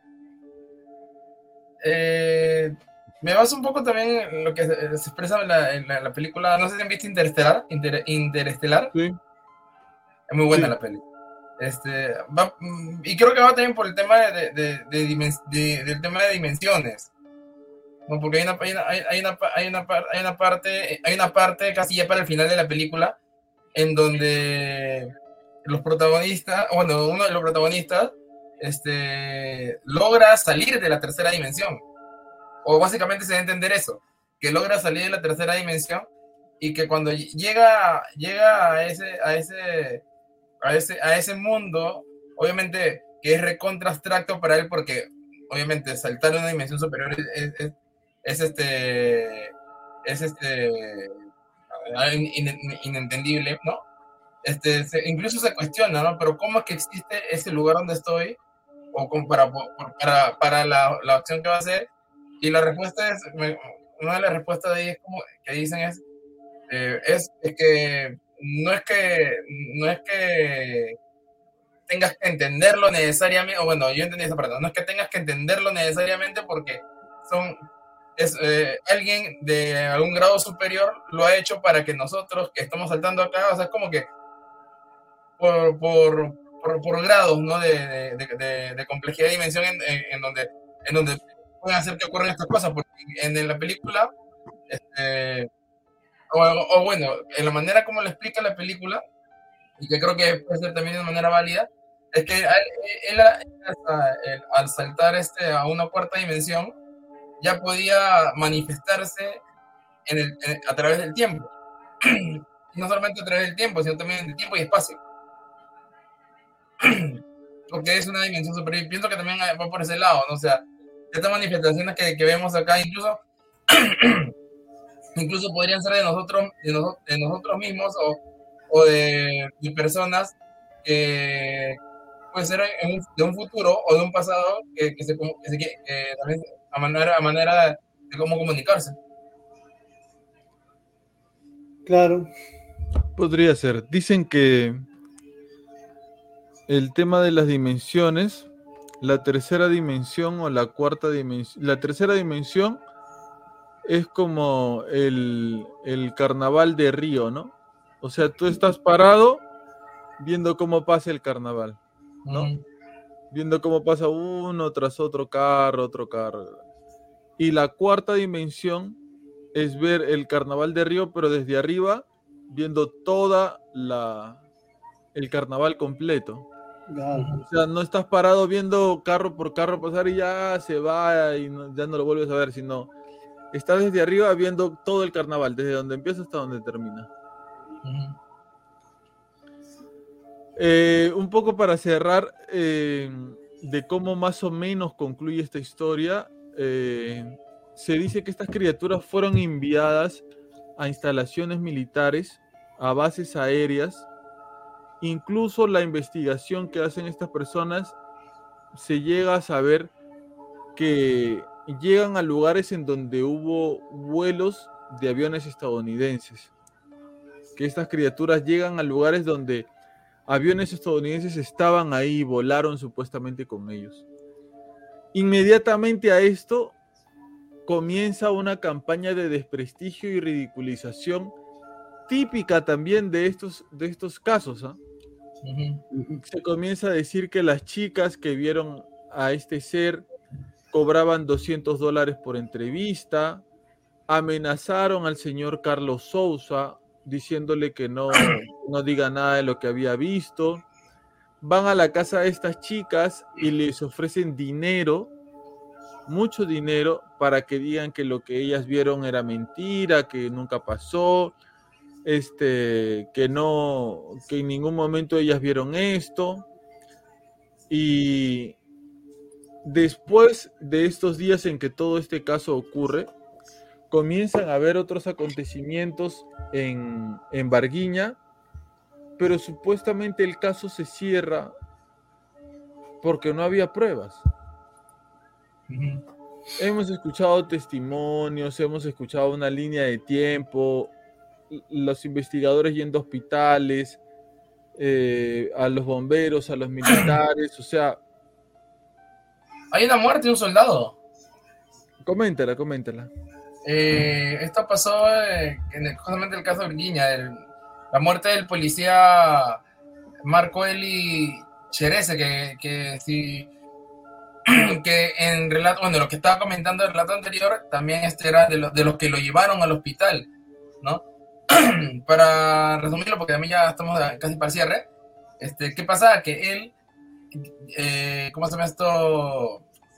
Eh, me baso un poco también en lo que se, se expresa en la, en la- la película. No sé si han visto Interestelar. Inter- Interestelar. Sí, Es muy buena sí. la peli. Este, va- mm, y creo que va también por el tema de, de, de dimens- de- del tema de dimensiones. ¿No? Porque hay una, hay, una, hay, hay una, pa- hay, una, par- hay una parte, hay una parte casi ya para el final de la película en donde los protagonistas, bueno, uno de los protagonistas este, logra salir de la tercera dimensión. O básicamente se debe entender eso, que logra salir de la tercera dimensión y que cuando llega, llega a ese, a ese, a ese, a ese mundo, obviamente que es recontra abstracto para él porque obviamente saltar a una dimensión superior es, es, es, es este, es este, in, in, inentendible, ¿no? Este, se, incluso se cuestiona, ¿no? Pero ¿cómo es que existe ese lugar donde estoy? O con, para, para, para la, la opción que va a hacer. Y la respuesta es, me, una de las respuestas de ahí es como, que dicen es, eh, es, es que no es que, no es que tengas que entenderlo necesariamente, o bueno, yo entendí esa parte, no es que tengas que entenderlo necesariamente porque son, es, eh, alguien de algún grado superior lo ha hecho para que nosotros que estamos saltando acá, o sea, es como que por, por, por, por grados, ¿no? De, de, de, de complejidad y dimensión en, en, en, donde, en donde pueden hacer que ocurran estas cosas, porque en la película, este, o, o bueno, en la manera como le explica la película, y que creo que puede ser también de manera válida, es que él, él, él al saltar este, a una cuarta dimensión, ya podía manifestarse en el, en, a través del tiempo. Y no solamente a través del tiempo, sino también de tiempo y espacio. Porque es una dimensión superior. Y pienso que también va por ese lado, ¿no? O sea, estas manifestaciones que, que vemos acá, incluso, incluso podrían ser de nosotros, de, noso, de nosotros mismos o, o de, de personas que puede ser en un, de un futuro o de un pasado que, que se, que se que también a manera, a manera de cómo comunicarse. Claro. Podría ser. Dicen que el tema de las dimensiones, la tercera dimensión o la cuarta dimensión, la tercera dimensión es como el, el carnaval de Río, ¿no? O sea, tú estás parado viendo cómo pasa el carnaval, ¿no? Mm. Viendo cómo pasa uno tras otro carro, otro carro. Y la cuarta dimensión es ver el carnaval de Río, pero desde arriba, viendo toda la el carnaval completo. Claro. O sea, no estás parado viendo carro por carro pasar y ya se va y no, ya no lo vuelves a ver, sino estás desde arriba viendo todo el carnaval, desde donde empieza hasta donde termina. Uh-huh. Eh, un poco para cerrar eh, de cómo más o menos concluye esta historia, eh, se dice que estas criaturas fueron enviadas a instalaciones militares, a bases aéreas. Incluso la investigación que hacen estas personas se llega a saber que llegan a lugares en donde hubo vuelos de aviones estadounidenses. Que estas criaturas llegan a lugares donde aviones estadounidenses estaban ahí y volaron supuestamente con ellos. Inmediatamente a esto comienza una campaña de desprestigio y ridiculización típica también de estos, de estos casos, ¿eh? Uh-huh. Se comienza a decir que las chicas que vieron a este ser cobraban doscientos dólares por entrevista, amenazaron al señor Carlos Sousa diciéndole que no, no diga nada de lo que había visto. Van a la casa de estas chicas y les ofrecen dinero, mucho dinero, para que digan que lo que ellas vieron era mentira, que nunca pasó, este, que no, que en ningún momento ellas vieron esto. Y después de estos días en que todo este caso ocurre, comienzan a haber otros acontecimientos en, en Varguiña, pero supuestamente el caso se cierra porque no había pruebas. Ujú. Hemos escuchado testimonios, hemos escuchado una línea de tiempo, los investigadores yendo a hospitales, eh, a los bomberos, a los militares, o sea... Hay una muerte de un soldado. Coméntala, coméntala. Eh, esto pasó eh, en el, justamente el caso de Virginia, el, la muerte del policía Marco Eli Cherese, que, que si que en relato, bueno, lo que estaba comentando en el relato anterior, también este era de, lo, de los que lo llevaron al hospital, ¿no? Para resumirlo, porque a mí ya estamos casi para el cierre, este, ¿qué pasa? Que él, eh, ¿cómo se llama esto?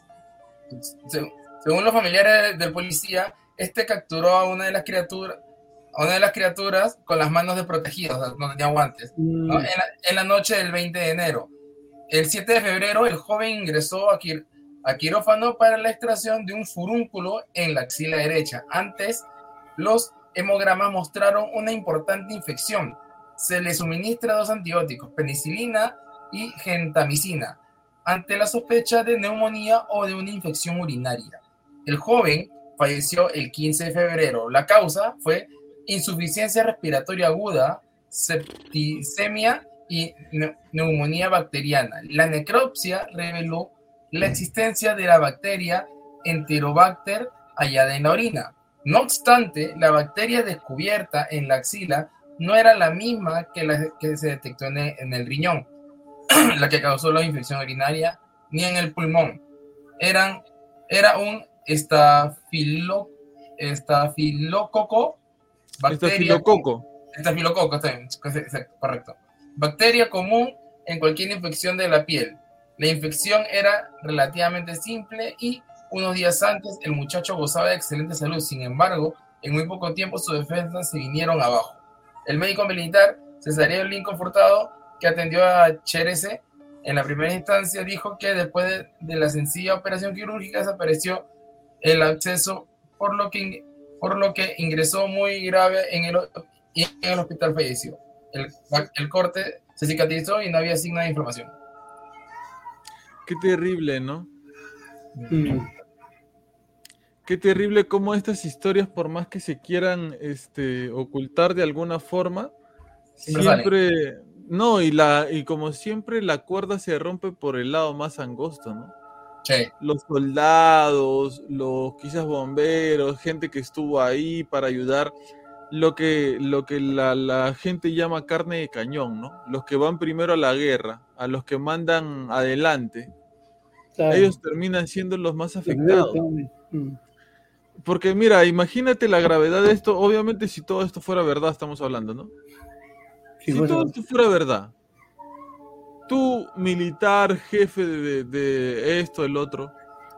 Se, según los familiares del policía, este capturó a una de las criaturas, a una de las criaturas con las manos desprotegidas, o sea, no tenía guantes, ¿no? Mm. En, la, en la noche del veinte de enero. El siete de febrero, el joven ingresó a, quir, a quirófano para la extracción de un furúnculo en la axila derecha. Antes, los hemogramas mostraron una importante infección. Se le suministra dos antibióticos, penicilina y gentamicina, ante la sospecha de neumonía o de una infección urinaria. El joven falleció el quince de febrero. La causa fue insuficiencia respiratoria aguda, septicemia y neumonía bacteriana. La necropsia reveló la existencia de la bacteria Enterobacter hallada en la orina. No obstante, la bacteria descubierta en la axila no era la misma que la que se detectó en el, en el riñón, la que causó la infección urinaria, ni en el pulmón. Eran, era un estafilo, estafilococo, bacteria, estafilococo. Estafilococo, está bien, correcto. Bacteria común en cualquier infección de la piel. La infección era relativamente simple y unos días antes el muchacho gozaba de excelente salud. Sin embargo, en muy poco tiempo sus defensas se vinieron abajo. El médico militar Cesario Lincoln Furtado, que atendió a Cherese en la primera instancia, dijo que después de, de la sencilla operación quirúrgica desapareció el absceso, por lo que, por lo que ingresó muy grave en el, y en el hospital falleció. El, el corte se cicatrizó y no había signo de inflamación. Qué terrible, ¿no? Mm. Qué terrible cómo estas historias, por más que se quieran este, ocultar de alguna forma, siempre, siempre no, y la y como siempre la cuerda se rompe por el lado más angosto, ¿no? Sí. Los soldados, los quizás bomberos, gente que estuvo ahí para ayudar, lo que, lo que la, la gente llama carne de cañón, ¿no? Los que van primero a la guerra, a los que mandan adelante, claro. Ellos terminan siendo los más afectados. Porque mira, imagínate la gravedad de esto. Obviamente si todo esto fuera verdad, estamos hablando, ¿no? Si todo esto fuera verdad, tú, militar, jefe de, de, de esto, el otro,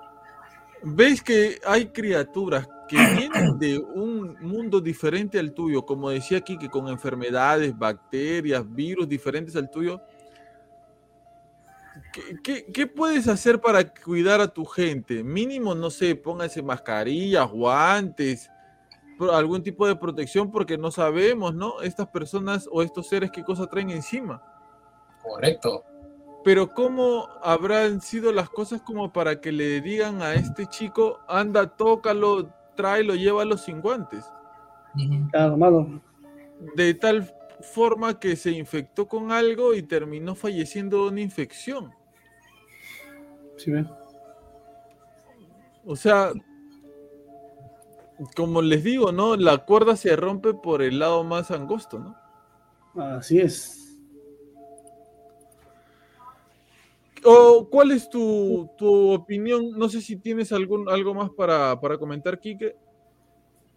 ves que hay criaturas que vienen de un mundo diferente al tuyo, como decía aquí, que con enfermedades, bacterias, virus diferentes al tuyo. ¿Qué, qué, ¿Qué puedes hacer para cuidar a tu gente? Mínimo, no sé, pónganse mascarillas, guantes, algún tipo de protección, porque no sabemos, ¿no? Estas personas o estos seres qué cosa traen encima. Correcto. Pero ¿cómo habrán sido las cosas como para que le digan a este chico, anda, tócalo, tráelo, llévalo sin guantes? Claro, malo. De tal forma que se infectó con algo y terminó falleciendo de una infección. Sí, ¿ves? O sea, como les digo, ¿no? La cuerda se rompe por el lado más angosto, ¿no? Así es. ¿O cuál es tu, tu opinión? No sé si tienes algún, algo más para, para comentar, Quique.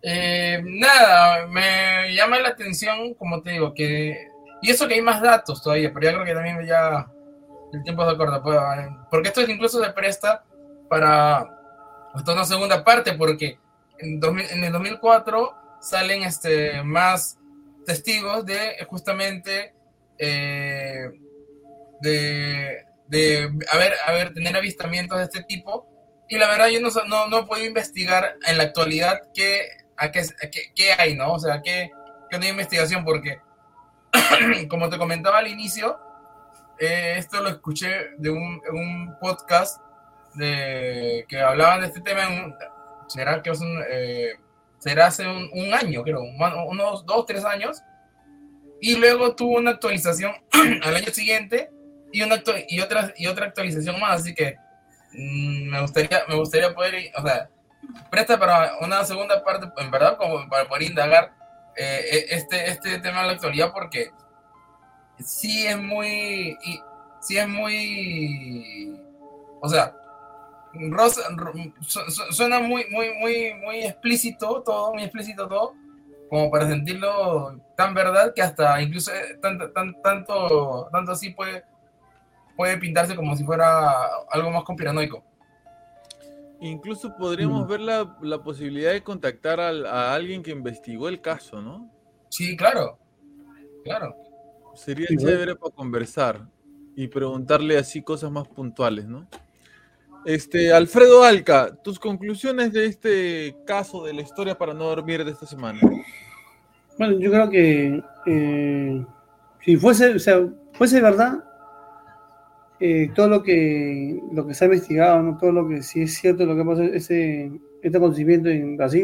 Eh, nada, me llama la atención, como te digo, que... Y eso que hay más datos todavía, pero ya creo que también ya el tiempo se acorta, pues, porque esto incluso se presta para hasta una segunda parte, porque en, dos mil, en el dos mil cuatro salen este, más testigos de justamente eh, de, de haber, haber, tener avistamientos de este tipo, y la verdad yo no, no, no he podido investigar en la actualidad qué, a qué, a qué, qué hay, ¿no? O sea, qué, qué no hay investigación, porque como te comentaba al inicio, eh, esto lo escuché de un, un podcast de, que hablaban de este tema, en un, será que es un, eh, será hace un, un año, creo, unos dos, tres años, y luego tuvo una actualización al año siguiente y, una y, otra, y otra actualización más, así que mmm, me, gustaría, me gustaría poder, o sea, presta para una segunda parte, en verdad, como para poder indagar eh, este, este tema en la actualidad, porque sí es muy, sí es muy, o sea, Rosa, suena muy, muy, muy, muy explícito todo, muy explícito todo, como para sentirlo tan verdad que hasta incluso tanto, tan, tanto, tanto así puede, puede pintarse como si fuera algo más conspiranoico. Incluso podríamos mm. ver la, la posibilidad de contactar a, a alguien que investigó el caso, ¿no? Sí, claro, claro. Sería sí, chévere para conversar y preguntarle así cosas más puntuales, ¿no? Este, Alfredo Alca, tus conclusiones de este caso de la historia para no dormir de esta semana. Bueno, yo creo que eh, si fuese, o sea, fuese verdad, eh, todo lo que lo que se ha investigado, ¿no? Todo lo que sí es cierto, lo que pasó, ese este acontecimiento en Brasil,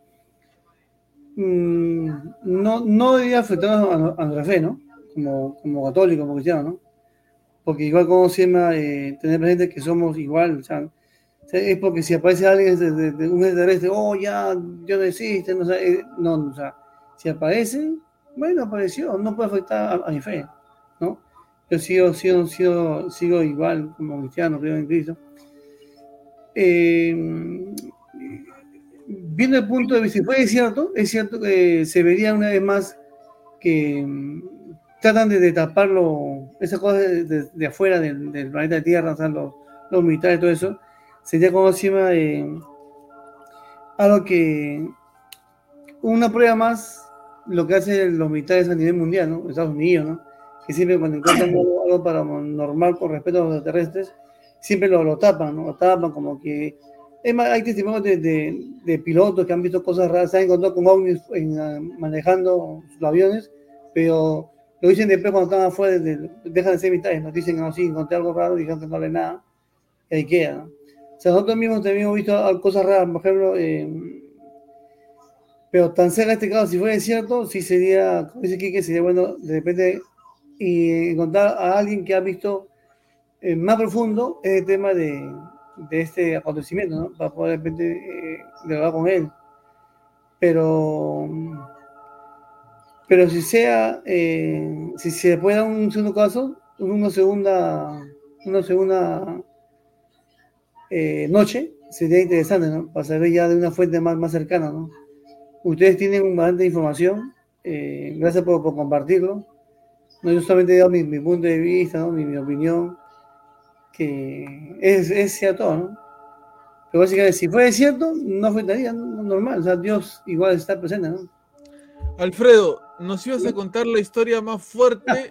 mmm, no, no debería afectar a, a nuestra fe, ¿no? Como, como católico, como cristiano, ¿no? Porque igual como siempre eh, tener presente que somos igual, o sea, es porque si aparece alguien de, de, de un extraterrestre, oh, ya, yo no existe, no, eh, no, o sea, si aparece, bueno, apareció, no puede afectar a, a mi fe, ¿no? Yo sigo, sigo, sigo, sigo igual como cristiano, creo en Cristo. Eh, viendo el punto de vista, si fue cierto, es cierto que se vería una vez más que tratan de, de taparlo, esas cosas de, de, de afuera del, del planeta Tierra, o sea, los, los militares y todo eso, sería como encima eh, algo que una prueba más lo que hacen los militares a nivel mundial, ¿no? Estados Unidos, ¿no? Que siempre cuando encuentran algo, algo paranormal con respecto a los extraterrestres, siempre lo, lo tapan, ¿no? Lo tapan como que... Es más, hay testimonios de, de, de pilotos que han visto cosas raras, se han encontrado con ovnis en, uh, manejando sus aviones, pero lo dicen después cuando están afuera, de, de, dejan de ser militares, nos dicen que no, sí, encontré algo raro, dijeron que no le nada, y ahí queda, ¿no? O sea, nosotros mismos también hemos visto cosas raras, por ejemplo, eh, pero tan cerca este caso, si fuera cierto, sí sería, como dice Quique, sería bueno de repente y encontrar a alguien que ha visto eh, más profundo el tema de, de este acontecimiento, ¿no? Para poder de repente eh, dialogar con él. Pero, pero si sea, eh, si se puede dar un segundo caso, una segunda, una segunda eh, noche, sería interesante, ¿no? Para saber ya de una fuente más, más cercana, ¿no? Ustedes tienen bastante información, eh, gracias por, por compartirlo. No, yo solamente he dado mi, mi punto de vista, ¿no? mi, mi opinión, que es, es cierto, ¿no? Pero básicamente, si fuera cierto, no afectaría, ¿no? Normal, o sea, Dios igual está presente, ¿no? Alfredo, nos ibas a contar la historia más fuerte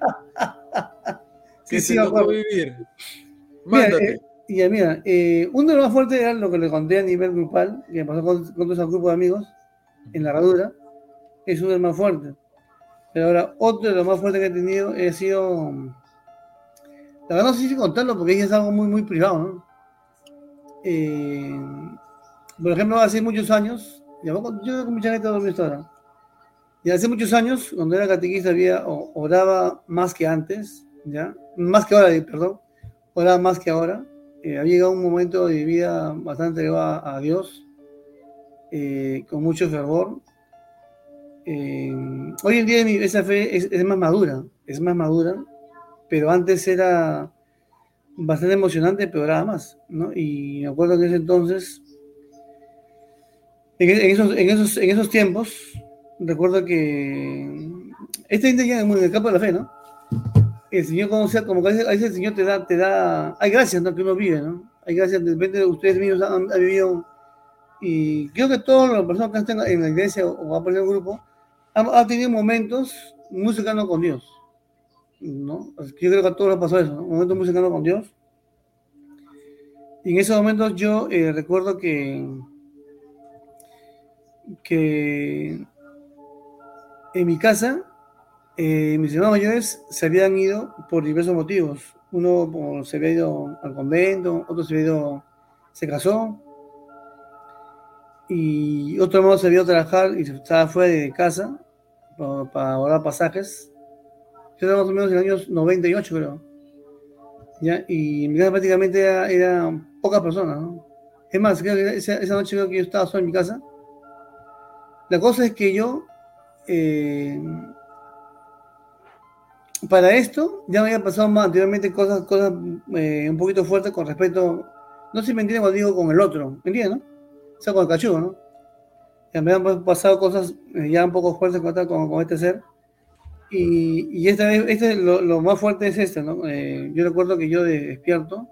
que sí, te sí, tocó vivir. Mándate. Mira, eh, ya, mira, eh, uno de los más fuertes era lo que le conté a nivel grupal, que pasó con, con todo ese grupo de amigos, en la herradura, es uno de los más fuertes. Pero ahora, otro de los más fuertes que he tenido ha sido... La verdad no sé si contarlo porque es algo muy, muy privado, ¿no? Eh, por ejemplo, hace muchos años, yo creo que mucha gente ha dormido esta hora, y hace muchos años, cuando era catequista, había, oraba más que antes, ¿ya? Más que ahora, perdón, oraba más que ahora. Eh, había llegado un momento de vida bastante elevado a, a Dios, eh, con mucho fervor. Eh, hoy en día mi, esa fe es, es más madura, es más madura, pero antes era bastante emocionante, pero oraba más, ¿no? Y me acuerdo que en ese entonces En, en esos, en, esos, en esos tiempos, recuerdo que este gente ya en el campo de la fe, ¿no? El Señor, como sea, como que a veces, a veces el Señor te da, te da, hay gracias, ¿no? Que uno vive, ¿no? Hay gracias, de repente ustedes mismos han, han vivido, y creo que todas las personas que están en la iglesia o han aparecido en el grupo, han, han tenido momentos muy cercanos con Dios, ¿no? Yo creo que a todos les pasó eso, ¿no? Momentos muy cercanos con Dios. Y en esos momentos yo eh, recuerdo que, que en mi casa, eh, mis hermanos mayores se habían ido por diversos motivos. Uno por, se había ido al convento, otro se había ido, se casó, y otro hermano se había ido a trabajar y estaba fuera de casa para, para ahorrar pasajes. Yo era más o menos en los años noventa y ocho, creo. ¿Ya? Y en mi casa prácticamente era, era pocas personas, ¿no? Es más, creo que esa, esa noche creo que yo estaba solo en mi casa. La cosa es que yo, eh, para esto, ya me había pasado más anteriormente cosas, cosas eh, un poquito fuertes con respecto, no sé si me entienden cuando digo con el otro, ¿me entienden, no? O sea, con el cachudo, ¿no? Ya me han pasado cosas eh, ya un poco fuertes con, con, con este ser. Y, y esta vez, este, lo, lo más fuerte es este, ¿no? Eh, yo recuerdo que yo de, despierto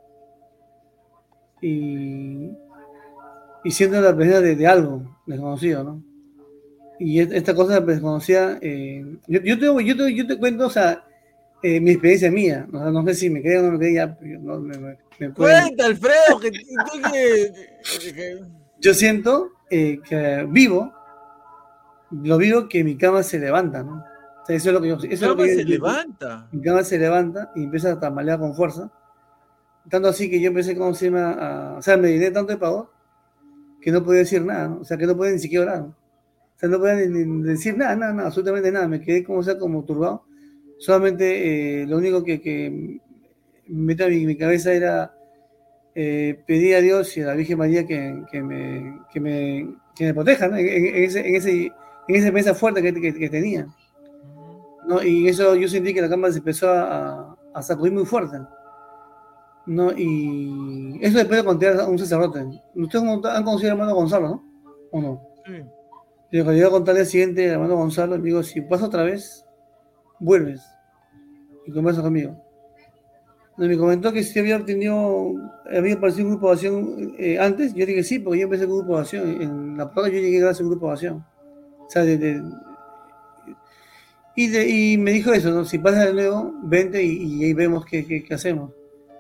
y, y siento la presencia de, de algo desconocido, ¿no? Y esta cosa desconocida, eh, yo, yo, te, yo, te, yo te cuento, o sea, eh, mi experiencia mía, o sea, no sé si me creen o no me creen, ya, no, me, me, me pueden... Cuenta, Alfredo, que, tú que, que, que... Yo siento eh, que vivo, lo vivo que mi cama se levanta, ¿no? O sea, eso es lo que yo... Eso Mi es lo cama que yo, se yo, levanta. Mi cama se levanta y empieza a tambalear con fuerza. Tanto así que yo empecé, como se llama, a, o sea, me llené tanto de pavor que no podía decir nada, ¿no? O sea, que no podía ni siquiera orar, ¿no? O sea, no podía ni, ni decir nada, nada, nada, absolutamente nada. Me quedé como, o sea, como turbado. Solamente eh, lo único que, que me metía en mi, mi cabeza era eh, pedir a Dios y a la Virgen María que, que, me, que, me, que me proteja, ¿no? En, en, ese, en, ese, en esa defensa fuerte que, que, que tenía, ¿no? Y eso yo sentí que la cama se empezó a, a sacudir muy fuerte, ¿no? Y eso después de contar a un sacerdote. Ustedes han conocido al hermano Gonzalo, ¿no? ¿O no? Sí. Y cuando yo a contarle al siguiente al hermano Gonzalo, me digo, si pasa otra vez, vuelves y conversas conmigo. Y me comentó que si había tenido, había aparecido un grupo de oración eh, antes. Yo dije sí, porque yo empecé con un grupo de oración. En la prueba yo llegué gracias a un grupo de oración. O sea, de, de, y, de, y me dijo eso, ¿no? Si pasa de nuevo, vente y, y ahí vemos qué, qué, qué hacemos.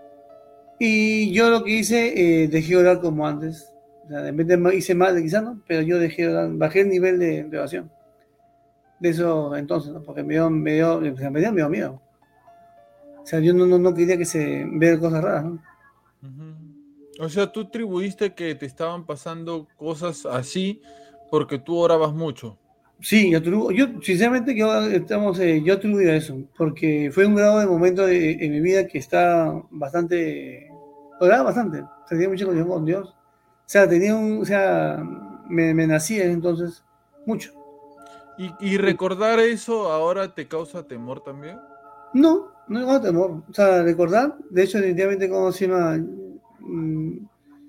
Y yo lo que hice, eh, dejé orar como antes. O sea, en vez de hice más de quizás, ¿no? Pero yo dejé orar, bajé el nivel de, de oración. De eso entonces, ¿no? Porque me dio, me dio, me dio, me dio miedo. O sea, yo no, no, no quería que se vean cosas raras, ¿no? Uh-huh. O sea, tú atribuiste que te estaban pasando cosas así porque tú orabas mucho. Sí, yo, atribuyo, yo sinceramente yo, estamos, eh, yo atribuyo a eso, porque fue un grado de momento de, en mi vida que está bastante, oraba bastante, tenía mucha conexión con Dios. O sea, tenía un, o sea, me, me nacía entonces mucho. ¿Y, y recordar eso ahora te causa temor también? No, no tengo temor. O sea, recordar, de hecho, definitivamente, como se llama. Mmm,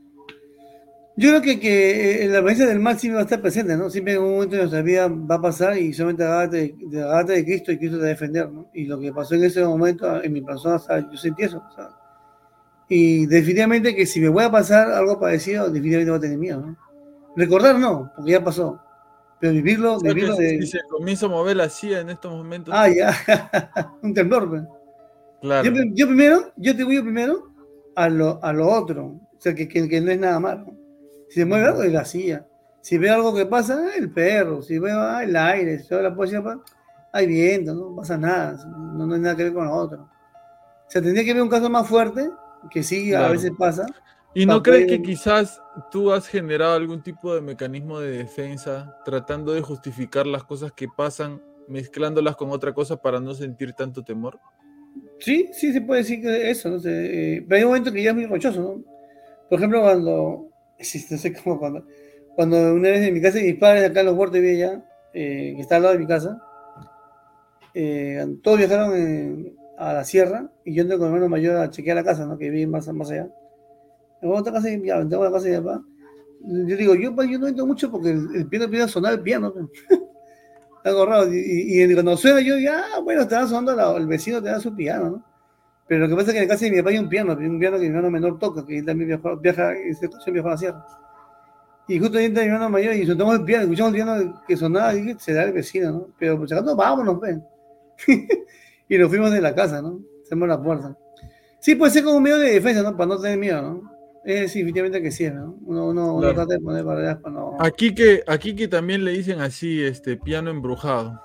yo creo que, que la presencia del mal siempre va a estar presente, ¿no? Siempre en un momento de nuestra vida va a pasar y solamente agárrate de, agárrate de Cristo y Cristo te va a defender, ¿no? Y lo que pasó en ese momento, en mi persona, o sea, yo sentí eso. O sea, y definitivamente que si me voy a pasar algo parecido, definitivamente voy a tener miedo, ¿no? Recordar no, porque ya pasó. Pero vivirlo, O sea, vivirlo que de. si se comienza a mover la silla en estos momentos. Ah, ya. Un temblor, pues. Claro. Yo, yo primero, yo te voy primero a lo, a lo otro, o sea, que, que, que no es nada malo. Si se mueve algo, es la silla. Si veo algo que pasa, el perro. Si veo ah, el aire, si veo la poesía, hay viento, no pasa nada. No, no hay nada que ver con lo otro. O sea, tendría que ver un caso más fuerte, que sí, Claro. a veces pasa. ¿Y no crees que quizás tú has generado algún tipo de mecanismo de defensa tratando de justificar las cosas que pasan, mezclándolas con otra cosa para no sentir tanto temor? Sí, sí, se puede decir que eso, no sé, eh, pero hay un momento que ya es muy rochoso, ¿no? Por ejemplo, cuando, sí, no sé cómo, cuando, cuando una vez en mi casa, mis padres acá en los Huertos de Villa, eh, que está al lado de mi casa, eh, todos viajaron en, a la sierra y yo ando con mi hermano mayor a chequear la casa, ¿no? Que vive más, más allá. Me voy a otra casa y ya, tengo la casa y ya, Yo digo, yo, yo no entro mucho porque el, el piano empieza a sonar el piano. Algo raro. Y, y cuando suena yo, ya, bueno, te va sonando, la, el vecino te da su piano, ¿no? Pero lo que pasa es que en casa de mi papá hay un piano, un piano que mi hermano menor toca, que él también viaja, viaja, esta ocasión viajó a la sierra. Y justo ahí entra mi hermano mayor y soltamos el piano, escuchamos el piano que sonaba y dije, será el vecino, ¿no? Pero pues acá no, vámonos, ven. Y nos fuimos de la casa, ¿no? Cerramos la puerta. Sí, puede ser como un medio de defensa, ¿no? Para no tener miedo, ¿no? Es definitivamente que sí, ¿no? Uno, uno, uno Claro. trata de poner barreras para no... Aquí que, aquí que también le dicen así, este, piano embrujado,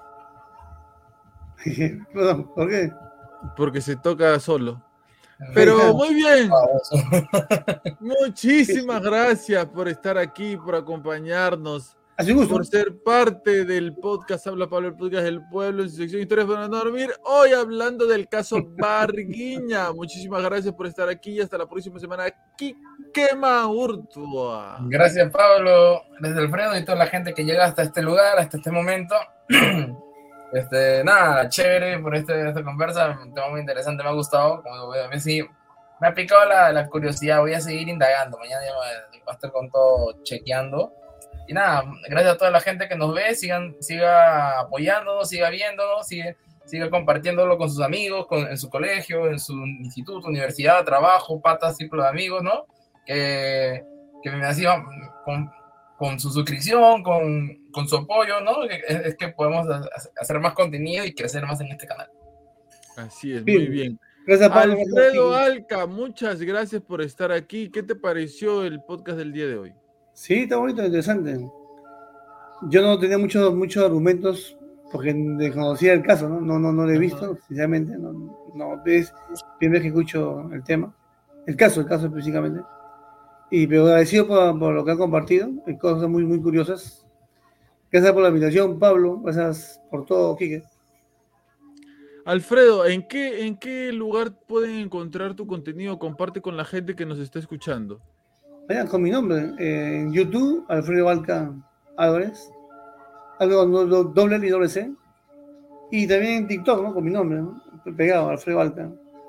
Perdón, ¿por qué? porque se toca solo. Pero muy bien, muchísimas gracias por estar aquí, por acompañarnos, Hace un gusto. por ser parte del podcast Habla Pablo, el podcast del pueblo, en su sección Historias para no dormir. Hoy hablando del caso Varguiña. Muchísimas gracias por estar aquí y hasta la próxima semana. Quiquema Urtua. Gracias, Pablo, desde Alfredo y toda la gente que llega hasta este lugar, hasta este momento. Este, nada, chévere por este, esta conversa, un tema muy interesante, me ha gustado. Como a mí sí, me ha picado la, la curiosidad, voy a seguir indagando. Mañana ya voy a estar con todo chequeando. Y nada, gracias a toda la gente que nos ve, sigan, siga apoyándonos, siga viéndonos, sigue, siga compartiéndolo con sus amigos, con, en su colegio, en su instituto, universidad, trabajo, patas, círculo de amigos, ¿no? Que, que me hacían con, con su suscripción, con, con su apoyo, ¿no? Es, es que podemos hacer más contenido y crecer más en este canal. Así es, Bien. muy bien. Gracias, Pablo. Alfredo Alca, muchas gracias por estar aquí. ¿Qué te pareció el podcast del día de hoy? Sí, está bonito, interesante. Yo no tenía muchos muchos argumentos porque desconocía el caso, ¿no? No, no, no lo he visto, uh-huh. Sinceramente. No, no, es primera vez que escucho el tema. El caso, el caso específicamente. Y pero agradecido por, por lo que han compartido. Hay cosas muy, muy curiosas. Gracias por la invitación, Pablo. Gracias por todo, Quique. Alfredo, ¿en qué, ¿en qué lugar pueden encontrar tu contenido? Comparte con la gente que nos está escuchando. Vayan con mi nombre. Eh, en YouTube, Alfredo Alca Álvarez. Algo doble L y doble C. Y también en TikTok, ¿no? Con mi nombre, ¿no? Pegado, Alfredo Alca.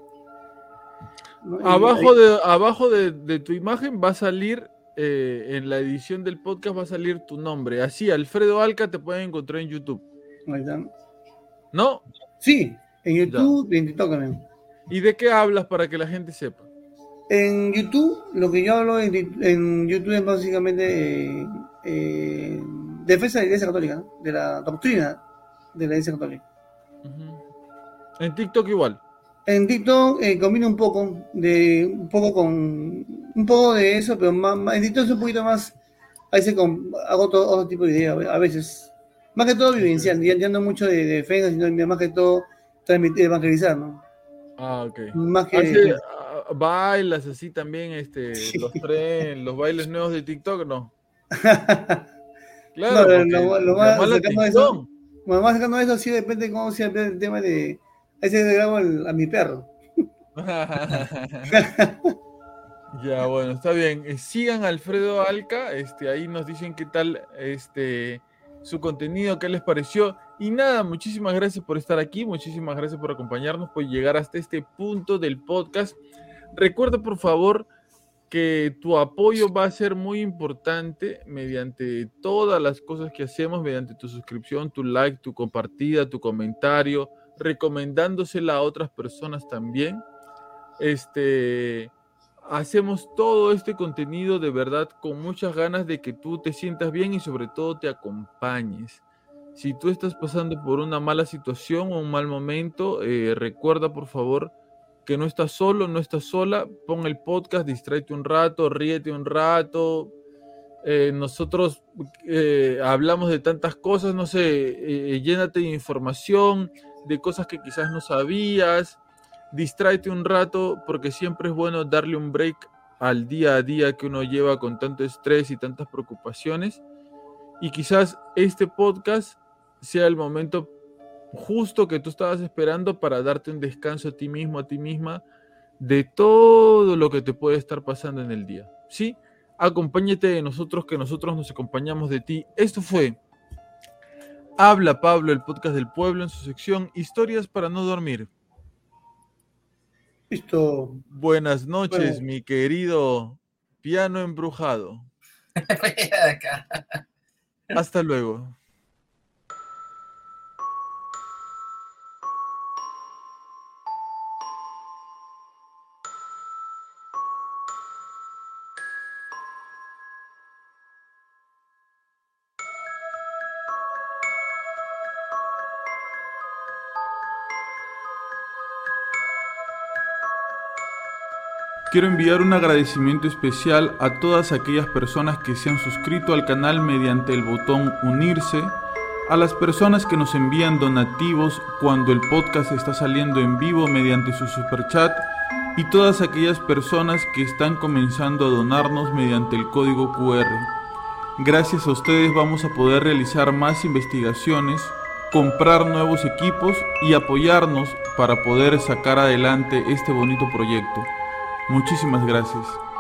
¿No? Abajo, ahí... de, abajo de, de tu imagen va a salir, eh, en la edición del podcast va a salir tu nombre. Así, Alfredo Alca te pueden encontrar en YouTube. Ahí está. ¿No? Sí, en YouTube y en TikTok también. ¿Y de qué hablas para que la gente sepa? En YouTube, lo que yo hablo en, en YouTube es básicamente eh, eh, defensa de la Iglesia Católica, ¿no? De la doctrina de la Iglesia Católica. Uh-huh. En TikTok igual. En TikTok eh, combino un poco de un poco con un poco de eso, pero más, más, en TikTok es un poquito más, a veces con, hago otro, otro tipo de ideas, a veces. Más que todo vivenciando, ya, ya no mucho de, de defensa, sino más que todo transmitir, evangelizar, ¿no? Ah, ok. Más que... Hace, uh, bailas así también, este, sí. los tren, los bailes nuevos de TikTok, ¿no? Claro, no, lo, lo más cercano a eso, lo más cercano a eso sí depende de cómo sea el tema de... Ahí se le grabo el, a mi perro. Ya, bueno, está bien. Eh, sigan a Alfredo Alca, este, ahí nos dicen qué tal este, su contenido, qué les pareció. Y nada, muchísimas gracias por estar aquí, muchísimas gracias por acompañarnos, por llegar hasta este punto del podcast. Recuerda, por favor, que tu apoyo va a ser muy importante mediante todas las cosas que hacemos, mediante tu suscripción, tu like, tu compartida, tu comentario, recomendándosela a otras personas también. Este, hacemos todo este contenido de verdad con muchas ganas de que tú te sientas bien y sobre todo te acompañes. Si tú estás pasando por una mala situación o un mal momento, eh, recuerda por favor que no estás solo, no estás sola. Pon el podcast, distráete un rato, ríete un rato. Eh, nosotros eh, hablamos de tantas cosas, no sé, eh, llénate de información, de cosas que quizás no sabías. Distráete un rato porque siempre es bueno darle un break al día a día que uno lleva con tanto estrés y tantas preocupaciones. Y quizás este podcast sea el momento justo que tú estabas esperando para darte un descanso a ti mismo, a ti misma, de todo lo que te puede estar pasando en el día. ¿Sí? Acompáñate de nosotros, que nosotros nos acompañamos de ti. Esto fue Habla Pablo, el podcast del pueblo, en su sección Historias para no dormir. Listo. Buenas noches, bueno. Mi querido piano embrujado. Acá. Hasta luego. Quiero enviar un agradecimiento especial a todas aquellas personas que se han suscrito al canal mediante el botón unirse, a las personas que nos envían donativos cuando el podcast está saliendo en vivo mediante su superchat y todas aquellas personas que están comenzando a donarnos mediante el código cu erre. Gracias a ustedes vamos a poder realizar más investigaciones, comprar nuevos equipos y apoyarnos para poder sacar adelante este bonito proyecto. Muchísimas gracias.